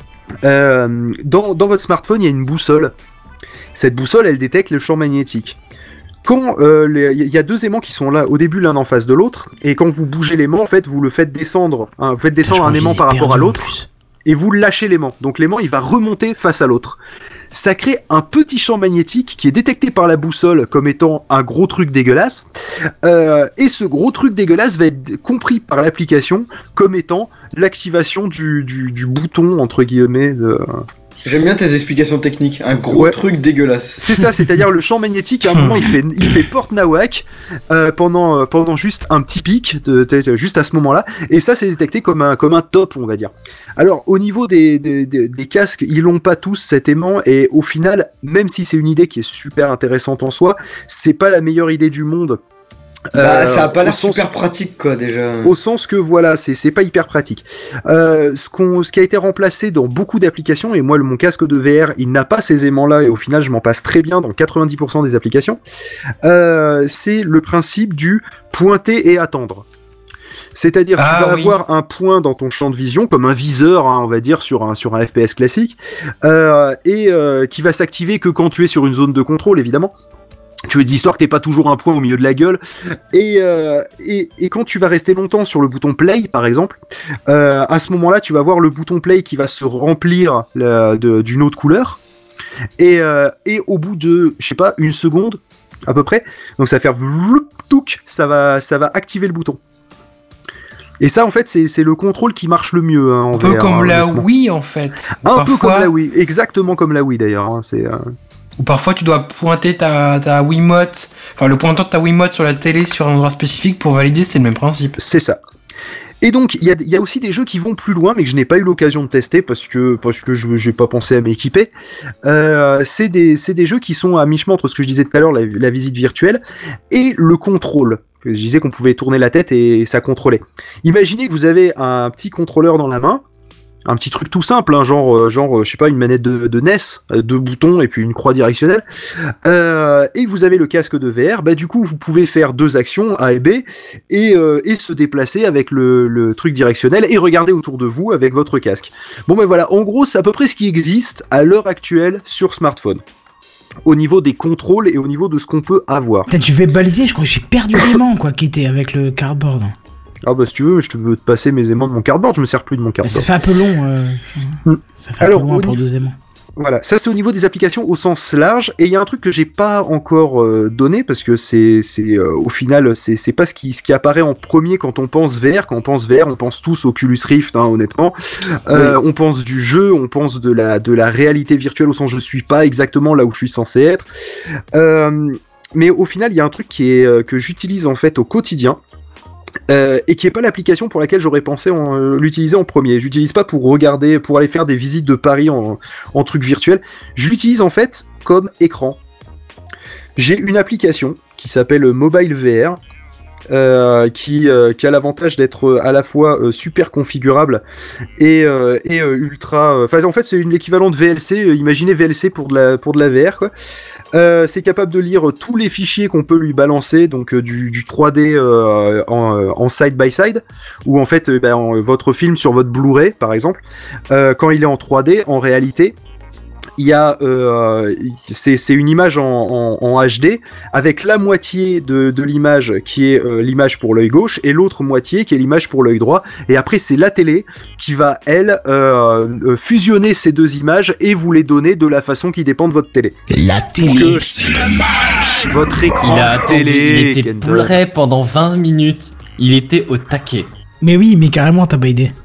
Euh, dans, dans votre smartphone, il y a une boussole. Cette boussole, elle détecte le champ magnétique. Quand il euh, y a deux aimants qui sont là au début l'un en face de l'autre, et quand vous bougez l'aimant, en fait, vous le faites descendre, hein, vous faites descendre un aimant par rapport à l'autre, et vous lâchez l'aimant. Donc l'aimant, il va remonter face à l'autre. Ça crée un petit champ magnétique qui est détecté par la boussole comme étant un gros truc dégueulasse, euh, et ce gros truc dégueulasse va être compris par l'application comme étant l'activation du, du, du bouton, entre guillemets, de... J'aime bien tes explications techniques, un gros ouais. truc dégueulasse. C'est ça, c'est-à-dire le champ magnétique, à un moment il fait, il fait porte nawak euh, pendant, euh, pendant juste un petit pic, de, de, juste à ce moment-là, et ça c'est détecté comme un, comme un top, on va dire. Alors au niveau des, des, des, des casques, ils l'ont pas tous cet aimant, et au final, même si c'est une idée qui est super intéressante en soi, c'est pas la meilleure idée du monde. Bah, euh, ça a pas l'air sens, super pratique, quoi, déjà. Au sens que, voilà, c'est, c'est pas hyper pratique. Euh, ce qu'on, ce qui a été remplacé dans beaucoup d'applications, et moi, le, mon casque de V R, il n'a pas ces aimants-là, et au final, je m'en passe très bien dans quatre-vingt-dix pour cent des applications, euh, c'est le principe du pointer et attendre. C'est-à-dire, ah, tu vas oui. avoir un point dans ton champ de vision, comme un viseur, hein, on va dire, sur un, sur un F P S classique, euh, et euh, qui va s'activer que quand tu es sur une zone de contrôle, évidemment. Tu veux d'histoire que t'aies pas toujours un point au milieu de la gueule, et, euh, et, et quand tu vas rester longtemps sur le bouton play par exemple, euh, à ce moment-là tu vas voir le bouton play qui va se remplir la, de, d'une autre couleur, et, euh, et au bout de, je sais pas, une seconde à peu près, donc ça va faire vloup, touc, ça va, ça va activer le bouton. Et ça, en fait, c'est, c'est le contrôle qui marche le mieux. Hein, en un peu V R, comme hein, la Wii, en fait. Un Parfois... peu comme la Wii, exactement comme la Wii d'ailleurs. Hein, c'est... Euh... Ou parfois tu dois pointer ta, ta Wiimote, enfin le pointeur de ta Wiimote sur la télé sur un endroit spécifique pour valider, c'est le même principe. C'est ça. Et donc il y a, y a aussi des jeux qui vont plus loin mais que je n'ai pas eu l'occasion de tester parce que parce que je j'ai pas pensé à m'équiper. Euh, c'est des c'est des jeux qui sont à mi-chemin entre ce que je disais tout à l'heure, la, la visite virtuelle et le contrôle. Je disais qu'on pouvait tourner la tête et ça contrôlait. Imaginez que vous avez un petit contrôleur dans la main. Un petit truc tout simple, hein, genre, euh, genre, je sais pas, une manette de, de N E S, euh, deux boutons et puis une croix directionnelle, euh, et vous avez le casque de V R, bah du coup vous pouvez faire deux actions, A et B, et, euh, et se déplacer avec le, le truc directionnel et regarder autour de vous avec votre casque. Bon ben bah, voilà, en gros c'est à peu près ce qui existe à l'heure actuelle sur smartphone. Au niveau des contrôles et au niveau de ce qu'on peut avoir. Putain, tu fais baliser, je crois que j'ai perdu l'aimant quoi qui était avec le cardboard. Ah bah si tu veux, je te veux te passer mes aimants de mon cardboard, je me sers plus de mon cardboard. Ça fait un peu long, euh... mm. ça fait Alors, un peu long pour douze aimants. Voilà, ça c'est au niveau des applications au sens large, et il y a un truc que j'ai pas encore euh, donné, parce que c'est, c'est euh, au final, c'est, c'est pas ce qui, ce qui apparaît en premier quand on pense V R. Quand on pense V R, on pense tous Oculus Rift, hein, honnêtement. Euh, oui. On pense du jeu, on pense de la, de la réalité virtuelle, au sens je suis pas exactement là où je suis censé être. Euh, mais au final, il y a un truc qui est, euh, que j'utilise en fait au quotidien, Euh, et qui est pas l'application pour laquelle j'aurais pensé en, euh, l'utiliser en premier. J'utilise pas pour regarder, pour aller faire des visites de Paris en, en truc virtuel. Je l'utilise en fait comme écran. J'ai une application qui s'appelle Mobile V R, euh, qui, euh, qui a l'avantage d'être à la fois euh, super configurable et, euh, et euh, ultra... Enfin, en fait, c'est une l'équivalent de V L C. Euh, imaginez V L C pour de la, pour de la V R, quoi. Euh, c'est capable de lire tous les fichiers qu'on peut lui balancer, donc euh, du, du trois D euh, en, euh, en side by side, ou en fait euh, ben, en, votre film sur votre Blu-ray par exemple, euh, quand il est en trois D, en réalité, il y a euh, c'est, c'est une image en, en, en H D avec la moitié de, de l'image qui est euh, l'image pour l'œil gauche et l'autre moitié qui est l'image pour l'œil droit, et après c'est la télé qui va elle euh, fusionner ces deux images et vous les donner de la façon qui dépend de votre télé. La télé, c'est le mal. Votre écran il a télé. Il était Blu-ray pendant vingt minutes. Il était au taquet. Mais oui, mais carrément t'as pas idée.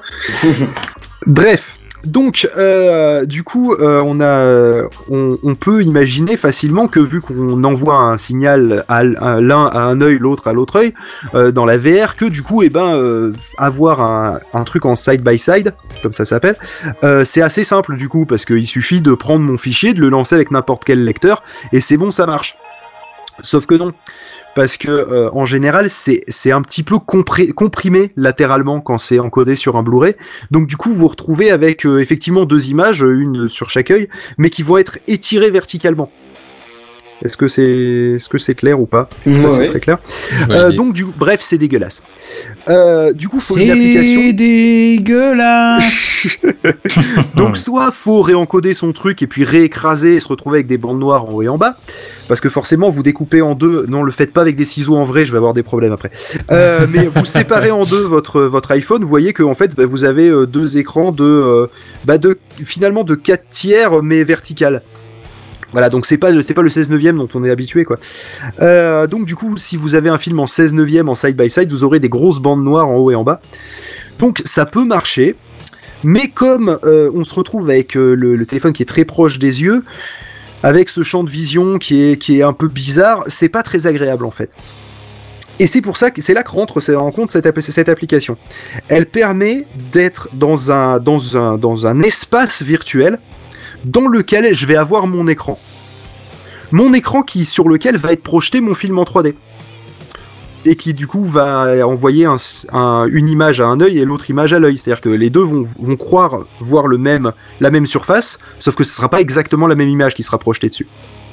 Bref. Donc, euh, du coup, euh, on a, on, on peut imaginer facilement que vu qu'on envoie un signal à, à l'un à un œil, l'autre à l'autre œil, euh, dans la V R, que du coup, eh ben, euh, avoir un, un truc en side by side, comme ça s'appelle, euh, c'est assez simple du coup, parce qu'il suffit de prendre mon fichier, de le lancer avec n'importe quel lecteur, et c'est bon, ça marche. Sauf que non. Parce que euh, en général c'est c'est un petit peu compré- comprimé latéralement quand c'est encodé sur un Blu-ray, donc du coup vous vous retrouvez avec euh, effectivement deux images, une sur chaque œil, mais qui vont être étirées verticalement. Est-ce que c'est est-ce que c'est clair ou pas? Ouais, ouais, c'est ouais. très clair. Euh, donc du bref c'est dégueulasse. Euh, du coup faut c'est une application. C'est dégueulasse. Donc soit faut réencoder son truc et puis réécraser et se retrouver avec des bandes noires en haut et en bas. Parce que forcément, vous découpez en deux. Non, le faites pas avec des ciseaux en vrai, je vais avoir des problèmes après. Euh, mais vous séparez en deux votre votre iPhone. Vous voyez que en fait, bah, vous avez euh, deux écrans de, euh, bah, de finalement de quatre tiers, mais vertical. Voilà, donc c'est pas le c'est pas le seize neuvième dont on est habitué quoi. Euh, donc du coup, si vous avez un film en seize neuvième en side by side, vous aurez des grosses bandes noires en haut et en bas. Donc ça peut marcher. Mais comme euh, on se retrouve avec euh, le, le téléphone qui est très proche des yeux, avec ce champ de vision qui est, qui est un peu bizarre, c'est pas très agréable en fait. Et c'est pour ça que c'est là que rentre en compte cette, cette application. Elle permet d'être dans un, dans, un, dans un espace virtuel dans lequel je vais avoir mon écran. Mon écran qui, sur lequel va être projeté mon film en trois D. Et qui du coup va envoyer un, un, une image à un œil et l'autre image à l'œil. C'est-à-dire que les deux vont, vont croire voir le même, la même surface, sauf que ce ne sera pas exactement la même image qui sera projetée dessus.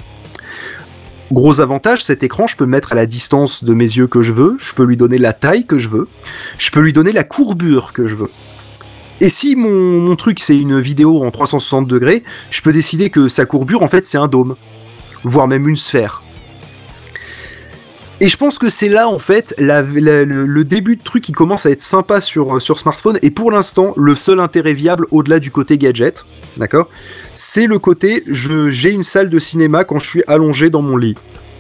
Gros avantage, cet écran, je peux le mettre à la distance de mes yeux que je veux, je peux lui donner la taille que je veux, je peux lui donner la courbure que je veux. Et si mon, mon truc c'est une vidéo en trois cent soixante degrés, je peux décider que sa courbure en fait c'est un dôme, voire même une sphère. Et je pense que c'est là, en fait, la, la, le, le début de truc qui commence à être sympa sur, sur smartphone, et pour l'instant, le seul intérêt viable, au-delà du côté gadget, d'accord, c'est le côté, je, j'ai une salle de cinéma quand je suis allongé dans mon lit.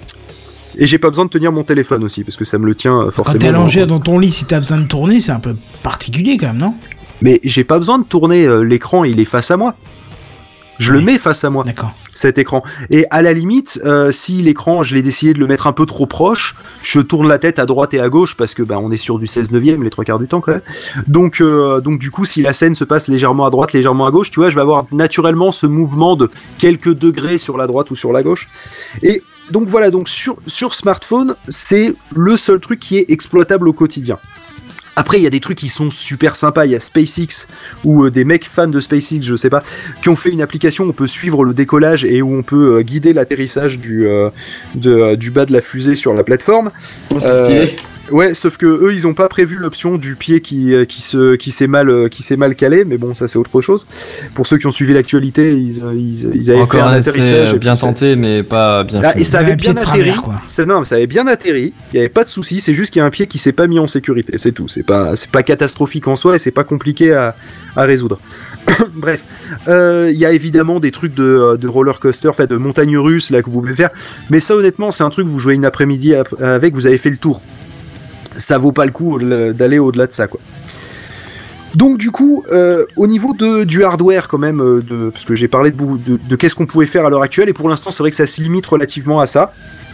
Et j'ai pas besoin de tenir mon téléphone aussi, parce que ça me le tient forcément. Quand t'es allongé dans, dans ton lit, si t'as besoin de tourner, c'est un peu particulier quand même, non ? Mais j'ai pas besoin de tourner, euh, l'écran, il est face à moi. Je oui. le mets face à moi, D'accord. cet écran. Et à la limite, euh, si l'écran, je l'ai décidé de le mettre un peu trop proche, je tourne la tête à droite et à gauche, parce que bah, on est sur du seize neuvième les trois quarts du temps quand même. Donc, euh, donc du coup, si la scène se passe légèrement à droite, légèrement à gauche, tu vois, je vais avoir naturellement ce mouvement de quelques degrés sur la droite ou sur la gauche. Et donc voilà, donc sur, sur smartphone, c'est le seul truc qui est exploitable au quotidien. Après, il y a des trucs qui sont super sympas. Il y a SpaceX, ou euh, des mecs fans de SpaceX, je sais pas, qui ont fait une application où on peut suivre le décollage et où on peut euh, guider l'atterrissage du, euh, de, euh, du bas de la fusée sur la plateforme. Oh, c'est stylé. Euh, ouais, sauf que eux, ils ont pas prévu l'option du pied qui, euh, qui, se, qui, s'est mal, euh, qui s'est mal calé, mais bon, ça c'est autre chose. Pour ceux qui ont suivi l'actualité, ils, ils, ils avaient Encore fait un un atterrissage. bien tenté, mais pas bien ah, fait. Et ça avait bien atterri. Travers, ça, non, ça avait bien atterri. Il y avait pas de souci. C'est juste qu'il y a un pied qui s'est pas mis en sécurité. C'est tout. C'est pas, c'est pas catastrophique en soi et c'est pas compliqué à, à résoudre. Bref, il euh, y a évidemment des trucs de, de roller coaster, en fait, de montagne russe là que vous pouvez faire. Mais ça, honnêtement, c'est un truc vous jouez une après-midi avec, vous avez fait le tour. Ça vaut pas le coup d'aller au-delà de ça, quoi. Donc du coup, euh, au niveau de, du hardware quand même, euh, de, parce que j'ai parlé de, de, de qu'est-ce qu'on pouvait faire à l'heure actuelle, et pour l'instant c'est vrai que ça se limite relativement à ça.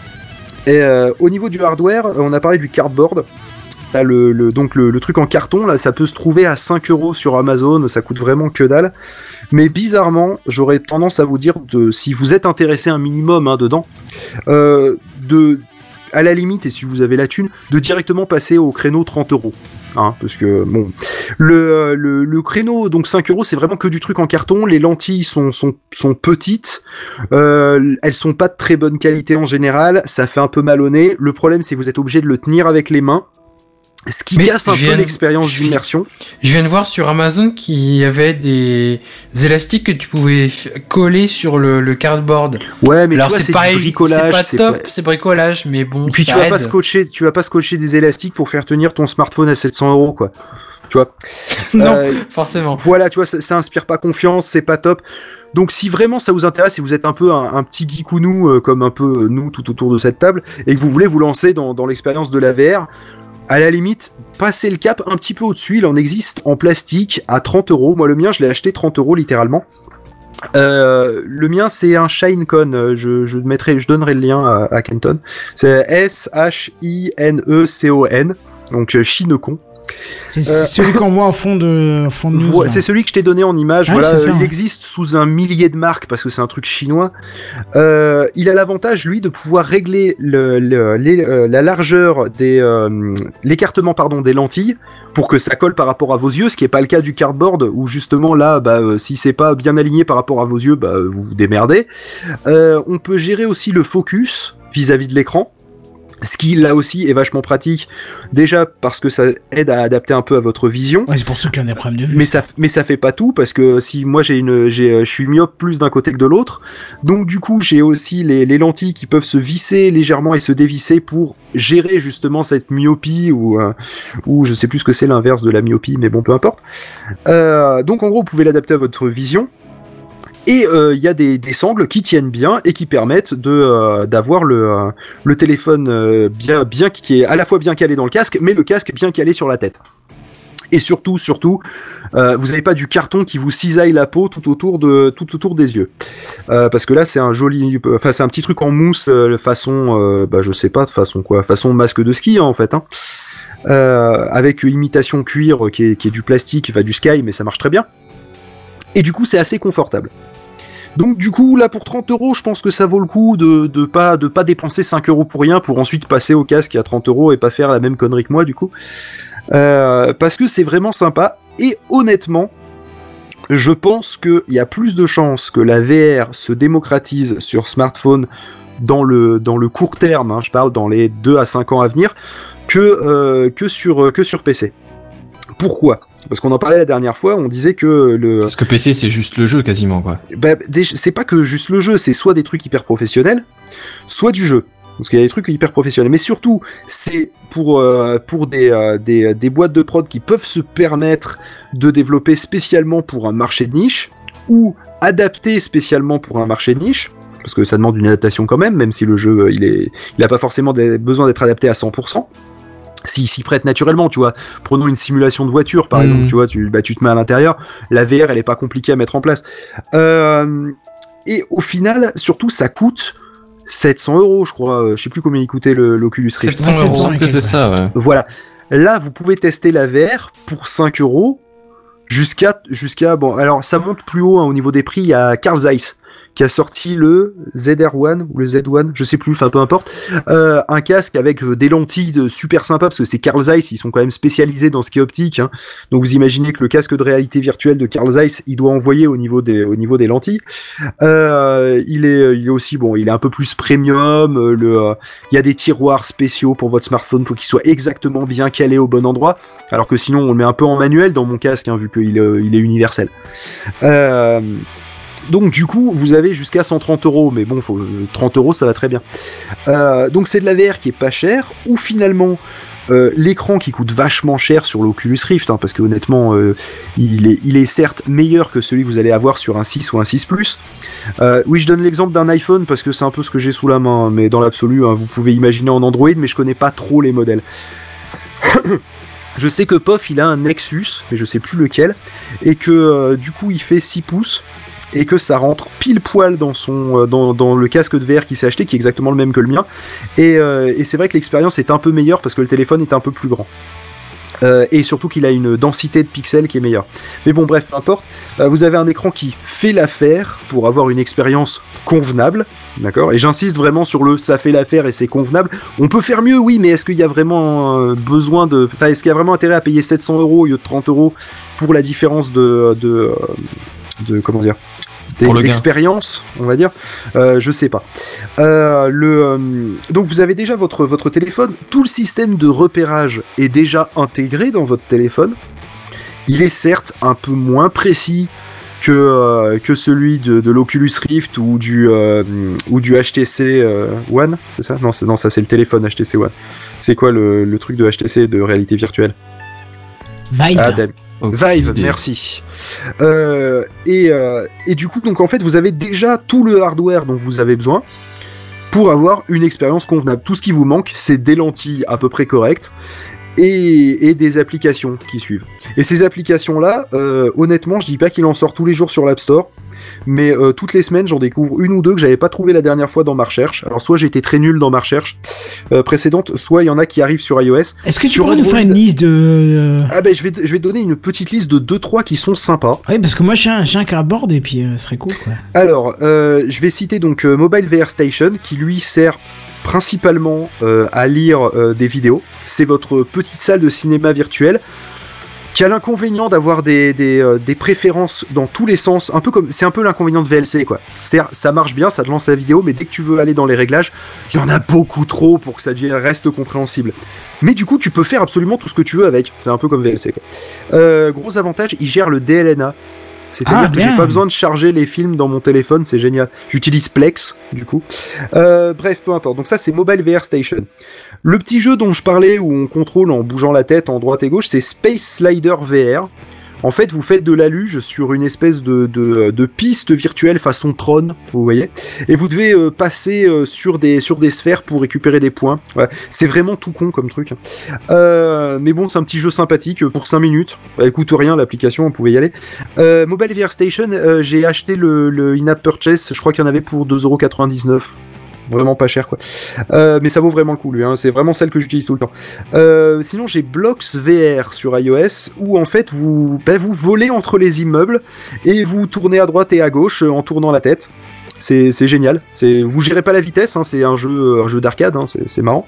Et euh, au niveau du hardware, on a parlé du cardboard. Là, le, le, donc le, le truc en carton, là, ça peut se trouver à cinq euros sur Amazon, ça coûte vraiment que dalle. Mais bizarrement, j'aurais tendance à vous dire, de, si vous êtes intéressé un minimum hein, dedans, euh, de... à la limite, et si vous avez la thune, de directement passer au créneau trente euros. Hein, parce que, bon, le, le, le créneau, donc cinq euros, c'est vraiment que du truc en carton, les lentilles sont, sont, sont petites, euh, elles sont pas de très bonne qualité en général, ça fait un peu mal au nez, le problème c'est que vous êtes obligé de le tenir avec les mains, ce qui Mais casse un peu l'expérience d'immersion. Je viens de voir sur Amazon qu'il y avait des élastiques que tu pouvais coller sur le, le cardboard. Ouais, mais alors tu vois, c'est, c'est pareil, du bricolage. C'est pas c'est top, pas... c'est bricolage, mais bon. Et puis ça tu vas aide. pas scotcher, tu vas pas scotcher des élastiques pour faire tenir ton smartphone à sept cents euros, quoi. Tu vois. Non, euh, forcément. Voilà, tu vois, ça, ça inspire pas confiance, c'est pas top. Donc si vraiment ça vous intéresse, si vous êtes un peu un, un petit geekounou, euh, comme un peu euh, nous tout autour de cette table, et que vous voulez vous lancer dans, dans l'expérience de la V R, à la limite, passez le cap un petit peu au-dessus, il en existe en plastique à trente euros. Moi, le mien, je l'ai acheté trente euros littéralement. Euh, le mien, c'est un Shinecon. Je, je mettrai, je donnerai le lien à, à Kenton. C'est S H I N E C O N, donc Shinecon. C'est, c'est euh, celui qu'on voit en fond de, fond de news, c'est celui que je t'ai donné en image. Ah, voilà, ça, il ouais. existe sous un millier de marques parce que c'est un truc chinois. Euh, il a l'avantage, lui, de pouvoir régler le, le, les, euh, la largeur des euh, l'écartement pardon des lentilles pour que ça colle par rapport à vos yeux, ce qui est pas le cas du cardboard où justement là, bah, euh, si c'est pas bien aligné par rapport à vos yeux, bah, vous vous démerdez. Euh, on peut gérer aussi le focus vis-à-vis de l'écran. Ce qui, là aussi, est vachement pratique. Déjà, parce que ça aide à adapter un peu à votre vision. Ouais, c'est pour ceux qui ont des problèmes de vue. Mais ça, mais ça fait pas tout, parce que si moi, j'ai une, j'ai, je suis myope plus d'un côté que de l'autre. Donc, du coup, j'ai aussi les, les lentilles qui peuvent se visser légèrement et se dévisser pour gérer justement cette myopie ou, euh, ou je sais plus ce que c'est l'inverse de la myopie, mais bon, peu importe. Euh, donc, en gros, vous pouvez l'adapter à votre vision. Et il euh, y a des, des sangles qui tiennent bien et qui permettent de euh, d'avoir le euh, le téléphone euh, bien bien qui est à la fois bien calé dans le casque, mais le casque bien calé sur la tête. Et surtout, surtout, euh, vous n'avez pas du carton qui vous cisaille la peau tout autour de, tout autour des yeux, euh, parce que là c'est un joli, enfin c'est un petit truc en mousse euh, façon, euh, bah je sais pas de façon quoi, façon masque de ski hein, en fait, hein. Euh, avec imitation cuir qui est, qui est du plastique, enfin du Sky, mais ça marche très bien. Et du coup c'est assez confortable. Donc du coup là pour trente euros, je pense que ça vaut le coup de de pas de pas dépenser cinq euros pour rien pour ensuite passer au casque à trente euros et pas faire la même connerie que moi du coup. Euh, parce que c'est vraiment sympa, et honnêtement, je pense qu'il y a plus de chances que la V R se démocratise sur smartphone dans le, dans le court terme, hein, je parle dans les deux à cinq ans à venir, que, euh, que, sur, que sur P C. Pourquoi ? Parce qu'on en parlait la dernière fois, on disait que le... Parce que P C c'est juste le jeu quasiment quoi. Bah, c'est pas que juste le jeu, c'est soit des trucs hyper professionnels, soit du jeu. Parce qu'il y a des trucs hyper professionnels, mais surtout c'est pour euh, pour des, euh, des des boîtes de prod qui peuvent se permettre de développer spécialement pour un marché de niche ou adapter spécialement pour un marché de niche, parce que ça demande une adaptation quand même, même si le jeu il est il a pas forcément des, besoin d'être adapté à cent pour cent. S'il s'y prête naturellement, tu vois. Prenons une simulation de voiture par mmh. exemple, tu vois, tu bah tu te mets à l'intérieur, la V R elle est pas compliquée à mettre en place. Euh, et au final, surtout ça coûte sept cents euros, je crois. Je sais plus combien il coûtait le, l'Oculus Rift. sept cents euros, que c'est ça, ouais. Voilà. Là, vous pouvez tester la V R pour cinq euros jusqu'à, jusqu'à, bon, alors ça monte plus haut, hein, au niveau des prix. Il y a Carl Zeiss qui a sorti le Z R un ou le Z un, je sais plus, enfin peu importe, euh, un casque avec des lentilles de super sympa, parce que c'est Carl Zeiss, ils sont quand même spécialisés dans ce qui est optique, hein. Donc vous imaginez que le casque de réalité virtuelle de Carl Zeiss, il doit envoyer au niveau des, au niveau des lentilles. Euh, il est, il est aussi bon, il est un peu plus premium. Le, euh, il y a des tiroirs spéciaux pour votre smartphone pour qu'il soit exactement bien calé au bon endroit, alors que sinon on le met un peu en manuel dans mon casque, hein, vu qu'il euh, il est universel. Euh, Donc du coup, vous avez jusqu'à cent trente euros, mais bon, faut, trente euros, ça va très bien. Euh, donc c'est de la V R qui est pas chère, ou finalement euh, l'écran qui coûte vachement cher sur l'Oculus Rift, hein, parce que honnêtement, euh, il, est, il est certes meilleur que celui que vous allez avoir sur un six ou un six plus. Euh, oui, je donne l'exemple d'un iPhone parce que c'est un peu ce que j'ai sous la main, mais dans l'absolu, hein, vous pouvez imaginer en Android, mais je connais pas trop les modèles. Je sais que Pof, il a un Nexus, mais je sais plus lequel, et que euh, du coup, il fait six pouces. Et que ça rentre pile poil dans son euh, dans, dans le casque de V R qu'il s'est acheté, qui est exactement le même que le mien. Et, euh, et c'est vrai que l'expérience est un peu meilleure parce que le téléphone est un peu plus grand. Euh, et surtout qu'il a une densité de pixels qui est meilleure. Mais bon, bref, peu importe. Euh, vous avez un écran qui fait l'affaire pour avoir une expérience convenable, d'accord ? Et j'insiste vraiment sur le ça fait l'affaire et c'est convenable. On peut faire mieux, oui, mais est-ce qu'il y a vraiment euh, besoin de, enfin, est-ce qu'il y a vraiment intérêt à payer sept cents euros au lieu de trente euros pour la différence de de, euh, de comment dire ? D'expérience, on va dire, euh, je sais pas. Euh, le, euh, donc vous avez déjà votre, votre téléphone, tout le système de repérage est déjà intégré dans votre téléphone. Il est certes un peu moins précis que, euh, que celui de, de l'Oculus Rift ou du, euh, ou du H T C euh, One, c'est ça ? Non, c'est, non, ça c'est le téléphone H T C One. C'est quoi le, le truc de H T C de réalité virtuelle ? Vive. Ah, Vive, merci. Euh, et, euh, et du coup, donc en fait, vous avez déjà tout le hardware dont vous avez besoin pour avoir une expérience convenable. Tout ce qui vous manque, c'est des lentilles à peu près correctes et, et des applications qui suivent. Et ces applications-là, euh, honnêtement, je dis pas qu'il en sort tous les jours sur l'App Store, mais euh, toutes les semaines, j'en découvre une ou deux que j'avais pas trouvé la dernière fois dans ma recherche. Alors soit j'ai été très nul dans ma recherche euh, précédente, soit il y en a qui arrivent sur iOS. Est-ce que tu sur pourrais nous faire une liste de... Ah ben je vais, je vais te donner une petite liste de deux trois qui sont sympas. Oui, parce que moi j'ai un, j'ai un cardboard et puis euh, ce serait cool, quoi. Alors, euh, je vais citer donc euh, Mobile V R Station, qui lui sert principalement euh, à lire euh, des vidéos. C'est votre petite salle de cinéma virtuelle qui a l'inconvénient d'avoir des, des, euh, des préférences dans tous les sens, un peu comme, c'est un peu l'inconvénient de V L C, quoi. C'est-à-dire, ça marche bien, ça te lance la vidéo, mais dès que tu veux aller dans les réglages, il y en a beaucoup trop pour que ça devienne, reste compréhensible. Mais du coup, tu peux faire absolument tout ce que tu veux avec. C'est un peu comme V L C, quoi. Euh, gros avantage, il gère le D L N A. C'est-à-dire ah, que j'ai pas besoin de charger les films dans mon téléphone, c'est génial. J'utilise Plex, du coup. Euh, bref, peu importe. Donc ça, c'est Mobile V R Station. Le petit jeu dont je parlais, où on contrôle en bougeant la tête en droite et gauche, c'est Space Slider V R. En fait, vous faites de la luge sur une espèce de, de, de piste virtuelle façon Tron, vous voyez, et vous devez euh, passer euh, sur, des, sur des sphères pour récupérer des points. Ouais, c'est vraiment tout con comme truc. Euh, mais bon, c'est un petit jeu sympathique pour cinq minutes. Elle coûte rien, l'application, on pouvait y aller. Euh, Mobile V R Station, euh, j'ai acheté le, le in-app purchase, je crois qu'il y en avait pour deux euros quatre-vingt-dix-neuf. Vraiment pas cher quoi. Euh, mais ça vaut vraiment le coup lui, hein. C'est vraiment celle que j'utilise tout le temps. Euh, sinon j'ai Blocks V R sur iOS où en fait vous, bah, vous volez entre les immeubles et vous tournez à droite et à gauche en tournant la tête. C'est, c'est génial. C'est, vous gérez pas la vitesse, hein, c'est un jeu, un jeu d'arcade, hein, c'est, c'est marrant.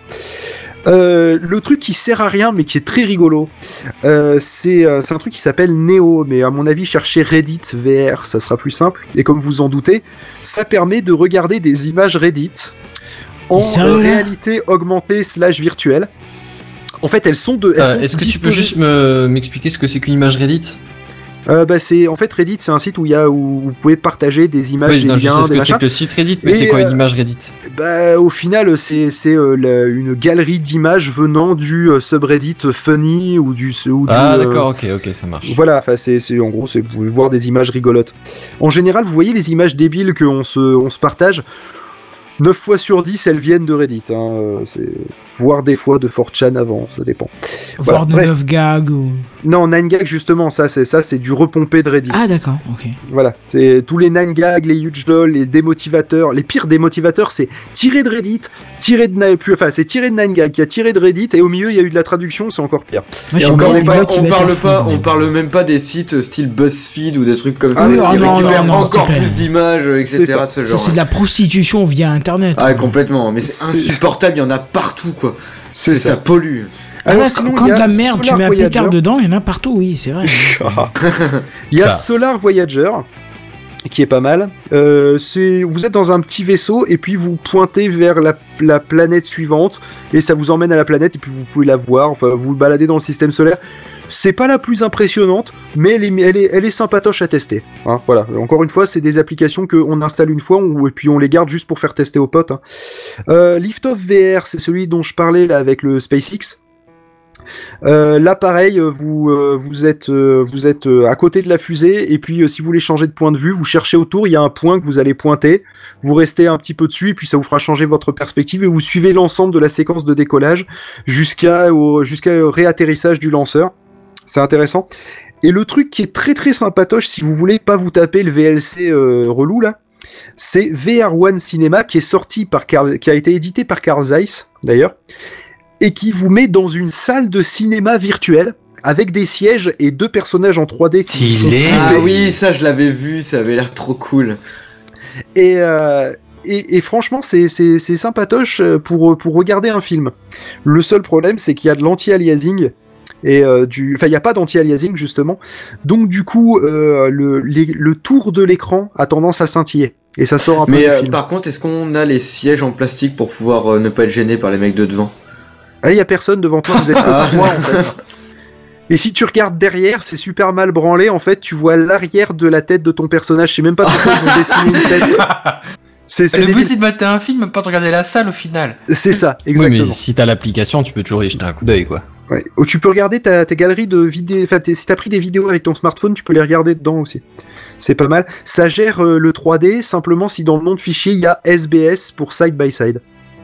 Euh, le truc qui sert à rien mais qui est très rigolo, euh, c'est, euh, c'est un truc qui s'appelle Neo, mais à mon avis cherchez Reddit V R, ça sera plus simple. Et comme vous en doutez, ça permet de regarder des images Reddit en réalité augmentée slash virtuelle. En fait, elles sont de. Elles euh, sont est-ce que disposées... tu peux juste me, m'expliquer ce que c'est qu'une image Reddit? Euh, bah c'est en fait Reddit, c'est un site où il y a où vous pouvez partager des images, oui, des non, liens, je sais ce des que machins. c'est que le site Reddit, mais et c'est quoi une euh, image Reddit? Bah au final c'est c'est euh, la, une galerie d'images venant du euh, subreddit funny ou du ou du ah euh, d'accord, ok ok, ça marche. Voilà, enfin c'est c'est en gros c'est vous pouvez voir des images rigolotes. En général, vous voyez les images débiles que on se on se partage. neuf fois sur dix, elles viennent de Reddit, hein. C'est... voire des fois de four chan avant, ça dépend. Voire voilà. de neuf gag ou... Non, nine gag justement, ça c'est, ça, c'est du repompé de Reddit. Ah d'accord, ok. Voilà, c'est tous les nine gag, les huge lol, les démotivateurs. Les pires démotivateurs, c'est tiré de Reddit, tiré de... Plus, enfin, c'est tiré de nine gag, qui a tiré de Reddit, et au milieu, il y a eu de la traduction, c'est encore pire. Moi, et encore, on, pas, on parle pas, on parle même pas des sites style BuzzFeed ou des trucs comme ça, ah, qui non, récupèrent non, non, encore plus d'images, et cetera. C'est, de ce genre. Ça, c'est de la prostitution via Internet. Ah, complètement, mais c'est, c'est... insupportable, il y en a partout, quoi. C'est, c'est ça. ça pollue. Alors, ah, sinon, quand de la merde, Solar tu mets un Voyager. Pétard dedans, il y en a partout, oui, c'est vrai. Il y a Solar Voyager, qui est pas mal. Euh, c'est, vous êtes dans un petit vaisseau, et puis vous pointez vers la, la planète suivante, et ça vous emmène à la planète, et puis vous pouvez la voir, enfin, vous vous baladez dans le système solaire. C'est pas la plus impressionnante, mais elle est, elle est, elle est sympatoche à tester. Hein, voilà. Encore une fois, c'est des applications qu'on installe une fois, on, et puis on les garde juste pour faire tester aux potes. Hein. Euh, Liftoff V R, c'est celui dont je parlais là avec le SpaceX. Euh, là pareil, vous euh, vous êtes euh, vous êtes euh, à côté de la fusée et puis euh, si vous voulez changer de point de vue, vous cherchez autour, il y a un point que vous allez pointer, vous restez un petit peu dessus et puis ça vous fera changer votre perspective et vous suivez l'ensemble de la séquence de décollage jusqu'à au, jusqu'à le réatterrissage du lanceur. C'est intéressant. Et le truc qui est très très sympatoche si vous voulez pas vous taper le V L C euh, relou là, c'est V R One Cinema qui est sorti par Carl, qui a été édité par Carl Zeiss d'ailleurs. Et qui vous met dans une salle de cinéma virtuelle avec des sièges et deux personnages en trois D. Qui sont ah oui, ça je l'avais vu, ça avait l'air trop cool. Et, euh, et, et franchement, c'est, c'est, c'est sympatoche pour, pour regarder un film. Le seul problème, c'est qu'il y a de l'anti-aliasing. Et euh, du, enfin, il n'y a pas d'anti-aliasing justement. Donc du coup, euh, le, les, le tour de l'écran a tendance à scintiller. Et ça sort un peu. Mais du euh, film. Par contre, est-ce qu'on a les sièges en plastique pour pouvoir euh, ne pas être gêné par les mecs de devant? Ah, il y a personne devant toi, vous êtes que trois en fait. Et si tu regardes derrière, c'est super mal branlé. En fait, tu vois l'arrière de la tête de ton personnage. Je sais même pas pourquoi ils ont dessiné une tête. C'est, c'est le but c'est de mater un film, pas de regarder la salle au final. C'est ça, exactement. Oui, mais si t'as l'application, tu peux toujours y jeter un coup d'œil, quoi. Ouais. Tu peux regarder ta, ta galerie de vidéos. Enfin, si t'as pris des vidéos avec ton smartphone, tu peux les regarder dedans aussi. C'est pas mal. Ça gère euh, le trois D. Simplement, si dans le nom de fichier il y a S B S pour side by side.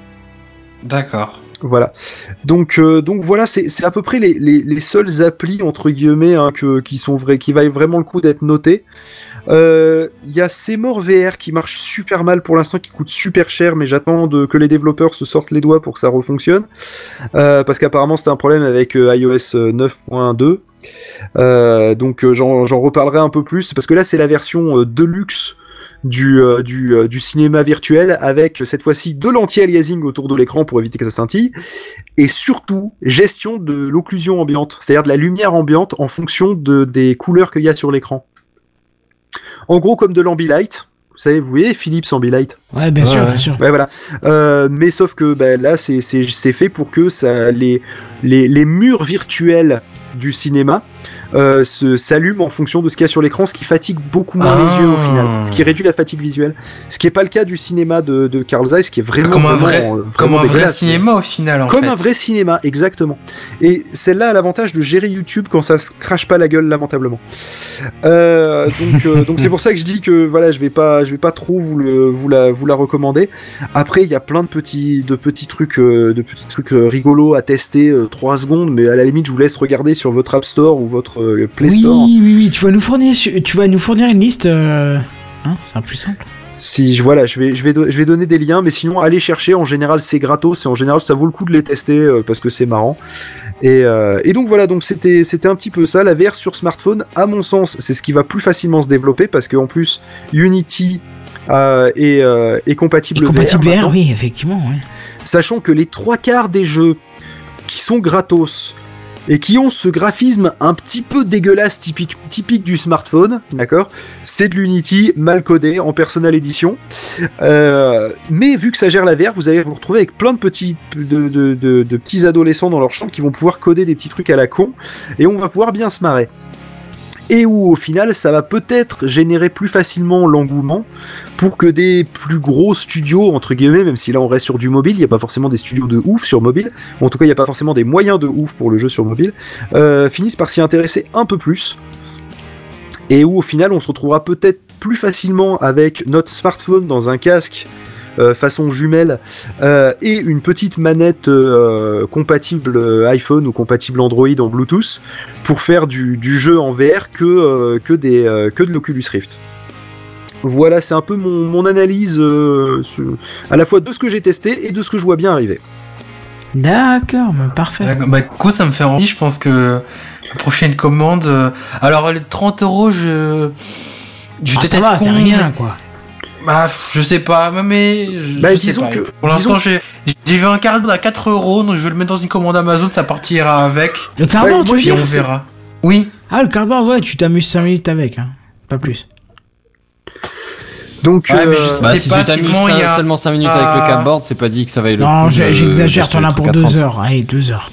D'accord. Voilà. Donc, euh, donc voilà, c'est, c'est à peu près les, les, les seules applis entre guillemets hein, que, qui sont vrais, qui valent vraiment le coup d'être notées. Il euh, y a Seymour V R qui marche super mal pour l'instant, qui coûte super cher, mais j'attends de, que les développeurs se sortent les doigts pour que ça refonctionne. Euh, parce qu'apparemment c'était un problème avec euh, iOS neuf point deux. Euh, donc euh, j'en, j'en reparlerai un peu plus, parce que là c'est la version euh, Deluxe du, euh, du, euh, du cinéma virtuel, avec cette fois-ci de l'anti-aliasing autour de l'écran pour éviter que ça scintille, et surtout gestion de l'occlusion ambiante, c'est-à-dire de la lumière ambiante en fonction de, des couleurs qu'il y a sur l'écran. En gros, comme de l'Ambilight. Vous savez, vous voyez Philips Ambilight. Ouais, bien ouais, sûr, ouais. bien sûr. Ouais, voilà. Euh, mais sauf que bah, là, c'est, c'est, c'est fait pour que ça, les, les, les murs virtuels du cinéma euh, se, s'allume en fonction de ce qu'il y a sur l'écran, ce qui fatigue beaucoup moins Ah. les yeux au final, ce qui réduit la fatigue visuelle. Ce qui est pas le cas du cinéma de, de Carl Zeiss, qui est vraiment Comme un vraiment, vrai, euh, vraiment comme un vrai dégueulasse. cinéma au final, en Comme fait. un vrai cinéma, exactement. Et celle-là a l'avantage de gérer YouTube quand ça se crache pas la gueule lamentablement. Euh, donc, euh, donc c'est pour ça que je dis que voilà, je vais pas, je vais pas trop vous le, vous la, vous la recommander. Après, il y a plein de petits, de petits trucs, euh, de petits trucs euh, rigolos à tester, euh, trois secondes, mais à la limite, je vous laisse regarder sur votre App Store ou votre euh, Play Oui, Store. oui, oui, tu vas nous fournir, tu vas nous fournir une liste. Euh... Hein, c'est un plus simple. Si, je- voilà, je vais, je vais, do- je vais donner des liens, mais sinon, allez chercher. En général, c'est gratos et en général, ça vaut le coup de les tester euh, parce que c'est marrant. Et, euh, et donc voilà, donc c'était, c'était un petit peu ça. La V R sur smartphone, à mon sens, c'est ce qui va plus facilement se développer parce qu'en plus, Unity euh, est, euh, est compatible, Et compatible V R. V R, maintenant. oui, effectivement. Ouais. Sachant que les trois quarts des jeux qui sont gratos et qui ont ce graphisme un petit peu dégueulasse typique, typique du smartphone, d'accord, c'est de l'Unity mal codé en Personal Edition. Euh, mais vu que ça gère la V R, vous allez vous retrouver avec plein de petits, de, de, de, de petits adolescents dans leur chambre qui vont pouvoir coder des petits trucs à la con et on va pouvoir bien se marrer. Et où au final ça va peut-être générer plus facilement l'engouement pour que des plus gros studios, entre guillemets, même si là on reste sur du mobile, il n'y a pas forcément des studios de ouf sur mobile, ou en tout cas il n'y a pas forcément des moyens de ouf pour le jeu sur mobile, euh, finissent par s'y intéresser un peu plus, et où au final on se retrouvera peut-être plus facilement avec notre smartphone dans un casque Euh, façon jumelle euh, et une petite manette euh, compatible euh, iPhone ou compatible Android en Bluetooth pour faire du, du jeu en V R que, euh, que, des, euh, que de l'Oculus Rift. Voilà, c'est un peu mon, mon analyse euh, sur- à la fois de ce que j'ai testé et de ce que je vois bien arriver. D'accord, bah, parfait. D'accord. Bah, quoi, ça me fait envie. Je pense que la prochaine commande. euh, Alors, les trente euros, je. Je vais Ah, peut-être ça va, être c'est con, rien, mais- quoi. Bah, je sais pas, mais. Je, Bah, je sais disons pas. que- Pour l'instant, disons- j'ai j'ai vu un cardboard à quatre euros, donc je vais le mettre dans une commande Amazon, ça partira avec. Le cardboard, Ouais, tu moi, veux Et j'ai- dire on verra. Oui. Ah, le cardboard, ouais, tu t'amuses cinq minutes avec, hein. Pas plus. Donc, Ouais, mais euh, je sais Bah, Et si pas tu t'amuses seulement, il y a- seulement cinq minutes Ah. avec le cardboard, c'est pas dit que ça vaille le Non, coup. j'ai- de- j'exagère, d'acheter t'en le as truc pour à deux trente. heures. Allez, deux heures.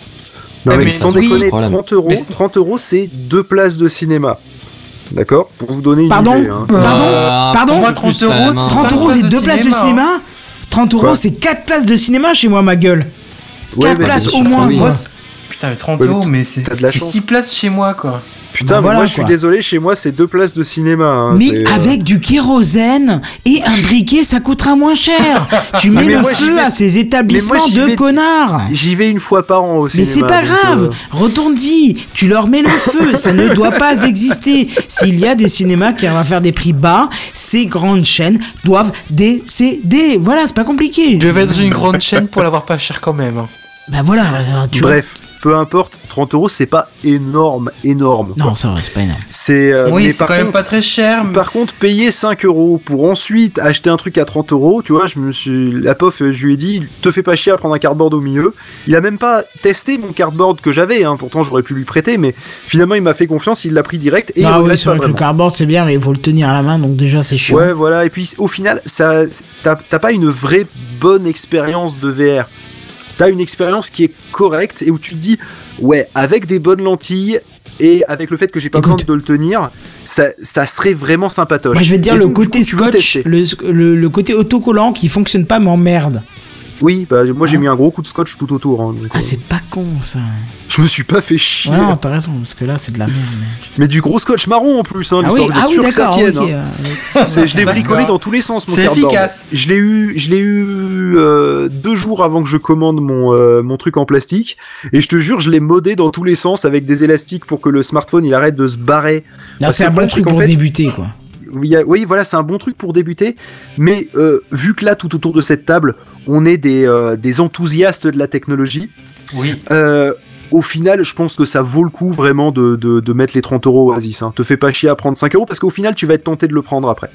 non, Ouais, mais mais sans oui, déconner, problème. trente euros, Mais- trente euros, c'est deux places de cinéma. D'accord? Pour vous donner une Pardon idée. Hein. Pardon Euh, Pardon un peu Moi, plus, trente quand euros, même, hein. trente euros, c'est places de deux places de cinéma, cinéma trente euros, Quoi c'est quatre places de cinéma chez moi, ma gueule. Ouais, quatre mais places c'est- au moins, oui. quoi. Moi, c'est- Putain, mais trente Ouais, mais euros, t- mais c'est t'as de la c'est chance. six places chez moi, quoi. Putain, Bah mais voilà, moi je suis quoi. désolé, chez moi c'est deux places de cinéma. Hein, Mais c'est, euh, avec du kérosène et un briquet, ça coûtera moins cher. Tu mets Mais le moi, j'y feu vais- à ces mais moi, établissements j'y de vais- connards. J'y vais une fois par an au Mais cinéma. c'est pas donc, grave, euh, retourne-y, tu leur mets le feu, ça ne doit pas exister. S'il y a des cinémas qui arrivent à faire des prix bas, ces grandes chaînes doivent décéder. Voilà, c'est pas compliqué. Je vais dans une grande chaîne pour l'avoir pas cher quand même. Bah voilà, euh, tu vois. Bref, peu importe, trente euros c'est pas énorme, énorme. Non, ça va, c'est pas énorme. C'est. euh, Oui, mais c'est par quand même contre, pas très cher. mais- Par contre, payer cinq euros pour ensuite acheter un truc à trente euros, tu vois, je me suis. La pof, je lui ai dit, te fais pas chier à prendre un cardboard au milieu. Il a même pas testé mon cardboard que j'avais, hein, pourtant j'aurais pu lui prêter, mais finalement il m'a fait confiance, il l'a pris direct et il Ah oui, regrette c'est pas vrai que le vraiment. cardboard c'est bien, mais il faut le tenir à la main, donc déjà c'est chiant. Ouais, voilà, et puis au final, ça, t'as t'as pas une vraie bonne expérience de V R. T'as une expérience qui est correcte et où tu te dis, ouais, avec des bonnes lentilles et avec le fait que j'ai pas Écoute. besoin de le tenir, ça, ça serait vraiment sympatoche. Moi je vais te dire, Et le donc, du côté coup, tu veux scotch, tester. le, le, le côté autocollant qui fonctionne pas m'emmerde. Oui, bah moi j'ai Ah. mis un gros coup de scotch tout autour. Hein, donc, Ah, euh, c'est pas con ça. je me suis pas fait chier. Ouais, non, t'as raison, parce que là c'est de la merde. Mais, Mais du gros scotch marron en plus, hein, ah oui, l'histoire d'être ah oui sûr que ça d'accord, tienne. ok. hein. euh, C'est- je l'ai D'accord. bricolé dans tous les sens mon C'est cardboard. efficace. Je l'ai eu, je l'ai eu euh, deux jours avant que je commande mon euh, mon truc en plastique et je te jure je l'ai modé dans tous les sens avec des élastiques pour que le smartphone il arrête de se barrer. non, Parce c'est que un le bon problème, truc c'est qu'en pour fait- débuter quoi. Oui, y a- oui, voilà, c'est un bon truc pour débuter, mais euh, vu que là tout autour de cette table on est des euh, des enthousiastes de la technologie. Oui. Euh, au final, je pense que ça vaut le coup vraiment de, de, de mettre les trente euros Oasis. Hein. Te fais pas chier à prendre cinq euros parce qu'au final, tu vas être tenté de le prendre après.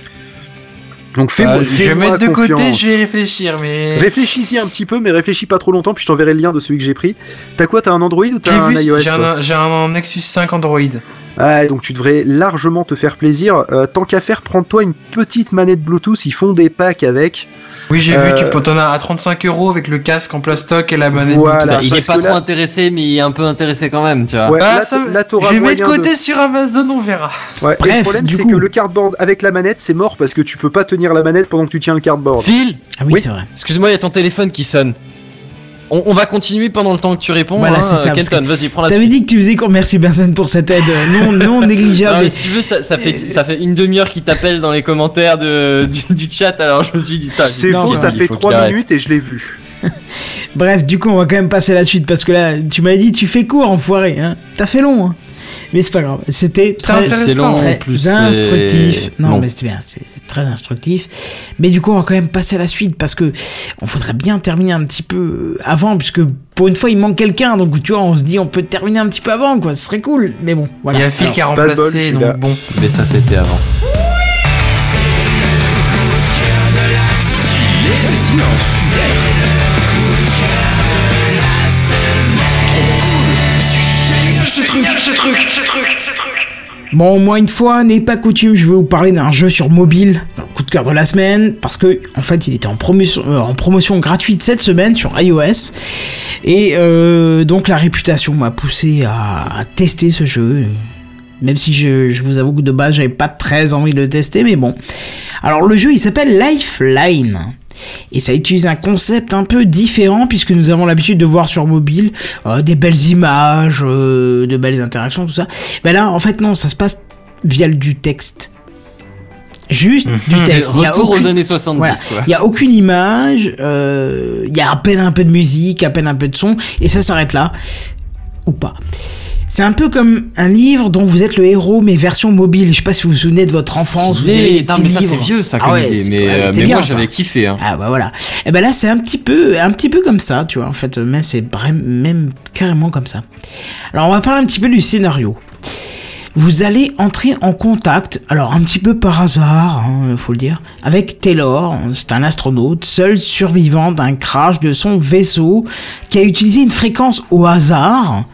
Donc fais-moi Euh, je vais mettre de côté, confiance. je vais réfléchir, mais. Réfléchis-y un petit peu, mais réfléchis pas trop longtemps, puis je t'enverrai le lien de celui que j'ai pris. T'as quoi? T'as un Android ou t'as J'ai un vu, iOS j'ai toi un, j'ai un Nexus cinq Android. Ah, donc tu devrais largement te faire plaisir. Euh, tant qu'à faire, prends-toi une petite manette Bluetooth, ils font des packs avec. Oui, j'ai euh... vu, tu peux t'en as à trente-cinq euros avec le casque en plastoc et la manette voilà, Bluetooth. Il est pas trop là... intéressé, mais il est un peu intéressé quand même, tu vois. Ouais, ah, là, ça, là, je vais mettre de côté de... sur Amazon, on verra. Ouais, Bref, et le problème, c'est coup... que le cardboard avec la manette, c'est mort parce que tu peux pas tenir la manette pendant que tu tiens le cardboard. Phil, ah oui, oui. c'est vrai. Excuse-moi, il y a ton téléphone qui sonne. On, on va continuer pendant le temps que tu réponds. Voilà, hein, c'est ça. Kenton, vas-y, prends la T'avais suite. dit que tu faisais quoi? Merci Benzen pour cette aide non, non négligeable. Non, mais si tu veux, ça, ça, fait, ça fait une demi-heure qu'il t'appelle dans les commentaires de, du, du chat, alors je me suis dit... C'est non, faux, ça ça il fait faut qu'il trois arrête. minutes et je l'ai vu. Bref, du coup, on va quand même passer à la suite parce que là, tu m'as dit, tu fais court, enfoiré. Hein. T'as fait long, hein. Mais c'est pas grave. C'était très, intéressant. C'est long, très en plus, instructif. c'est Non, long. mais c'était bien, c'est très instructif. Mais du coup, on va quand même passer à la suite parce que on faudrait bien terminer un petit peu avant, puisque pour une fois, il manque quelqu'un. Donc, tu vois, on se dit, on peut terminer un petit peu avant, quoi. Ce serait cool. Mais bon, voilà. Il y a Phil Alors, qui a pas de bol, remplacé, je suis donc là. bon. Mais ça, c'était avant. Bon, moi une fois, n'est pas coutume, je vais vous parler d'un jeu sur mobile, dans le coup de cœur de la semaine, parce que en fait il était en promotion, euh, en promotion gratuite cette semaine sur iOS, et euh, donc la réputation m'a poussé à, à tester ce jeu, même si je, je vous avoue que de base j'avais pas très envie de le tester, mais bon. Alors le jeu il s'appelle Lifeline. Et ça utilise un concept un peu différent puisque nous avons l'habitude de voir sur mobile euh, des belles images, euh, de belles interactions, tout ça. Ben là, en fait, non, ça se passe via du texte. Juste du texte. Il y a Retour aucune- aux années soixante-dix, Voilà. quoi. Il y a aucune image, euh, il y a à peine un peu de musique, à peine un peu de son, et ça s'arrête là. Ou pas. C'est un peu comme un livre dont vous êtes le héros, mais version mobile. Je sais pas si vous vous souvenez de votre enfance. Vous avez les Non, petits mais ça, livres. c'est vieux, ça, Ah comme ouais, idée. c'est- Mais, ouais, euh, c'était mais bien, moi, ça. j'avais kiffé. Hein. Ah bah voilà. Et ben là c'est un petit peu, un petit peu comme ça, tu vois. En fait, même c'est vraiment, même carrément comme ça. Alors on va parler un petit peu du scénario. Vous allez entrer en contact, alors un petit peu par hasard, hein, faut le dire, avec Taylor. C'est un astronaute, seul survivant d'un crash de son vaisseau, qui a utilisé une fréquence au hasard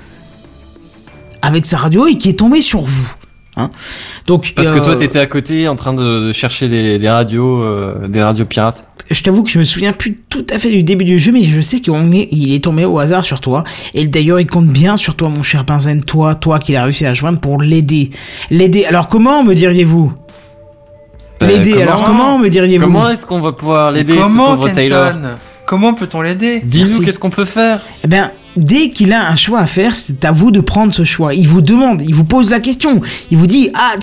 avec sa radio et qui est tombé sur vous. Hein. Donc, Parce euh, que toi, t'étais à côté en train de, de chercher les, les radios, euh, des radios pirates. je t'avoue que je me souviens plus tout à fait du début du jeu, mais je sais qu'il est, il est tombé au hasard sur toi. Et d'ailleurs, il compte bien sur toi, mon cher Benzen, toi, toi qu'il a réussi à joindre pour l'aider. L'aider. Alors comment me diriez-vous Euh, L'aider. comment- Alors comment me diriez-vous Comment est-ce qu'on va pouvoir l'aider, ce Comment, pauvre Taylor? Kenton? Comment peut-on l'aider? Dis-nous, Merci. qu'est-ce qu'on peut faire? Eh bien, dès qu'il a un choix à faire, c'est à vous de prendre ce choix. Il vous demande, il vous pose la question. Il vous dit, ah,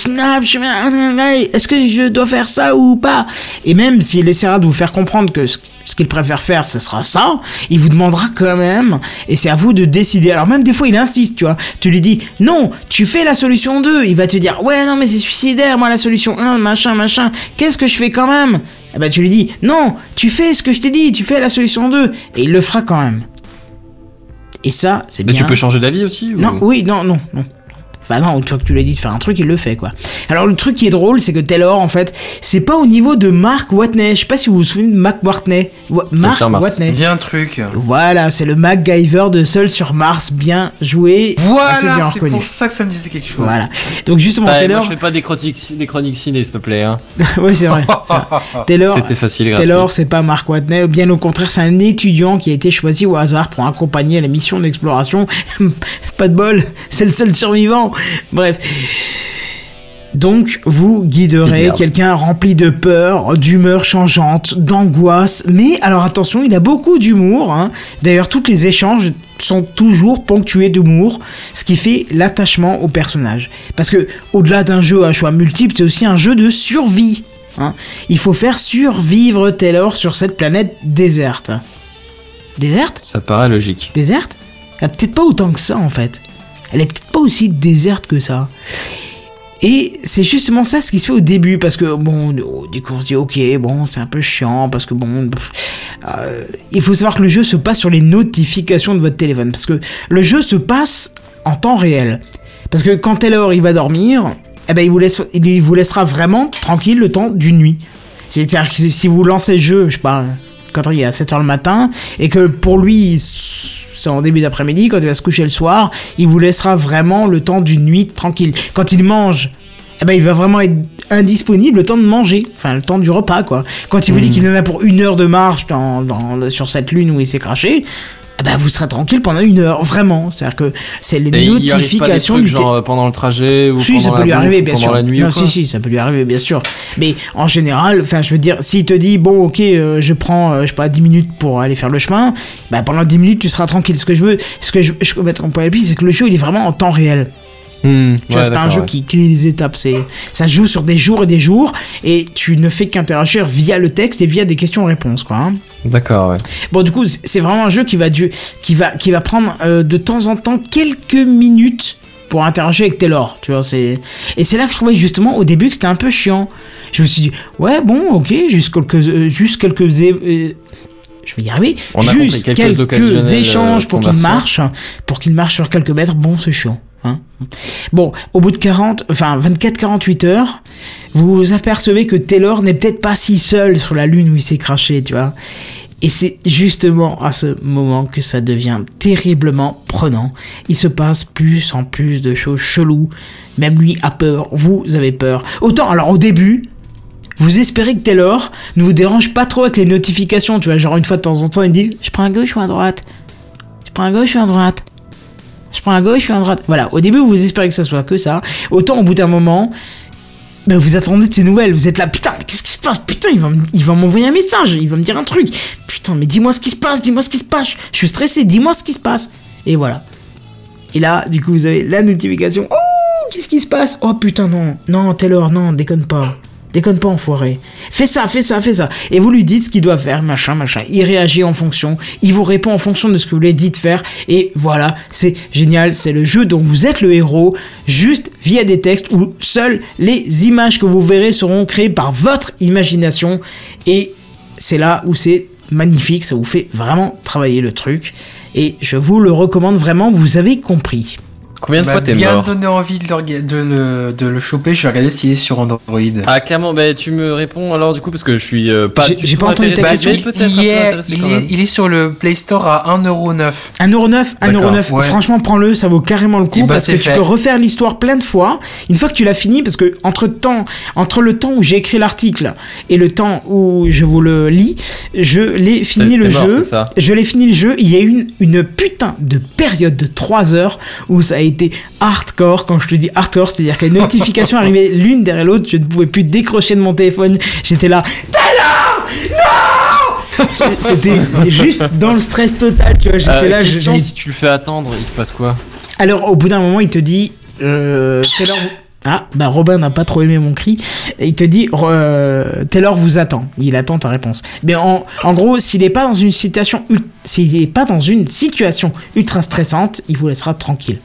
est-ce que je dois faire ça ou pas? Et même s'il essaiera de vous faire comprendre que ce, ce qu'il préfère faire, ce sera ça, il vous demandera quand même. Et c'est à vous de décider. Alors même des fois, il insiste, tu vois. Tu lui dis, non, tu fais la solution deux. Il va te dire, ouais, non, mais c'est suicidaire, moi, la solution un, machin, machin. Qu'est-ce que je fais quand même? Eh ben, tu lui dis, non, tu fais ce que je t'ai dit, tu fais la solution deux. Et il le fera quand même. Et ça, c'est Mais bien. tu peux changer d'avis aussi ou... Non, oui, non, non, non. Enfin non, une fois que tu lui as dit de faire un truc, il le fait, quoi. Alors le truc qui est drôle, c'est que Taylor, en fait, c'est pas au niveau de Mark Watney. Je sais pas si vous vous souvenez de Mark Watney. Wa- Mark sur Mars. Watney. Dis un truc. Voilà, c'est le MacGyver de Seul sur Mars, bien joué. assez bien Voilà, c'est reconnu. pour ça que ça me disait quelque chose. Voilà. Donc justement, Putain, Taylor. moi, je fais pas des chroniques, des chroniques ciné, s'il te plaît. Hein. Oui, c'est vrai. ça. Taylor. C'était facile et gratuit. Taylor, c'est pas Mark Watney, bien au contraire, c'est un étudiant qui a été choisi au hasard pour accompagner la mission d'exploration. Pas de bol, c'est le seul survivant. Bref. Donc, vous guiderez Merde. quelqu'un rempli de peur, d'humeur changeante, d'angoisse, mais alors attention, il a beaucoup d'humour. Hein. D'ailleurs, tous les échanges sont toujours ponctués d'humour, ce qui fait l'attachement au personnage. Parce que, au-delà d'un jeu à choix multiples, c'est aussi un jeu de survie. Hein. Il faut faire survivre Taylor sur cette planète déserte. Déserte ? Ça paraît logique. Déserte ? Elle a peut-être pas autant que ça en fait. Elle est peut-être pas aussi déserte que ça. Et c'est justement ça ce qui se fait au début, parce que bon, du coup on se dit ok, bon c'est un peu chiant, parce que bon, euh, il faut savoir que le jeu se passe sur les notifications de votre téléphone, parce que le jeu se passe en temps réel. Parce que quand Taylor il va dormir, eh ben il vous laisse, il vous laissera vraiment tranquille le temps d'une nuit. C'est-à-dire que si vous lancez le jeu, je sais pas, quand il est à sept heures le matin, et que pour lui c'est en début d'après-midi, quand il va se coucher le soir, il vous laissera vraiment le temps d'une nuit tranquille. Quand il mange, eh ben, il va vraiment être indisponible le temps de manger, enfin le temps du repas quoi. Quand il vous mmh. dit qu'il en a pour une heure de marche dans, dans, sur cette lune où il s'est craché, eh ben, vous serez tranquille pendant une heure, vraiment. C'est-à-dire que c'est les et notifications il du genre euh, pendant le trajet ou si, pendant ça peut la lui bouffe, arriver, bien pendant sûr. la nuit non, ou quoi si, si, ça peut lui arriver, bien sûr. Mais en général, enfin, je veux dire, s'il te dit, bon, ok, euh, je prends, euh, je sais pas, dix minutes pour aller faire le chemin, bah, pendant dix minutes, tu seras tranquille. Ce que je veux, ce que je, je peux mettre en point d'appui, c'est que le jeu, il est vraiment en temps réel. Mmh, tu vois, ouais, c'est pas un jeu ouais. qui crie les étapes, c'est ça se joue sur des jours et des jours et tu ne fais qu'interagir via le texte et via des questions-réponses quoi. Hein. D'accord, ouais. Bon, du coup, c'est vraiment un jeu qui va du... qui va qui va prendre euh, de temps en temps quelques minutes pour interagir avec Taylor, tu vois, c'est et c'est là que je trouvais justement au début que c'était un peu chiant. Je me suis dit ouais, bon, OK, juste quelques euh, juste quelques euh, je vais y arriver. On a juste quelques, quelques échanges pour qu'il marche, pour qu'il marche sur quelques mètres, bon, c'est chiant. Hein bon, au bout de quarante, enfin vingt-quatre à quarante-huit heures, vous vous apercevez que Taylor n'est peut-être pas si seul sur la lune où il s'est craché, tu vois. Et c'est justement à ce moment que ça devient terriblement prenant. Il se passe plus en plus de choses cheloues. Même lui a peur, vous avez peur. Autant, alors au début, vous espérez que Taylor ne vous dérange pas trop avec les notifications, tu vois. Genre une fois de temps en temps, il dit « Je prends à gauche ou à droite ? Je prends à gauche ou à droite ? Je prends à gauche, je suis à droite. » Voilà, au début, vous espérez que ça soit que ça. Autant, au bout d'un moment, ben, vous attendez de ces nouvelles. Vous êtes là, putain, qu'est-ce qui se passe ? Putain, il va, m- il va m'envoyer un message, il va me dire un truc. Putain, mais dis-moi ce qui se passe, dis-moi ce qui se passe. Je suis stressé, dis-moi ce qui se passe. Et voilà. Et là, du coup, vous avez la notification. Oh, qu'est-ce qui se passe ? Oh putain, non, non, Taylor, non, déconne pas. Déconne pas, enfoiré. Fais ça, fais ça, fais ça. Et vous lui dites ce qu'il doit faire, machin, machin. Il réagit en fonction. Il vous répond en fonction de ce que vous lui dites de faire. Et voilà, c'est génial. C'est le jeu dont vous êtes le héros, juste via des textes où seules les images que vous verrez seront créées par votre imagination. Et c'est là où c'est magnifique. Ça vous fait vraiment travailler le truc. Et je vous le recommande vraiment. Vous avez compris. Combien de bah, fois t'es bien mort ? Bien donné envie de le, de, le, de le choper, je vais regarder s'il est sur Android. Ah clairement, bah tu me réponds alors du coup parce que je suis euh, pas J'ai, du j'ai tout pas entendu ta intéressé, question. mais peut-être il, un peu est, intéressé il, quand est, même. il est sur le Play Store à un euro neuf. un euro neuf, un euro neuf. Ouais. Franchement, prends-le, ça vaut carrément le coup Et bah, parce que c'est tu fait. peux refaire l'histoire plein de fois. Une fois que tu l'as fini, parce que entre temps, entre le temps où j'ai écrit l'article et le temps où je vous le lis, je l'ai fini T'es- le t'es mort, jeu. c'est ça. Je l'ai fini le jeu. Il y a eu une, une putain de période de trois heures où ça a été hardcore. Quand je te dis hardcore, c'est-à-dire que les notifications arrivaient l'une derrière l'autre. Je ne pouvais plus décrocher de mon téléphone. J'étais là. Taylor, non! C'était juste dans le stress total, tu vois. J'étais Euh, là. je- question, j'ai- si tu le fais attendre, il se passe quoi ? Alors, au bout d'un moment, il te dit... Euh, Taylor... Ah, bah Robin n'a pas trop aimé mon cri. Il te dit, euh, Taylor vous attend. Il attend ta réponse. Mais en, en gros, s'il n'est pas dans une situation, ul- s'il n'est pas dans une situation ultra stressante, il vous laissera tranquille.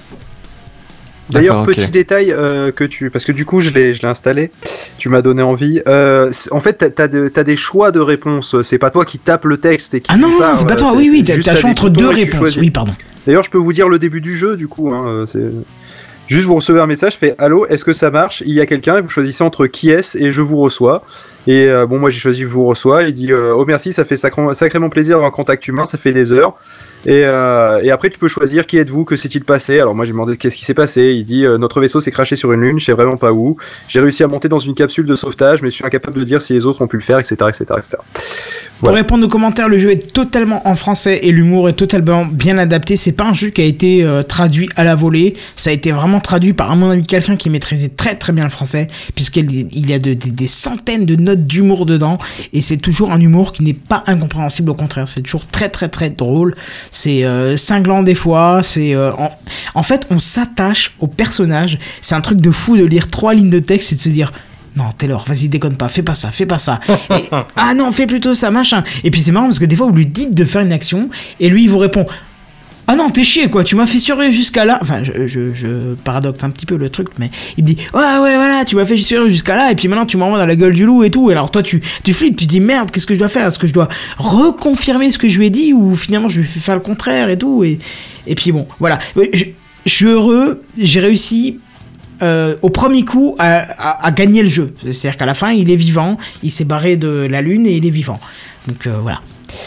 D'ailleurs, D'accord, ok. petit détail euh, que tu, parce que du coup je l'ai, je l'ai installé, tu m'as donné envie. Euh, c'est- en fait, t'as, t'as, de- t'as des choix de réponses. C'est pas toi qui tapes le texte et qui. Ah non, non, parle, c'est pas toi. t'as- Oui, oui, t'as, juste t'as le choix des entre boutons deux et tu réponses. choisis. Oui, pardon. D'ailleurs, je peux vous dire le début du jeu, du coup. Hein, c'est... Juste, vous recevez un message, fait allô, est-ce que ça marche ? Il y a quelqu'un et vous choisissez entre qui est-ce et je vous reçois. Et euh, bon, moi j'ai choisi je vous reçois. Il dit euh, oh merci, ça fait sacré- sacrément plaisir en contact humain, ça fait des heures. Et, euh, et après, tu peux choisir qui êtes-vous, que s'est-il passé. Alors moi j'ai demandé qu'est-ce qui s'est passé. Il dit euh, notre vaisseau s'est crashé sur une lune, je sais vraiment pas où. J'ai réussi à monter dans une capsule de sauvetage, mais je suis incapable de dire si les autres ont pu le faire, et cetera, et cetera, et cetera. Pour Voilà. répondre aux commentaires, le jeu est totalement en français et l'humour est totalement bien adapté. C'est pas un jeu qui a été euh, traduit à la volée. Ça a été vraiment traduit par, à mon avis, quelqu'un qui maîtrisait très très bien le français, puisqu'il il y a de- de- des centaines de notes d'humour dedans. Et c'est toujours un humour qui n'est pas incompréhensible, au contraire. C'est toujours très très très drôle. C'est euh, cinglant des fois. C'est euh, en... en fait, on s'attache au personnage. C'est un truc de fou de lire trois lignes de texte et de se dire... Non, Taylor, vas-y, déconne pas, fais pas ça, fais pas ça. Et, ah non, fais plutôt ça, machin. Et puis c'est marrant parce que des fois, vous lui dites de faire une action et lui, il vous répond ah non, t'es chier quoi, tu m'as fait survivre jusqu'à là. Enfin, je, je, je paradoxe un petit peu le truc, mais il me dit ouais, ouais, voilà, tu m'as fait survivre jusqu'à là et puis maintenant tu m'envoies dans la gueule du loup et tout. Et alors toi, tu, tu flippes, tu dis merde, qu'est-ce que je dois faire ? Est-ce que je dois reconfirmer ce que je lui ai dit ou finalement je lui fais faire le contraire et tout. Et, et puis bon, voilà. Je, je suis heureux, j'ai réussi. Euh, au premier coup à, à, à gagner le jeu, c'est-à-dire qu'à la fin il est vivant, il s'est barré de la lune et il est vivant, donc euh, voilà.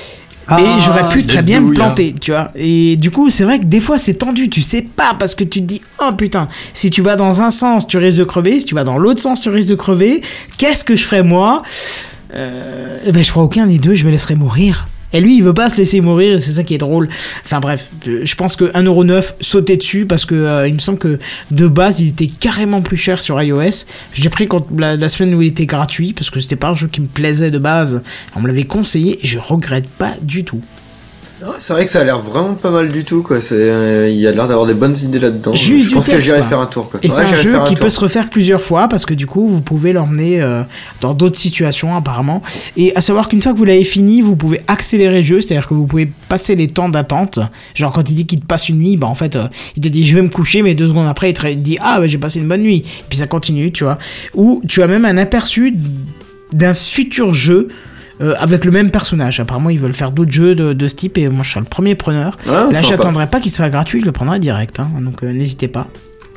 Mais Ah, j'aurais pu très les bien me douilles, planter, tu vois. Et du coup, c'est vrai que des fois, c'est tendu, tu sais pas, parce que tu te dis, oh putain, si tu vas dans un sens, tu risques de crever, si tu vas dans l'autre sens, tu risques de crever. Qu'est-ce que je ferais moi euh, eh ben, je ferais aucun des deux, je me laisserais mourir. Et lui, il veut pas se laisser mourir, et c'est ça qui est drôle. Enfin bref, je pense que un euro neuf, sautez dessus, parce que euh, il me semble que de base, il était carrément plus cher sur iOS. Je l'ai pris quand, la, la semaine où il était gratuit, parce que c'était pas un jeu qui me plaisait de base. On me l'avait conseillé, et je regrette pas du tout. Ouais, c'est vrai que ça a l'air vraiment pas mal du tout, quoi. C'est, euh, il y a l'air d'avoir des bonnes idées là-dedans. Juste Je pense du que texte, j'irai quoi. faire un tour, quoi. Et Ouais, c'est un j'irai jeu faire qui tour. peut se refaire plusieurs fois parce que du coup vous pouvez l'emmener euh, dans d'autres situations apparemment. Et à savoir qu'une fois que vous l'avez fini, vous pouvez accélérer le jeu, c'est-à-dire que vous pouvez passer les temps d'attente. Genre quand il dit qu'il te passe une nuit, bah en fait euh, il te dit je vais me coucher, mais deux secondes après il te dit ah bah j'ai passé une bonne nuit. Et puis ça continue, tu vois. Ou tu as même un aperçu d'un futur jeu. Euh, avec le même personnage. Apparemment, ils veulent faire d'autres jeux de, de ce type et moi je serai le premier preneur. Ouais, Là, sympa. j'attendrai pas qu'il sera gratuit, je le prendrai direct. Hein, donc euh, n'hésitez pas.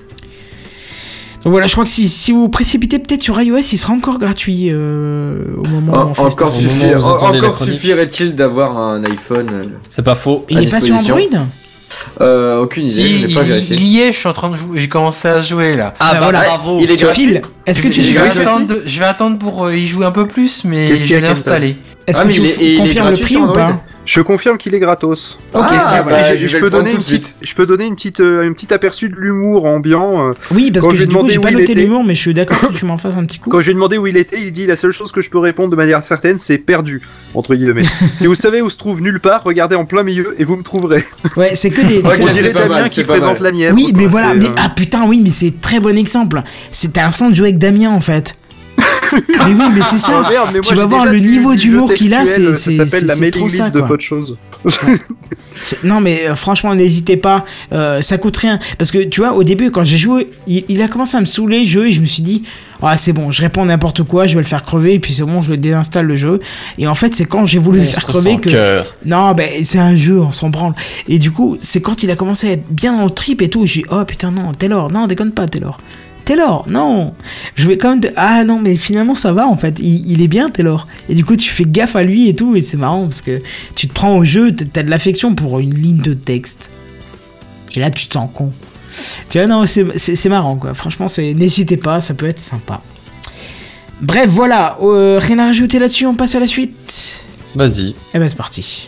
Donc voilà, je crois que si, si vous précipitez peut-être sur iOS, il sera encore gratuit euh, au moment En- où on fait encore cette- suffi- moment où vous en- entendez la encore chronique. suffirait-il d'avoir un iPhone euh, C'est pas faux. Il à est pas sur disposition. Android Euh, aucune idée, Si, je n'ai il, pas vérifié. il y est, je suis en train de jouer, j'ai commencé à jouer là. Ah bah bah voilà. bravo. Il est gratuit. Phil, est-ce que je, tu je il vais est gratuit attendre de- je vais attendre pour euh, y jouer un peu plus, mais Qu'est-ce qu'il y je a, l'ai Kenton installé. Est-ce Ah, que mais tu il est- et il est confirmes le gratuit prix sur ou Android pas? Je confirme qu'il est gratos. Ok, Ah, ça, bah, voilà. Et je je, vais peux le prendre donner tout une de suite. petite, je peux donner une petite, euh, une petite aperçu de l'humour ambiant. euh. Oui, parce Quand que je lui ai du coup, demandé j'ai où pas il noté était- l'humour, mais je suis d'accord que tu m'en fasses un petit coup. Quand je lui ai demandé où il était, il dit la seule chose que je peux répondre de manière certaine, c'est perdu, entre guillemets. Si vous savez où se trouve nulle part, regardez en plein milieu et vous me trouverez. Ouais, c'est que des. Ok, que On des- c'est dirait pas Damien mal, qui c'est pas présente mal. la Nièvre. Oui, mais quoi, voilà, c'est, mais euh, ah putain, oui, mais c'est très bon exemple. C'est t'as l'impression de jouer avec Damien en fait. Mais oui, mais c'est ça. Oh merde, mais moi, Tu vas j'ai voir déjà le du- niveau du jeu d'humour qu'il a, textuel, c'est- ça s'appelle c'est- la c'est mailing trop ça, list de quoi. peu de choses. C'est- Non mais euh, franchement n'hésitez pas, euh, ça coûte rien parce que tu vois au début quand j'ai joué il, il a commencé à me saouler le jeu et je me suis dit ah c'est bon je réponds n'importe quoi je vais le faire crever et puis c'est bon je le désinstalle le jeu et en fait c'est quand j'ai voulu le faire crever que non ben c'est un jeu on s'en branle et du coup c'est quand il a commencé à être bien dans le trip et tout j'ai dit oh putain non Taylor non déconne pas Taylor Taylor, non, je vais quand même. Te... Ah non, mais finalement ça va en fait. Il, il est bien Taylor. Et du coup, tu fais gaffe à lui et tout, et c'est marrant parce que tu te prends au jeu, t'as de l'affection pour une ligne de texte. Et là, tu te sens con. Tu vois, non, c'est, c'est, c'est marrant quoi. Franchement, c'est... n'hésitez pas, ça peut être sympa. Bref, voilà. Euh, rien à rajouter là-dessus, on passe à la suite. Vas-y. Et ben c'est parti.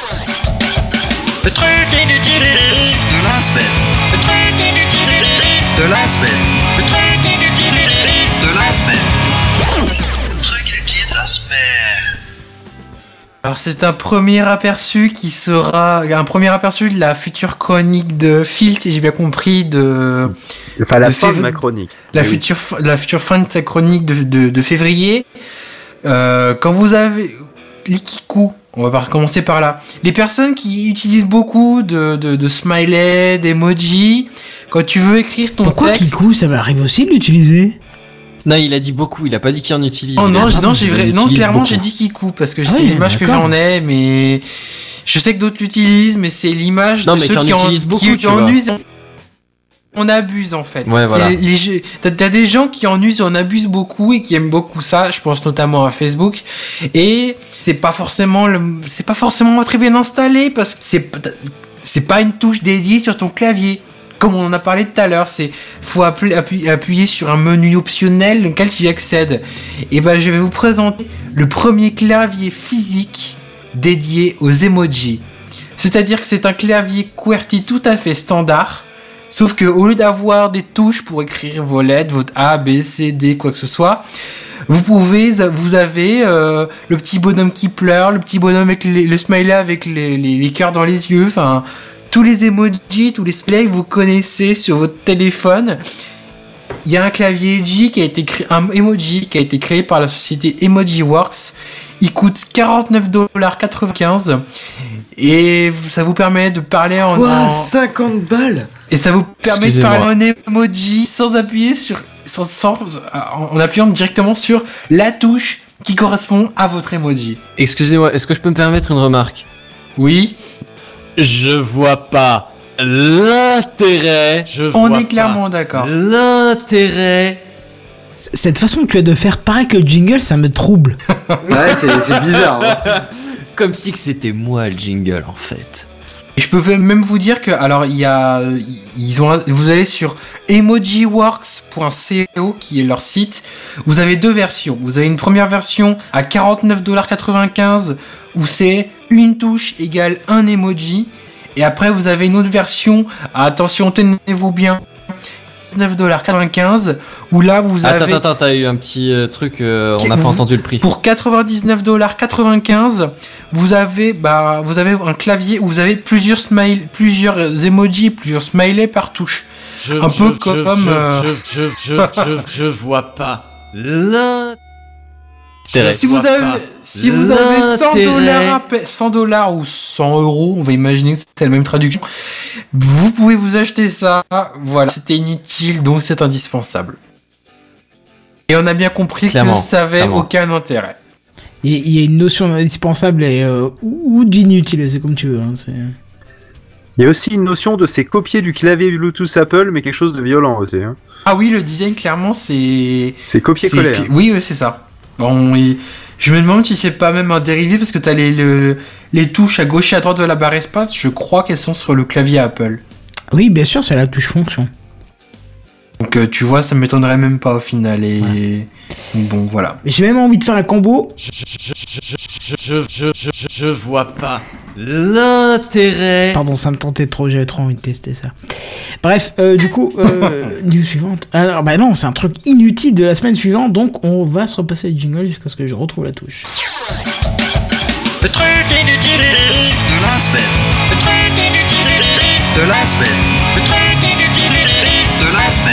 Le truc inutile de la semaine. Le truc inutile de la semaine. Le truc inutile de la semaine. Le truc inutile de la semaine. Alors c'est un premier aperçu qui sera un premier aperçu de la future chronique de Phil, si j'ai bien compris, de Enfin, la de fin de fév- ma chronique. la Oui. future f- la future fin de sa chronique de, de, de février. Euh, quand vous avez l'ikiku, on va par- commencer par là. Les personnes qui utilisent beaucoup de, de, de smiley, d'emoji, quand tu veux écrire ton Pourquoi texte. Kikou, ça m'arrive aussi de l'utiliser? Non, il a dit beaucoup, il a pas dit qu'il en utilise. Oh Il a non, dit j'ai- non, j'ai qu'il vrai, en non, utilise clairement, beaucoup. j'ai dit Kikou parce que Ah c'est oui, l'image que d'accord. j'en ai, mais je sais que d'autres l'utilisent, mais c'est l'image Non, de mais ceux qui en qui en, utilisent beaucoup, qui, tu qui en vois. usent. On abuse en fait. Ouais, C'est voilà. les- les jeux- T'as t'as des gens qui en usent et en abusent beaucoup et qui aiment beaucoup ça. Je pense notamment à Facebook. Et c'est pas forcément le, c'est pas forcément très bien installé parce que c'est c'est pas une touche dédiée sur ton clavier. Comme on en a parlé tout à l'heure, c'est faut appuyer, appuyer, appuyer sur un menu optionnel auquel tu y accèdes. Et ben je vais vous présenter le premier clavier physique dédié aux emojis. C'est-à-dire que c'est un clavier QWERTY tout à fait standard. Sauf que au lieu d'avoir des touches pour écrire vos lettres, votre A, B, C, D, quoi que ce soit, vous pouvez, vous avez euh, le petit bonhomme qui pleure, le petit bonhomme avec les, le smiley avec les, les, les cœurs dans les yeux, enfin tous les emojis, tous les smileys que vous connaissez sur votre téléphone. Il y a un clavier J qui a été créé, un emoji qui a été créé par la société EmojiWorks. Il coûte quarante-neuf dollars quatre-vingt-quinze et ça vous permet de parler en, Quoi, en- cinquante balles? et ça vous permet de Excusez-moi. parler en emoji sans appuyer sur, sans, sans- en appuyant directement sur la touche qui correspond à votre emoji. Excusez-moi, est-ce que je peux me permettre une remarque? Oui, Je vois pas l'intérêt. Je on vois est clairement d'accord. pas l'intérêt. Cette façon que tu as de faire pareil que le jingle, ça me trouble. Ouais, c'est c'est bizarre. Hein. Comme si que c'était moi le jingle en fait. Je peux même vous dire que, alors, il y a, ils ont, vous allez sur emojiworks point co qui est leur site. Vous avez deux versions. Vous avez une première version à quarante-neuf dollars quatre-vingt-quinze où c'est une touche égale un emoji. Et après, vous avez une autre version à, attention, tenez-vous bien, neuf dollars quatre-vingt-quinze où là vous attends, avez... Attends, attends, t'as eu un petit euh, truc, euh, on n'a pas entendu le prix. Pour quatre-vingt-dix-neuf dollars quatre-vingt-quinze, vous avez, bah, vous avez un clavier où vous avez plusieurs smile, plusieurs emojis, plusieurs smileys par touche. Je, un je, peu je, comme... Je, euh... je, je, je, je, je, je vois pas l'intérêt. Si vous avez, si vous avez cent dollars, cent dollars ou cent euros, on va imaginer que c'est la même traduction, vous pouvez vous acheter ça. Voilà, c'était inutile, donc c'est indispensable. Et on a bien compris clairement, que ça n'avait aucun intérêt. Il y a une notion d'indispensable et, euh, ou d'inutile, c'est comme tu veux. Hein, c'est... Il y a aussi une notion de c'est copier du clavier Bluetooth Apple, mais quelque chose de violent aussi. Hein. Ah oui, le design, clairement, c'est... C'est copier-coller. C'est... Hein. Oui, oui, c'est ça. Bon, et je me demande si c'est pas même un dérivé parce que t'as les, les, les touches à gauche et à droite de la barre espace, je crois qu'elles sont sur le clavier Apple. Oui, bien sûr, c'est la touche fonction. Donc euh, tu vois, ça m'étonnerait même pas au final et ouais. Bon voilà. J'ai même envie de faire un combo. Je, je, je, je, je, je, je, je, je vois pas l'intérêt. Pardon, ça me tentait trop, j'avais trop envie de tester ça. Bref, euh, du coup, euh, news suivante. Alors bah non, c'est un truc inutile de la semaine suivante, donc on va se repasser le jingle jusqu'à ce que je retrouve la touche. Le truc inutile de la semaine. Le truc inutile de la semaine. Le truc inutile de la semaine.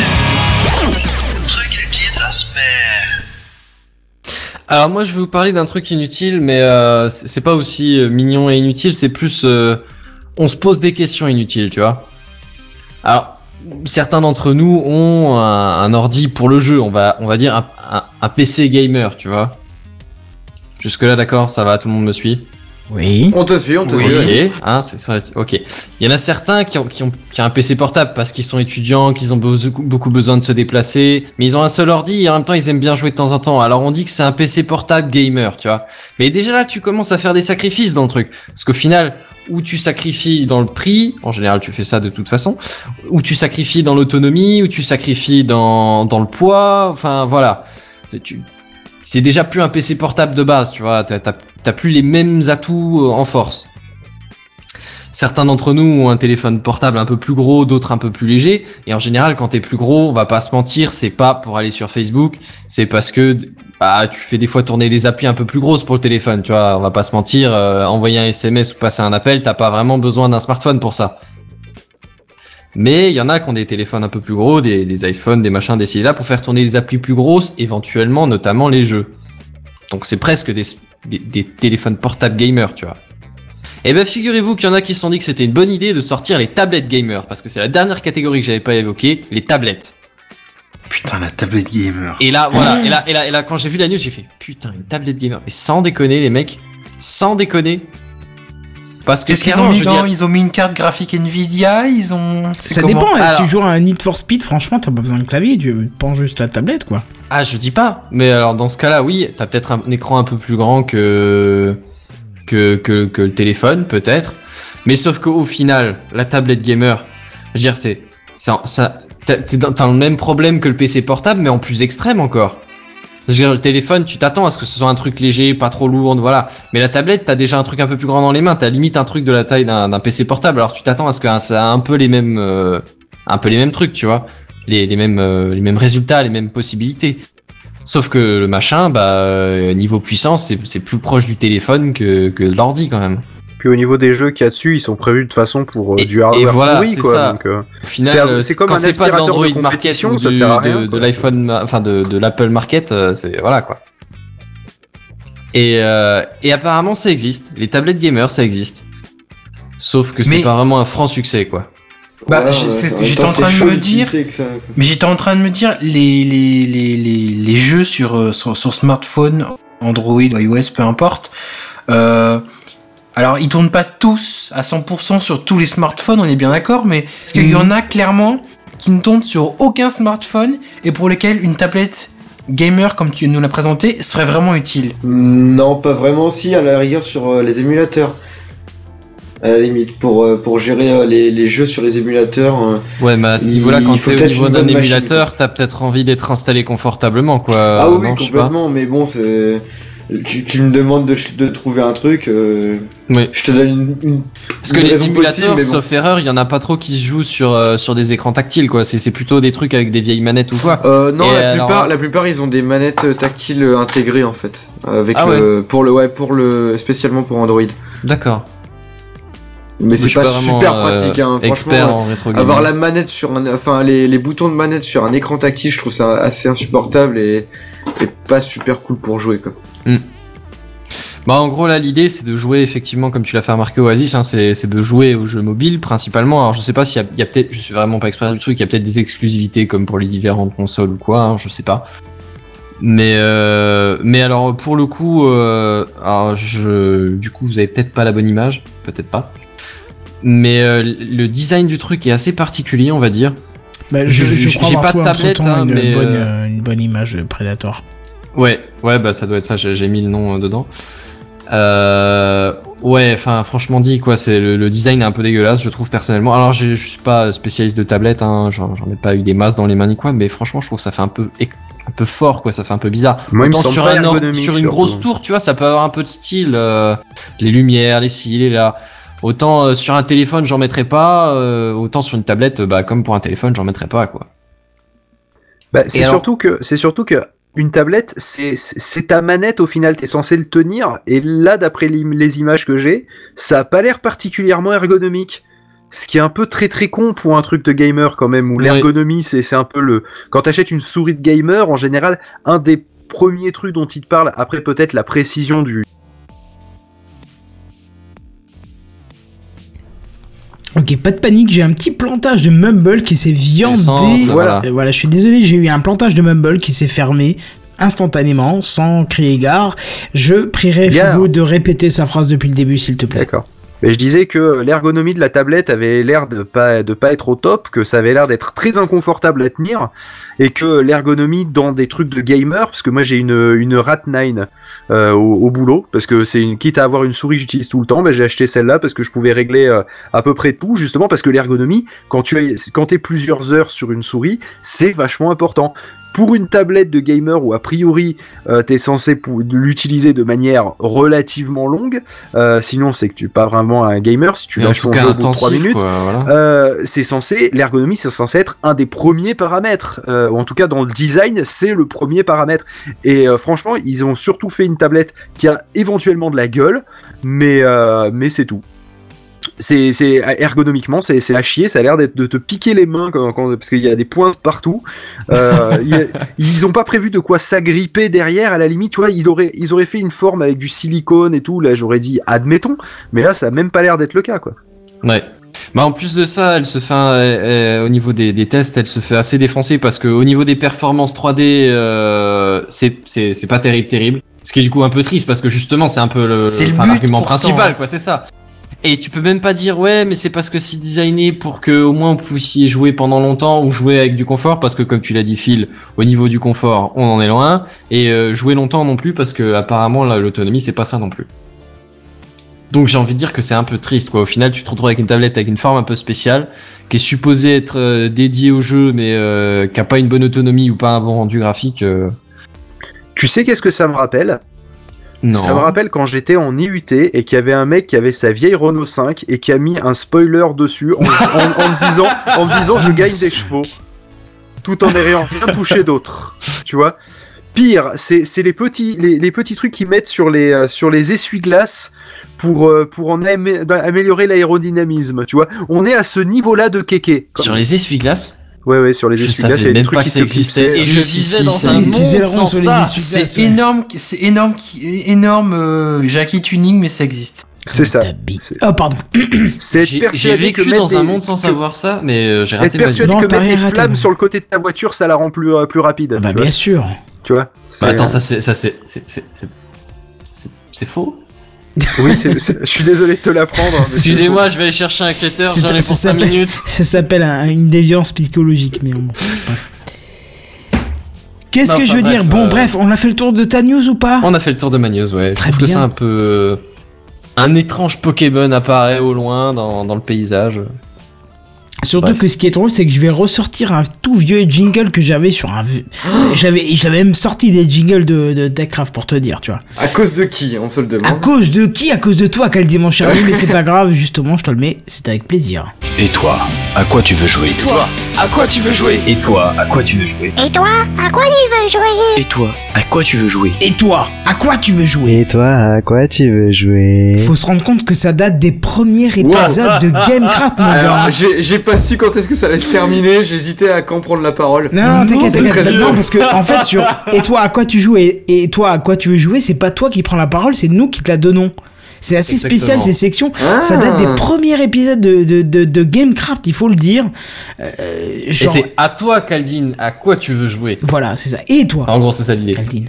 Le truc inutile de la semaine. Alors moi je vais vous parler d'un truc inutile, mais euh, c'est pas aussi euh, mignon et inutile, c'est plus euh, on se pose des questions inutiles, tu vois. Alors certains d'entre nous ont un, un ordi pour le jeu, on va on va dire un, un, un P C gamer, tu vois. Jusque là d'accord, ça va, tout le monde me suit. Oui. On te suit, on te oui. suit. Ok, hein, c'est ça. Ok. Il y en a certains qui ont, qui ont, qui ont un P C portable parce qu'ils sont étudiants, qu'ils ont beaucoup, beaucoup besoin de se déplacer, mais ils ont un seul ordi et en même temps ils aiment bien jouer de temps en temps. Alors on dit que c'est un P C portable gamer, tu vois. Mais déjà là, tu commences à faire des sacrifices dans le truc, parce qu'au final, où tu sacrifies dans le prix, en général tu fais ça de toute façon, où tu sacrifies dans l'autonomie, où tu sacrifies dans dans le poids, enfin voilà. Tu C'est déjà plus un P C portable de base, tu vois, t'as, t'as, t'as plus les mêmes atouts en force. Certains d'entre nous ont un téléphone portable un peu plus gros, d'autres un peu plus léger, et en général, quand t'es plus gros, on va pas se mentir, c'est pas pour aller sur Facebook, c'est parce que bah, tu fais des fois tourner les applis un peu plus grosses pour le téléphone, tu vois, on va pas se mentir, euh, envoyer un S M S ou passer un appel, t'as pas vraiment besoin d'un smartphone pour ça. Mais il y en a qui ont des téléphones un peu plus gros, des, des iPhones, des machins, des ci, là, pour faire tourner les applis plus grosses, éventuellement, notamment les jeux. Donc c'est presque des, des, des téléphones portables gamers, tu vois. Et ben figurez-vous qu'il y en a qui se sont dit que c'était une bonne idée de sortir les tablettes gamers, parce que c'est la dernière catégorie que j'avais pas évoquée, les tablettes. Putain, la tablette gamer. Et là, voilà, et là, et là, et là, quand j'ai vu la news, j'ai fait, putain, une tablette gamer. Mais sans déconner, les mecs, sans déconner. Parce que Qu'est-ce qu'ils ont mis dans, ils ont mis une carte graphique Nvidia, ils ont... C'est ça comment dépend, alors, si tu joues à un Need for Speed, franchement, t'as pas besoin de clavier, tu prends juste la tablette, quoi. Ah, je dis pas, mais alors dans ce cas-là, oui, t'as peut-être un écran un peu plus grand que... que, que, que le téléphone, peut-être. Mais sauf qu'au final, la tablette gamer, je veux dire, c'est... ça, ça, t'as, t'as le même problème que le P C portable, mais en plus extrême encore. Je veux dire, le téléphone, tu t'attends à ce que ce soit un truc léger, pas trop lourd, voilà. Mais la tablette, t'as déjà un truc un peu plus grand dans les mains, t'as limite un truc de la taille d'un, d'un P C portable, alors tu t'attends à ce que ça a un peu les mêmes, euh, un peu les mêmes trucs, tu vois. Les, les mêmes, euh, les mêmes résultats, les mêmes possibilités. Sauf que le machin, bah, euh, niveau puissance, c'est, c'est plus proche du téléphone que, que de l'ordi quand même. Puis au niveau des jeux qu'il y a dessus, ils sont prévus de toute façon pour euh, et, du hardware voilà, pourri, quoi. Ça. Donc, euh, au final, c'est, c'est comme quand un c'est pas de aspirateur l'Android de Market ou ça du, sert à rien, de, de l'iPhone, enfin de, de l'Apple Market, euh, c'est voilà quoi. Et, euh, et apparemment ça existe, les tablettes gamers ça existe. Sauf que c'est mais... pas vraiment un franc succès quoi. Bah, ouais, j'étais en train de me dire, ça, mais j'étais en train de me dire les les les les, les jeux sur, sur sur smartphone, Android, iOS, peu importe. Euh, alors ils tournent pas tous à cent pour cent sur tous les smartphones, on est bien d'accord, mais parce qu'il mmh. y en a clairement qui ne tournent sur aucun smartphone et pour lesquels une tablette gamer comme tu nous l'as présenté serait vraiment utile. Non, pas vraiment. Si, à la rigueur sur euh, les émulateurs. À la limite, pour, euh, pour gérer euh, les, les jeux sur les émulateurs. Euh, ouais, mais à ce niveau-là, quand t'es au niveau d'un émulateur, machine, t'as peut-être envie d'être installé confortablement, quoi. Ah oui, non, complètement, mais bon, c'est... Tu, tu me demandes de, de trouver un truc, euh, oui. je te donne une, une Parce que une les émulateurs, possible, sauf bon. erreur, il y en a pas trop qui se jouent sur, euh, sur des écrans tactiles, quoi. C'est, c'est plutôt des trucs avec des vieilles manettes ou quoi. Euh, non, la alors... plupart, la plupart, ils ont des manettes tactiles intégrées, en fait. Avec ah, le, ouais. pour le, ouais, pour le, spécialement pour Android. D'accord. Mais c'est pas, pas super pratique, hein. Franchement, euh, avoir la manette sur un, enfin, les, les boutons de manette sur un écran tactile, je trouve ça assez insupportable et, et pas super cool pour jouer, quoi. Mm. Bah en gros là l'idée c'est de jouer effectivement comme tu l'as fait remarquer Oasis, hein, c'est, c'est de jouer aux jeux mobiles principalement. Alors je sais pas s'il y a, il y a peut-être, je suis vraiment pas expert du truc, il y a peut-être des exclusivités comme pour les différentes consoles ou quoi, hein, je sais pas. Mais euh, mais alors pour le coup, euh, alors je, du coup vous avez peut-être pas la bonne image, peut-être pas. Mais euh, le design du truc est assez particulier on va dire. Bah, je, je, je j'ai pas de tablette, hein, une mais bonne, euh... une bonne image de Predator. Ouais, ouais bah ça doit être ça, j'ai, j'ai mis le nom euh, dedans. Euh, ouais, enfin franchement dit quoi, c'est le, le design est un peu dégueulasse, je trouve personnellement. Alors je suis pas spécialiste de tablette, hein, j'en, j'en ai pas eu des masses dans les mains ni quoi, mais franchement je trouve ça fait un peu un peu fort quoi, ça fait un peu bizarre. Moi, Autant sur un or, sur une grosse tour, tu vois, ça peut avoir un peu de style, euh, les lumières, les ci, les là. Autant euh, sur un téléphone j'en mettrais pas, euh, autant sur une tablette, bah comme pour un téléphone j'en mettrais pas quoi. Bah, c'est alors... surtout que c'est surtout que une tablette, c'est, c'est ta manette, au final, t'es censé le tenir, et là, d'après les, les images que j'ai, ça a pas l'air particulièrement ergonomique. Ce qui est un peu très très con pour un truc de gamer, quand même, où oui. l'ergonomie, c'est, c'est un peu le... Quand t'achètes une souris de gamer, en général, un des premiers trucs dont il te parle, après peut-être la précision du... Ok, pas de panique, j'ai un petit plantage de Mumble qui s'est viandé. Essence, voilà. voilà. voilà, je suis désolé, j'ai eu un plantage de Mumble qui s'est fermé instantanément, sans crier gare. Je prierai Figo de répéter sa phrase depuis le début, s'il te plaît. D'accord. Mais je disais que l'ergonomie de la tablette avait l'air de pas, de pas être au top, que ça avait l'air d'être très inconfortable à tenir, et que l'ergonomie dans des trucs de gamer, parce que moi j'ai une, une Rat neuf euh, au, au boulot, parce que c'est une, quitte à avoir une souris que j'utilise tout le temps, ben j'ai acheté celle-là parce que je pouvais régler euh, à peu près tout, justement parce que l'ergonomie, quand tu as, quand t'es plusieurs heures sur une souris, c'est vachement important. Pour une tablette de gamer où a priori euh, t'es censé pou- l'utiliser de manière relativement longue, euh, sinon c'est que tu es pas vraiment un gamer si tu lâches ton jeu au bout de trois minutes. Quoi, voilà. euh, c'est censé, l'ergonomie c'est censé être un des premiers paramètres, euh, ou en tout cas dans le design c'est le premier paramètre. Et euh, franchement ils ont surtout fait une tablette qui a éventuellement de la gueule, mais euh, mais c'est tout. C'est, c'est ergonomiquement c'est, c'est à chier, ça a l'air d'être, de te piquer les mains quand, quand, parce qu'il y a des pointes partout. Euh, y a, ils ont pas prévu de quoi s'agripper derrière, à la limite, tu vois, ils auraient, ils auraient fait une forme avec du silicone et tout, là j'aurais dit admettons, mais là ça a même pas l'air d'être le cas quoi. Ouais. Bah en plus de ça, elle se fait euh, euh, au niveau des, des tests, elle se fait assez défoncer parce que au niveau des performances trois D, euh, c'est c'est c'est pas terrible terrible. Ce qui est du coup un peu triste parce que justement c'est un peu le, c'est le enfin, but l'argument pourtant. principal quoi, c'est ça. Et tu peux même pas dire ouais mais c'est parce que c'est designé pour que au moins vous puissiez jouer pendant longtemps ou jouer avec du confort parce que comme tu l'as dit Phil, au niveau du confort on en est loin et euh, jouer longtemps non plus parce que apparemment là, l'autonomie c'est pas ça non plus. Donc j'ai envie de dire que c'est un peu triste quoi. Au final tu te retrouves avec une tablette avec une forme un peu spéciale qui est supposée être euh, dédiée au jeu mais euh, qui a pas une bonne autonomie ou pas un bon rendu graphique. Euh... Tu sais qu'est-ce que ça me rappelle ? Non. Ça me rappelle quand j'étais en I U T et qu'il y avait un mec qui avait sa vieille Renault cinq et qui a mis un spoiler dessus en, en, en me disant, en me disant je gagne des chevaux tout en n'ayant rien touché d'autre, tu vois. Pire, c'est, c'est les petits, les, les petits trucs qu'ils mettent sur les, euh, sur les essuie-glaces pour, euh, pour en amé- améliorer l'aérodynamisme, tu vois. On est à ce niveau-là de kéké. Comme... Sur les essuie-glaces ? Ouais, ouais, sur les je essuie-glaces, il y a des trucs qui existait. Et je disais dans un monde sans ça. C'est énorme, c'est énorme, énorme euh, Jackie Tuning, mais ça existe. C'est ça. C'est... Oh, pardon. C'est j'ai, j'ai vécu que dans des... un monde sans savoir ça, mais euh, j'ai raté ma vie. Être persuadé non, que mettre des raté, flammes non. sur le côté de ta voiture, ça la rend plus, euh, plus rapide. Ah bah, tu bien vois. sûr. Tu vois. Bah, attends, ça c'est, ça c'est, c'est, c'est, c'est, c'est, c'est faux. Oui, c'est, c'est, je suis désolé de te l'apprendre. Excusez-moi, je vais aller chercher un cutter, j'en ai pour cinq minutes. Ça s'appelle un, une déviance psychologique, mais bon. Qu'est-ce Non, que je enfin, veux dire bref, Bon, euh, bref, on a fait le tour de ta news ou pas? On a fait le tour de ma news, ouais. Très je trouve bien. que c'est un peu... euh, un étrange Pokémon apparaît au loin dans, dans le paysage. Surtout Bref. que ce qui est drôle, c'est que je vais ressortir un tout vieux jingle que j'avais sur un... vieux- J'avais j'avais même sorti des jingles de, de Techcraft pour te dire, tu vois. À cause de qui, on se le À demande. cause de qui? À cause de toi, Kaldi, mon cher ami, mais c'est pas grave, justement, je te le mets, c'est avec plaisir. Et toi, à quoi tu veux jouer? Toi, à quoi tu veux jouer? Et toi, à quoi tu veux jouer? Et toi, à quoi tu veux jouer? Et toi, à quoi tu veux jouer? Et toi, à quoi tu veux jouer? Et toi, à quoi tu veux jouer? Faut se rendre compte que ça date des premiers épisodes de Gamecraft, mon gars. Alors, j'ai j'ai pas su quand est-ce que ça allait se terminer, j'hésitais à quand prendre la parole. Non, non, t'inquiète, c'est t'inquiète. très Non, dur. parce que, en fait, sur Et toi, à quoi tu joues et, et toi, à quoi tu veux jouer, c'est pas toi qui prends la parole, c'est nous qui te la donnons. C'est assez Exactement. spécial ces sections. Ah. Ça date des premiers épisodes de, de, de, de Gamecraft, il faut le dire. Euh, Et genre, c'est à toi, Kaldin, à quoi tu veux jouer? voilà, c'est ça. Et toi, En gros, c'est ça l'idée. Kaldin?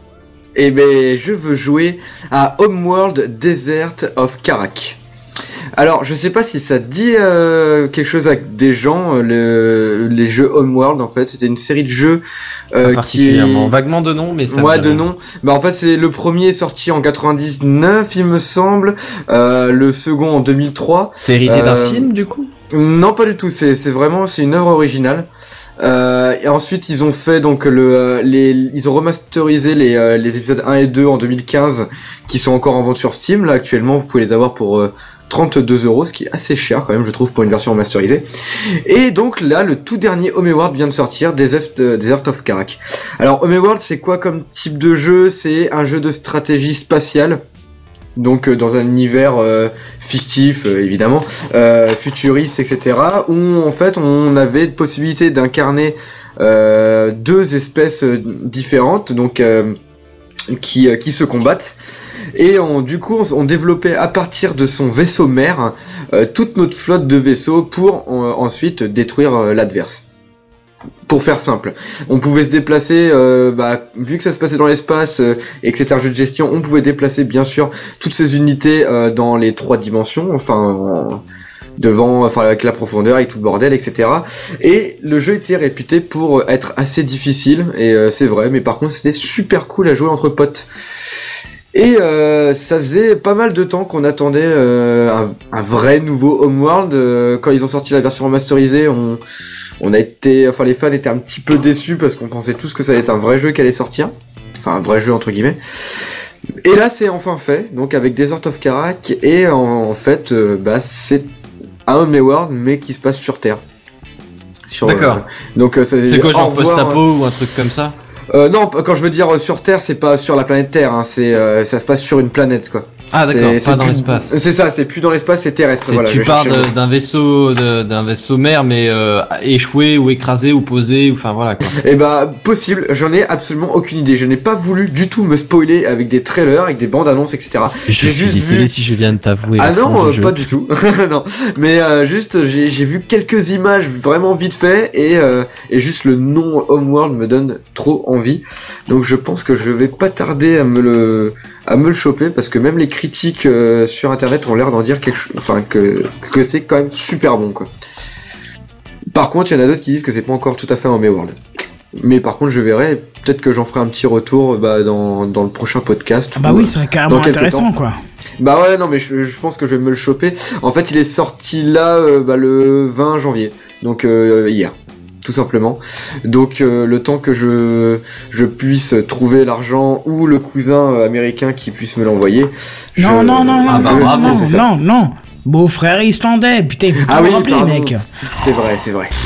Eh ben, je veux jouer à Homeworld Desert of Karak. Alors, je sais pas si ça dit euh, quelque chose à des gens, euh, le, les jeux Homeworld, en fait. C'était une série de jeux Pas euh, qui est... particulièrement. Vaguement de nom, mais ça. Moi me de dit rien. nom. Bah en fait c'est le premier sorti en quatre-vingt-dix-neuf il me semble, euh, le second en deux mille trois. C'est hérité d'un Euh, film, du coup? Non pas du tout, c'est c'est vraiment c'est une œuvre originale. Euh, et ensuite ils ont fait donc le euh, les ils ont remasterisé les euh, les épisodes un et deux en deux mille quinze qui sont encore en vente sur Steam là actuellement, vous pouvez les avoir pour euh, trente-deux euros, ce qui est assez cher quand même, je trouve, pour une version remasterisée. Et donc là, le tout dernier Homeworld vient de sortir, Desert, euh, Desert of Karak. Alors Homeworld, c'est quoi comme type de jeu? C'est un jeu de stratégie spatiale. Donc euh, dans un univers euh, fictif, euh, évidemment, euh, futuriste, et cetera. Où en fait on avait possibilité d'incarner euh, deux espèces euh, différentes, donc euh, qui euh, qui se combattent. Et on, du coup, on, on développait à partir de son vaisseau mère euh, toute notre flotte de vaisseaux pour euh, ensuite détruire euh, l'adverse. Pour faire simple, on pouvait se déplacer, euh, bah, vu que ça se passait dans l'espace euh, et que c'était un jeu de gestion, on pouvait déplacer bien sûr toutes ces unités euh, dans les trois dimensions, enfin en- devant, enfin avec la profondeur, avec tout le bordel, et cetera. Et le jeu était réputé pour être assez difficile, et euh, c'est vrai, mais par contre c'était super cool à jouer entre potes. Et euh, ça faisait pas mal de temps qu'on attendait euh, un, un vrai nouveau Homeworld. Euh, quand ils ont sorti la version remasterisée, on, on a été, enfin les fans étaient un petit peu déçus parce qu'on pensait tous que ça allait être un vrai jeu qui allait sortir, enfin un vrai jeu entre guillemets. Et là c'est enfin fait, donc avec Desert of Karak, et en, en fait, euh, bah c'est un Homeworld mais qui se passe sur Terre. Sur, D'accord. euh, donc euh, ça- C'est quoi, au genre revoir, post-apo ou un truc comme ça? euh, non, quand je veux dire euh, sur Terre, c'est pas sur la planète Terre, hein, c'est euh, ça se passe sur une planète quoi. Ah d'accord, C'est- c'est pas dans plus- l'espace. C'est ça, c'est plus dans l'espace, c'est terrestre. C'est- Voilà, tu je pars cherchais le de- mot. d'un vaisseau, de- d'un vaisseau mère, mais euh, échoué ou écrasé ou posé, ou enfin voilà. Quoi. Eh bah possible, j'en ai absolument aucune idée. Je n'ai pas voulu du tout me spoiler avec des trailers, avec des bandes annonces, et cetera. Je J'ai suis juste désolé vu- si je viens de t'avouer. Ah le fond non, du euh, jeu. pas du tout. non, mais euh, juste j'ai j'ai vu quelques images vraiment vite fait et euh, et juste le nom Homeworld me donne trop envie. Donc je pense que je vais pas tarder à me le à me le choper parce que même les critiques euh, sur internet ont l'air d'en dire quelque chose, enfin que que c'est quand même super bon quoi. Par contre, il y en a d'autres qui disent que c'est pas encore tout à fait un Homeworld. Mais par contre, je verrai, peut-être que j'en ferai un petit retour bah, dans, dans le prochain podcast. Ah bah ou, oui, euh, ce serait dans carrément quelques intéressant, temps. quoi. Bah ouais, non, mais je, je pense que je vais me le choper. En fait, il est sorti là euh, bah, le vingt janvier, donc euh, hier, tout simplement. Donc euh, le temps que je je puisse trouver l'argent ou le cousin euh, américain qui puisse me l'envoyer. je- Non, non, non, non, Ah bah, non, bravo, non, c'est ça. non, non. Beau-frère islandais, putain, il faut Ah pas oui, me rappeler, pardon. mec. C'est vrai, c'est vrai.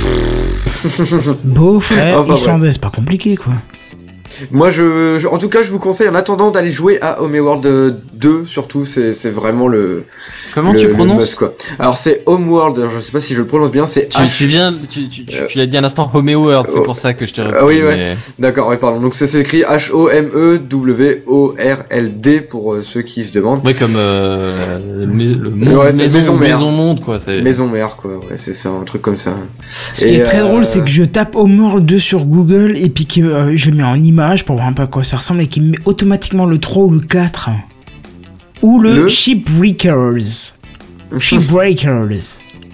Beau-frère Enfin, bref. islandais, c'est pas compliqué, quoi. Moi, je, je- en tout cas, je vous conseille en attendant d'aller jouer à Homeworld euh, deux, surtout, c'est, c'est vraiment le. Comment le- tu le prononces must, quoi. Alors, c'est Homeworld, alors, je sais pas si je le prononce bien, c'est tu, H. tu viens, tu, tu, tu, Euh, tu l'as dit à l'instant, Homeworld, c'est oh. pour ça que je t'ai Ah oui, ouais. mais- D'accord, ouais, pardon. Donc, ça s'écrit H O M E W O R L D pour euh, ceux qui se demandent. Ouais, comme euh, le, mais- le monde, Ouais, c'est maison, maison mère. maison monde, quoi. C'est... Maison mère, quoi, ouais, c'est ça, un truc comme ça. Ce qui est très drôle, c'est que je tape Homeworld deux sur Google et puis que euh, je le mets en image pour voir un peu à quoi ça ressemble et qu'il me met automatiquement le trois ou le quatre. Ou le, Le Shipbreakers. Shipbreakers.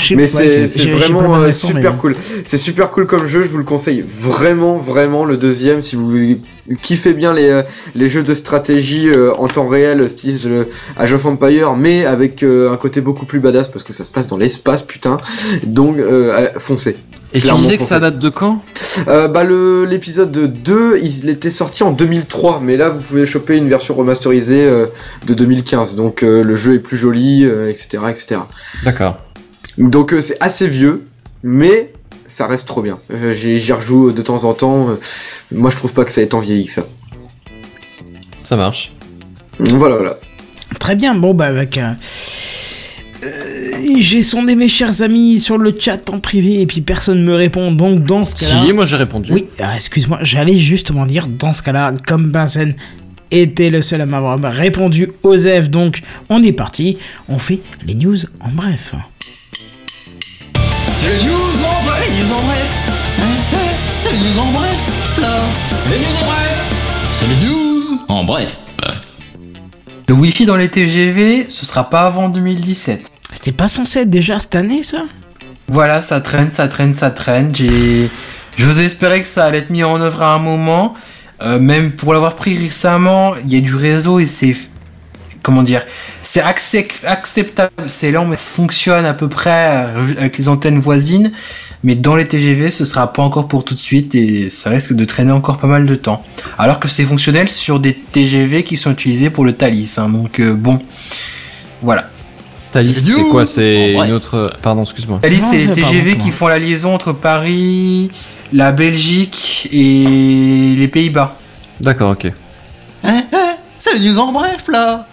sais mais pas, c'est j'ai- c'est j'ai- j'ai pas vraiment le même euh, accent, super mais- cool. C'est super cool comme jeu, je vous le conseille vraiment, vraiment le deuxième si vous kiffez bien les euh, les jeux de stratégie euh, en temps réel, style euh, Age of Empire, mais avec euh, un côté beaucoup plus badass parce que ça se passe dans l'espace, putain. Donc euh, foncez. Et tu Clairement, disais que foncez. ça date de quand? Euh, bah le l'épisode deux, il était sorti en deux mille trois, mais là vous pouvez choper une version remasterisée euh, de deux mille quinze, donc euh, le jeu est plus joli, euh, et cetera, et cetera. D'accord. Donc euh, c'est assez vieux, mais ça reste trop bien. Euh, j'y j'y rejoue de temps en temps. euh, moi je trouve pas que ça ait tant vieilli que ça. Ça marche. Voilà, voilà. Très bien, bon bah avec... euh, euh, j'ai sondé mes chers amis sur le chat en privé et puis personne me répond, donc dans ce cas-là... Si, moi j'ai répondu. Oui, alors, excuse-moi, j'allais justement dire, dans ce cas-là, comme personne était le seul à m'avoir répondu, Osef, donc on est parti, on fait les news en bref. C'est les news en bref, les news en bref. Hein, hein, c'est les news en bref, là. Les news en bref. C'est les news en bref. Le Wi-Fi dans les T G V, ce sera pas avant deux mille dix-sept. C'était pas censé être déjà cette année, ça? Voilà, ça traîne, ça traîne, ça traîne. J'ai, je vous espérais que ça allait être mis en œuvre à un moment. Euh, même pour l'avoir pris récemment, il y a du réseau et c'est, comment dire, c'est accep- acceptable. C'est lent, mais fonctionne à peu près euh, avec les antennes voisines. Mais dans les T G V, ce sera pas encore pour tout de suite et ça risque de traîner encore pas mal de temps. Alors que c'est fonctionnel sur des T G V qui sont utilisés pour le Thalys. Hein, donc euh, bon, voilà. Thalys, C'est c'est news. quoi? C'est Bon, bref. une autre. Pardon, excuse-moi. Thalys, Non, c'est les c'est T pas G V bon, c'est qui bon. font la liaison entre Paris, la Belgique et les Pays-Bas. D'accord, ok. Hein, hein, c'est les news en bref, là.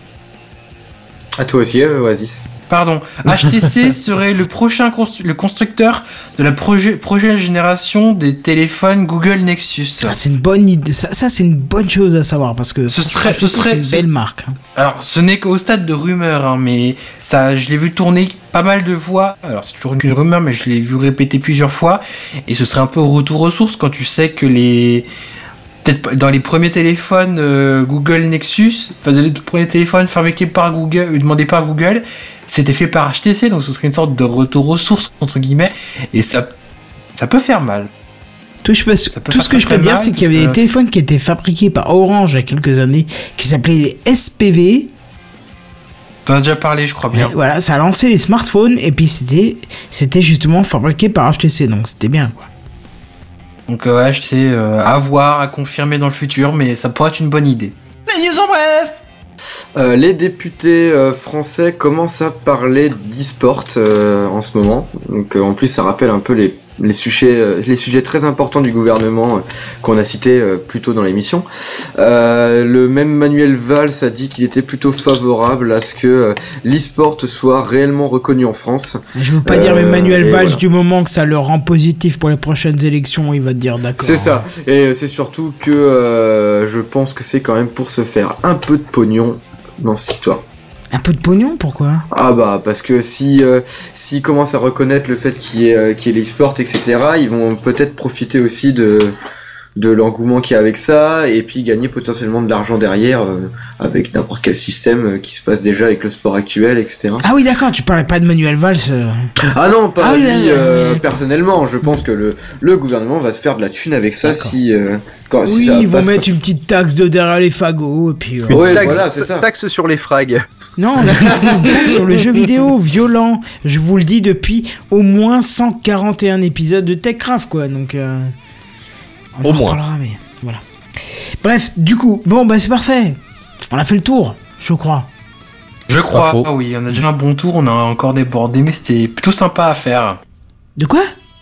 À toi aussi, euh, Oasis. Pardon, H T C serait le prochain constru- le constructeur de la proje- prochaine génération des téléphones Google Nexus. Ah, c'est une bonne idée, ça, ça, c'est une bonne chose à savoir parce que Ce serait, franchement, ce serait, c'est une ce- belle marque. hein. Alors, ce n'est qu'au stade de rumeur, hein, mais ça, je l'ai vu tourner pas mal de fois. Alors, c'est toujours une rumeur, mais je l'ai vu répéter plusieurs fois. Et ce serait un peu au retour aux sources quand tu sais que les, peut-être pas- dans les premiers téléphones euh, Google Nexus, enfin, dans les premiers téléphones fabriqués par Google, euh, demandés par Google, c'était fait par H T C, donc ce serait une sorte de retour aux sources entre guillemets. Et ça, ça peut faire mal. Tout, je peux- Ça peut tout faire ce que je très peux dire, mal, c'est qu'il y avait parce des que- téléphones qui étaient fabriqués par Orange il y a quelques années, qui s'appelaient les S P V. T'en as déjà parlé, je crois bien. Et voilà, ça a lancé les smartphones et puis c'était, c'était justement fabriqué par H T C, donc c'était bien quoi. Donc euh, ouais, je sais, euh, à voir, à confirmer dans le futur, mais ça pourrait être une bonne idée. Les news en bref. Euh, les députés euh, français commencent à parler d'e-sport euh, en ce moment. Donc euh, en plus ça rappelle un peu les les sujets euh, les sujets très importants du gouvernement euh, qu'on a cités euh, plus tôt dans l'émission. Euh, le même Manuel Valls a dit qu'il était plutôt favorable à ce que euh, l'e-sport soit réellement reconnu en France. Je veux pas Euh, dire mais Manuel et Valls, voilà. du moment que ça le rend positif pour les prochaines élections, il va te dire d'accord. C'est ça. Et c'est surtout que euh, je pense que c'est quand même pour se faire un peu de pognon dans cette histoire. Un peu de pognon, pourquoi? Ah bah parce que si euh, s'ils commencent à reconnaître le fait qu'il y ait, euh, qu'il y ait l'e-sport, et cetera, ils vont peut-être profiter aussi de de l'engouement qu'il y a avec ça et puis gagner potentiellement de l'argent derrière euh, avec n'importe quel système euh, qui se passe déjà avec le sport actuel, et cetera. Ah oui d'accord, tu parlais pas de Manuel Valls. euh. Ah non, pas Ah oui, lui là, là, euh, là. personnellement. Je pense que le le gouvernement va se faire de la thune avec ça si euh, quand si Oui, ça ils vont passe pas. mettre une petite taxe de derrière les fagots et puis. euh, Une Ouais, taxe, voilà, c'est ça. taxe sur les frags. Non, on a fait une taxe sur le jeu vidéo violent. Je vous le dis depuis au moins cent quarante et un épisodes de TechCraft, quoi. Donc, euh, on Au en moins. reparlera, mais voilà. Bref, du coup, bon, bah c'est parfait. On a fait le tour, je crois. Je crois. faux. Ah oui, on a déjà un bon tour, on a encore débordé, mais c'était plutôt sympa à faire. De quoi?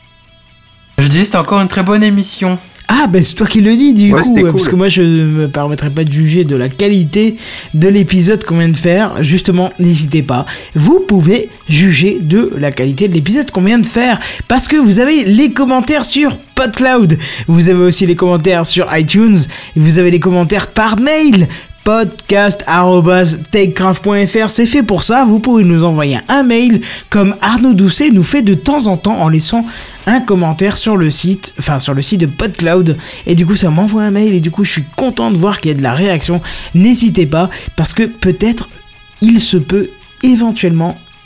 Je disais, c'était encore une très bonne émission. Ah, bah c'est toi qui le dis, du Ouais, coup, c'était ouais, cool. parce que moi je me permettrai pas de juger de la qualité de l'épisode qu'on vient de faire. Justement, n'hésitez pas. Vous pouvez juger de la qualité de l'épisode qu'on vient de faire, parce que vous avez les commentaires sur PodCloud, vous avez aussi les commentaires sur iTunes, et vous avez les commentaires par mail. podcast arobase techcraft point f r, c'est fait pour ça. Vous pouvez nous envoyer un mail comme Arnaud Doucet nous fait de temps en temps en laissant un commentaire sur le site, enfin sur le site de PodCloud, et du coup ça m'envoie un mail et du coup je suis content de voir qu'il y a de la réaction. N'hésitez pas, parce que peut-être il se peut éventuellement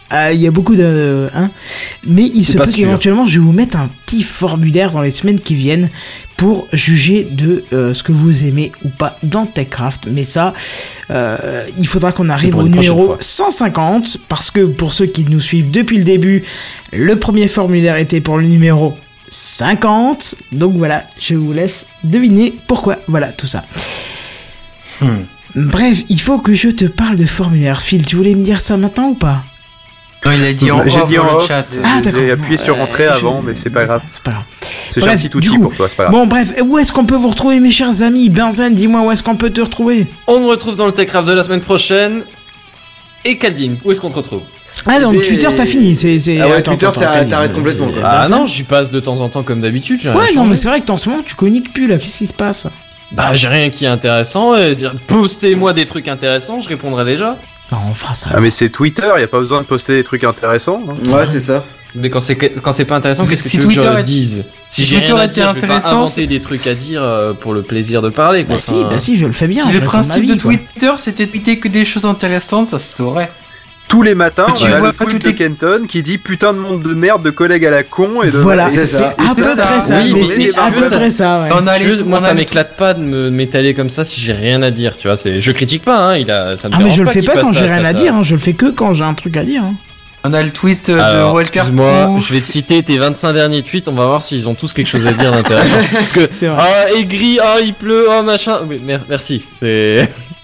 euh, il y a beaucoup de... Hein, mais il C'est se pas peut sûr. qu'éventuellement, je vais vous mettre un petit formulaire dans les semaines qui viennent pour juger de euh, ce que vous aimez ou pas dans TechCraft. Mais ça, euh, il faudra qu'on arrive pour au une prochaine numéro fois. cent cinquante, parce que pour ceux qui nous suivent depuis le début, le premier formulaire était pour le numéro cinquante. Donc voilà, je vous laisse deviner pourquoi. Voilà, tout ça. Hmm. Bref, il faut que je te parle de formulaire. Phil, tu voulais me dire ça maintenant ou pas? Non, il a dit en J'ai off dit dans en le off, chat. j'ai- Ah, d'accord. j'ai appuyé sur Euh, entrée je- avant, mais c'est pas grave. C'est pas grave. C'est j'ai un Bref, petit outil du coup, pour toi, c'est pas grave. Bon, bref, où est-ce qu'on peut vous retrouver, mes chers amis? Benzen, dis-moi où est-ce qu'on peut te retrouver? On me retrouve dans le TechCraft de la semaine prochaine. Et Caldine, où est-ce qu'on te retrouve? Ah, donc Mais- Twitter, t'as fini. C'est, c'est... Ah ouais, attends, Twitter, attends, ça attends, t'arrête euh, complètement, quoi. Ah Benzen non, j'y passe de temps en temps comme d'habitude. j'ai rien Ouais, non, changé. mais c'est vrai que en ce moment, tu communiques plus, là. Qu'est-ce qui se passe? Bah, j'ai rien qui est intéressant. euh, c'est- Postez-moi des trucs intéressants, je répondrai déjà. Non, on fera ça. Ah mais c'est Twitter, y a pas besoin de poster des trucs intéressants. hein. Ouais, c'est ça. Mais quand c'est quand c'est pas intéressant, qu'est-ce que Si tu veux que je Twitter est- dise? Si si j'ai Twitter rien à était dire, je vais pas intéressant, inventer des trucs à dire euh, pour le plaisir de parler. Quoi. Bah si, Enfin, bah si, je le fais bien. Si je le raconte ma principe vie, de quoi. Twitter c'était de tweeter que des choses intéressantes, ça se saurait. Tous les matins, Tu on a vois le pas tweet tout de est- Kenton qui dit putain de monde de merde, de collègues à la con et de Voilà, et c'est, c'est ça. à C'est peu ça. près ça. Oui, mais mais c'est si tu à veux, peu ça- près ça, ouais. On a Si les- je- moi, on a ça les- m'éclate pas de me de m'étaler comme ça si j'ai rien à dire, tu vois. C'est, je critique pas, hein. Il a, ça me Ah, mais dérange je le pas fais qu'il pas fasse quand ça, j'ai ça, rien à ça. dire, hein. Je le fais que quand j'ai un truc à dire. hein. On a le tweet euh, Alors, de Walter excuse-moi, Proof. je vais te citer tes vingt-cinq derniers tweets, on va voir s'ils ont tous quelque chose à dire d'intéressant. Parce que, C'est vrai. ah, aigri, ah, il pleut, ah, machin. Oui, mer- merci, c'est.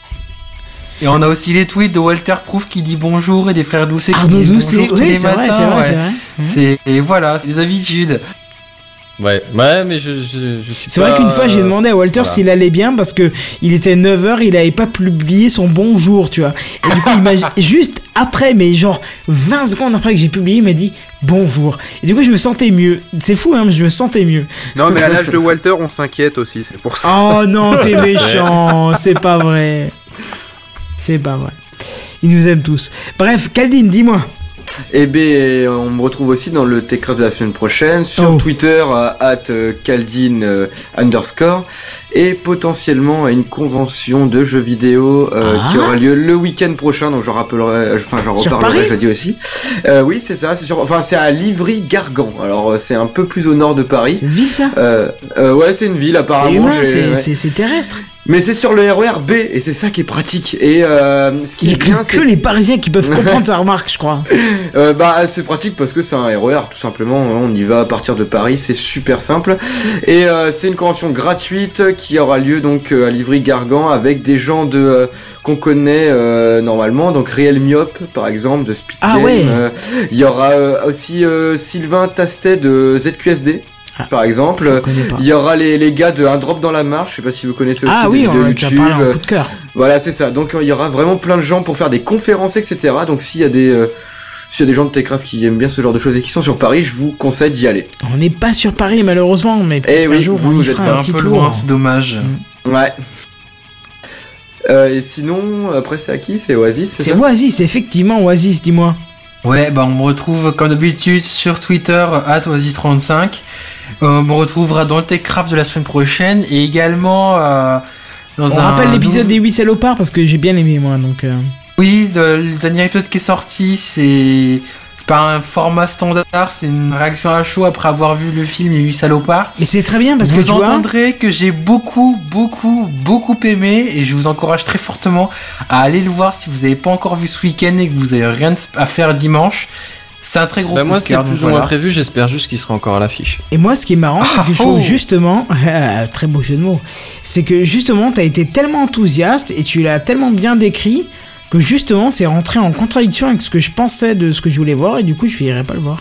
Et on a aussi les tweets de Walter Proof qui dit bonjour et des frères Doucet qui Arnaud disent Doucet, bonjour tous oui, les c'est vrai, matins. c'est vrai, ouais. c'est vrai. C'est- Et voilà, c'est des habitudes. Ouais, ouais, mais je, je, je suis C'est pas. vrai qu'une fois j'ai demandé à Walter voilà. s'il allait bien parce que il était neuf heures, il avait pas publié son bonjour, tu vois. Et du coup, il m'a juste après, mais genre vingt secondes après que j'ai publié, il m'a dit bonjour. Et du coup, je me sentais mieux. C'est fou, hein, mais je me sentais mieux. Non mais à l'âge de Walter, on s'inquiète aussi, c'est pour ça. Oh non, t'es méchant, c'est pas vrai. C'est pas vrai. Ils nous aiment tous. Bref, Caldine, dis-moi. Et ben, on me retrouve aussi dans le TechCraft de la semaine prochaine, sur Oh. Twitter, à at Caldine euh, underscore, et potentiellement à une convention de jeux vidéo euh, Ah. qui aura lieu le week-end prochain, donc j'en rappellerai, enfin j'en Sur reparlerai Paris jeudi aussi. Euh, oui, c'est ça, c'est sur, enfin c'est à Livry-Gargan, alors euh, c'est un peu plus au nord de Paris. C'est une ville, ça Euh, euh, ouais, c'est une ville C'est apparemment. humain, j'ai- c'est, ouais. c'est, c'est terrestre. Mais c'est sur le R E R B et c'est ça qui est pratique. Et euh, ce qui Il y a est bien, que, c'est que les Parisiens qui peuvent comprendre sa remarque, je crois. Euh, bah c'est pratique parce que c'est un R E R tout simplement, hein, on y va à partir de Paris, c'est super simple. Et euh, c'est une convention gratuite qui aura lieu donc euh, à Livry-Gargan avec des gens de euh, qu'on connaît euh, normalement, donc Réel Myope par exemple de Speed Ah Game. ouais. Euh, Il y aura euh, aussi euh, Sylvain Tastet de Z Q S D. Par exemple, Je connais pas. il y aura les, les gars de Un Drop dans la Marche, je sais pas si vous connaissez aussi Ah des oui, vidéos on a déjà YouTube. parlé en coup de cœur. Voilà, c'est ça. Donc il y aura vraiment plein de gens pour faire des conférences, et cetera. Donc s'il y a des euh, s'il y a des gens de Techcraft qui aiment bien ce genre de choses et qui sont sur Paris, je vous conseille d'y aller. On n'est pas sur Paris, malheureusement, mais peut-être Eh qu'un oui, jour, vous, on y vous fera êtes un un petit peu tour. loin, c'est dommage. Ouais. Euh, et sinon, après c'est à qui? C'est Oasis, c'est C'est ça? Oasis, effectivement, Oasis, dis-moi. Ouais, bah on me retrouve comme d'habitude sur Twitter at Oasis trente-cinq. Euh, on me retrouvera dans le TechCraft de la semaine prochaine et également euh, dans On un rappelle l'épisode nouveau- des huit salopards parce que j'ai bien aimé, moi, donc... euh, Oui, de- le dernier épisode qui est sorti, c'est c'est pas un format standard, c'est une réaction à chaud après avoir vu le film Les huit salopards. Mais c'est très bien parce que vous tu vois... entendrez que j'ai beaucoup, beaucoup, beaucoup aimé et je vous encourage très fortement à aller le voir si vous n'avez pas encore vu ce week-end et que vous avez rien à faire dimanche. C'est un très gros Bah, coup moi, de c'est cœur, plus donc ou moins voilà. prévu, j'espère juste qu'il sera encore à l'affiche. Et moi, ce qui est marrant, c'est que je trouve oh. justement, très beau jeu de mots, c'est que justement, t'as été tellement enthousiaste et tu l'as tellement bien décrit que justement, c'est rentré en contradiction avec ce que je pensais de ce que je voulais voir et du coup, je n'irai pas le voir.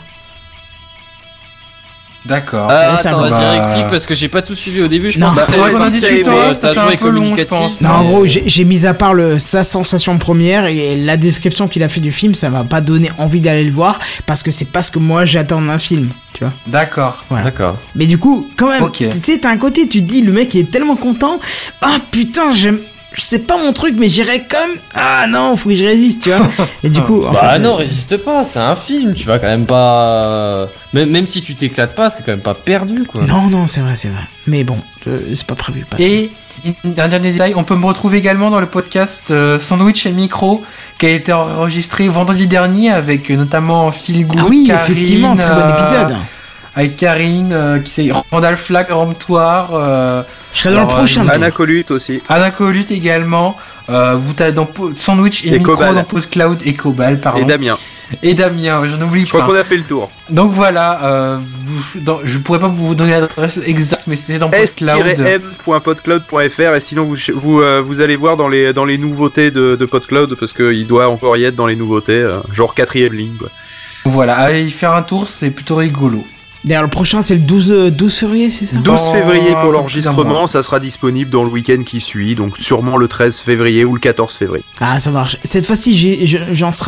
D'accord. Ah, c'est attends, simple. vas-y, Bah, explique parce que j'ai pas tout suivi au début. Je Non, pense bah, que faudrait qu'on en ça, discute, ça, hein, ça ça a fait joué un peu long, je communicatif. pense. Non, en mais- gros, j'ai j'ai mis à part le, sa sensation première et la description qu'il a fait du film, ça m'a pas donné envie d'aller le voir parce que c'est pas ce que moi j'attends d'un film, tu vois. D'accord. Voilà. D'accord. Mais du coup, quand même, Ok. tu sais, t'as un côté, tu te dis, le mec il est tellement content. Ah putain, j'aime. c'est pas mon truc, mais j'irai comme ah non, faut que je résiste, tu vois. Et du coup, en bah fait, non, euh... résiste pas, c'est un film, tu vas quand même pas. Même, même si tu t'éclates pas, c'est quand même pas perdu, quoi. Non, non, c'est vrai, c'est vrai. Mais bon, euh, c'est pas prévu. Pas et un dernier détail, on peut me retrouver également dans le podcast euh, Sandwich et Micro, qui a été enregistré vendredi dernier avec euh, notamment Phil Good, ah oui, Karine, effectivement, très bon épisode. Euh, avec Karine, euh, qui c'est Randall Flack, Ramptoire. Euh, je serai dans le prochain. Anna Colut aussi. Anna Colut également. Euh, vous t'as dans Sandwich et, et Micro Cobal. Dans PodCloud et Cobal, pardon. Et Damien. Et Damien, j'en oublie je pas. Je crois qu'on a fait le tour. Donc voilà, euh, vous, dans, je pourrais pas vous donner l'adresse exacte, mais c'est dans PodCloud. s tiret m point podcloud point f r et sinon vous, vous, euh, vous allez voir dans les, dans les nouveautés de, de PodCloud parce qu'il doit encore y être dans les nouveautés, euh, genre quatrième ligne. Quoi. Voilà, allez y faire un tour, c'est plutôt rigolo. D'ailleurs, le prochain, c'est le douze, douze février, c'est ça ? douze février pour l'enregistrement, ça sera disponible dans le week-end qui suit, donc sûrement le treize février ou le quatorze février. Ah, ça marche. Cette fois-ci, j'ai, j'en serai.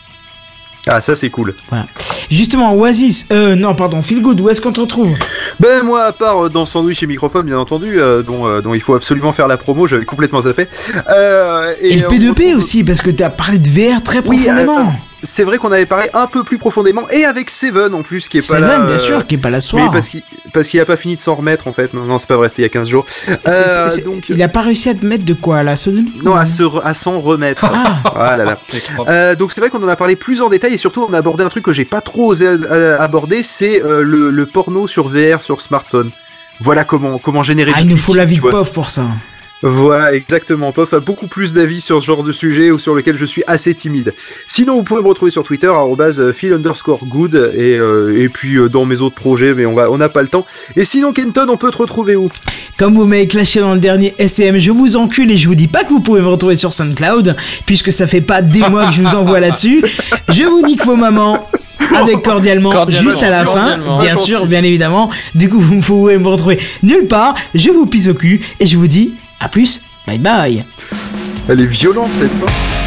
Ah, ça c'est cool. Voilà. Justement, Oasis, euh, non, pardon, Feel Good, où est-ce qu'on te retrouve ? Ben, moi, à part dans Sandwich et Microphone, bien entendu, euh, dont, euh, dont il faut absolument faire la promo, j'avais complètement zappé. Euh, et, et le P deux P retrouve... aussi, parce que tu as parlé de V R très profondément. Oui, euh, c'est vrai qu'on avait parlé un peu plus profondément, et avec Seven en plus, qui est Seven, pas là. Seven, bien sûr, qui est pas là ce soir. Oui, parce qu'il, parce qu'il a pas fini de s'en remettre en fait. Non, non c'est pas vrai, c'était il y a quinze jours. C'est, euh, c'est, c'est, donc... Il a pas réussi à te mettre de quoi, à la sodomie ? Non, à, se re- à s'en remettre. Ah, ah là là. Euh, donc c'est vrai qu'on en a parlé plus en détail, et surtout on a abordé un truc que j'ai pas trop osé aborder, c'est euh, le, le porno sur V R sur smartphone. Voilà comment, comment générer ah, du il nous clic, faut l'avis de P O F pour ça. Voilà, exactement. P O F a beaucoup plus d'avis sur ce genre de sujet ou sur lequel je suis assez timide. Sinon, vous pouvez me retrouver sur Twitter, arrobase Phil underscore good, et, euh, et puis euh, dans mes autres projets, mais on va, on n'a pas le temps. Et sinon, Kenton, on peut te retrouver où ? Comme vous m'avez clashé dans le dernier S C M, je vous encule et je vous dis pas que vous pouvez me retrouver sur SoundCloud, puisque ça fait pas des mois que je vous envoie là-dessus. Je vous nique vos mamans. Avec cordialement, cordialement, juste à la fin, bien sûr, gentil. Bien évidemment. Du coup, vous pouvez me retrouver nulle part. Je vous pisse au cul et je vous dis à plus. Bye bye. Elle est violente cette fois.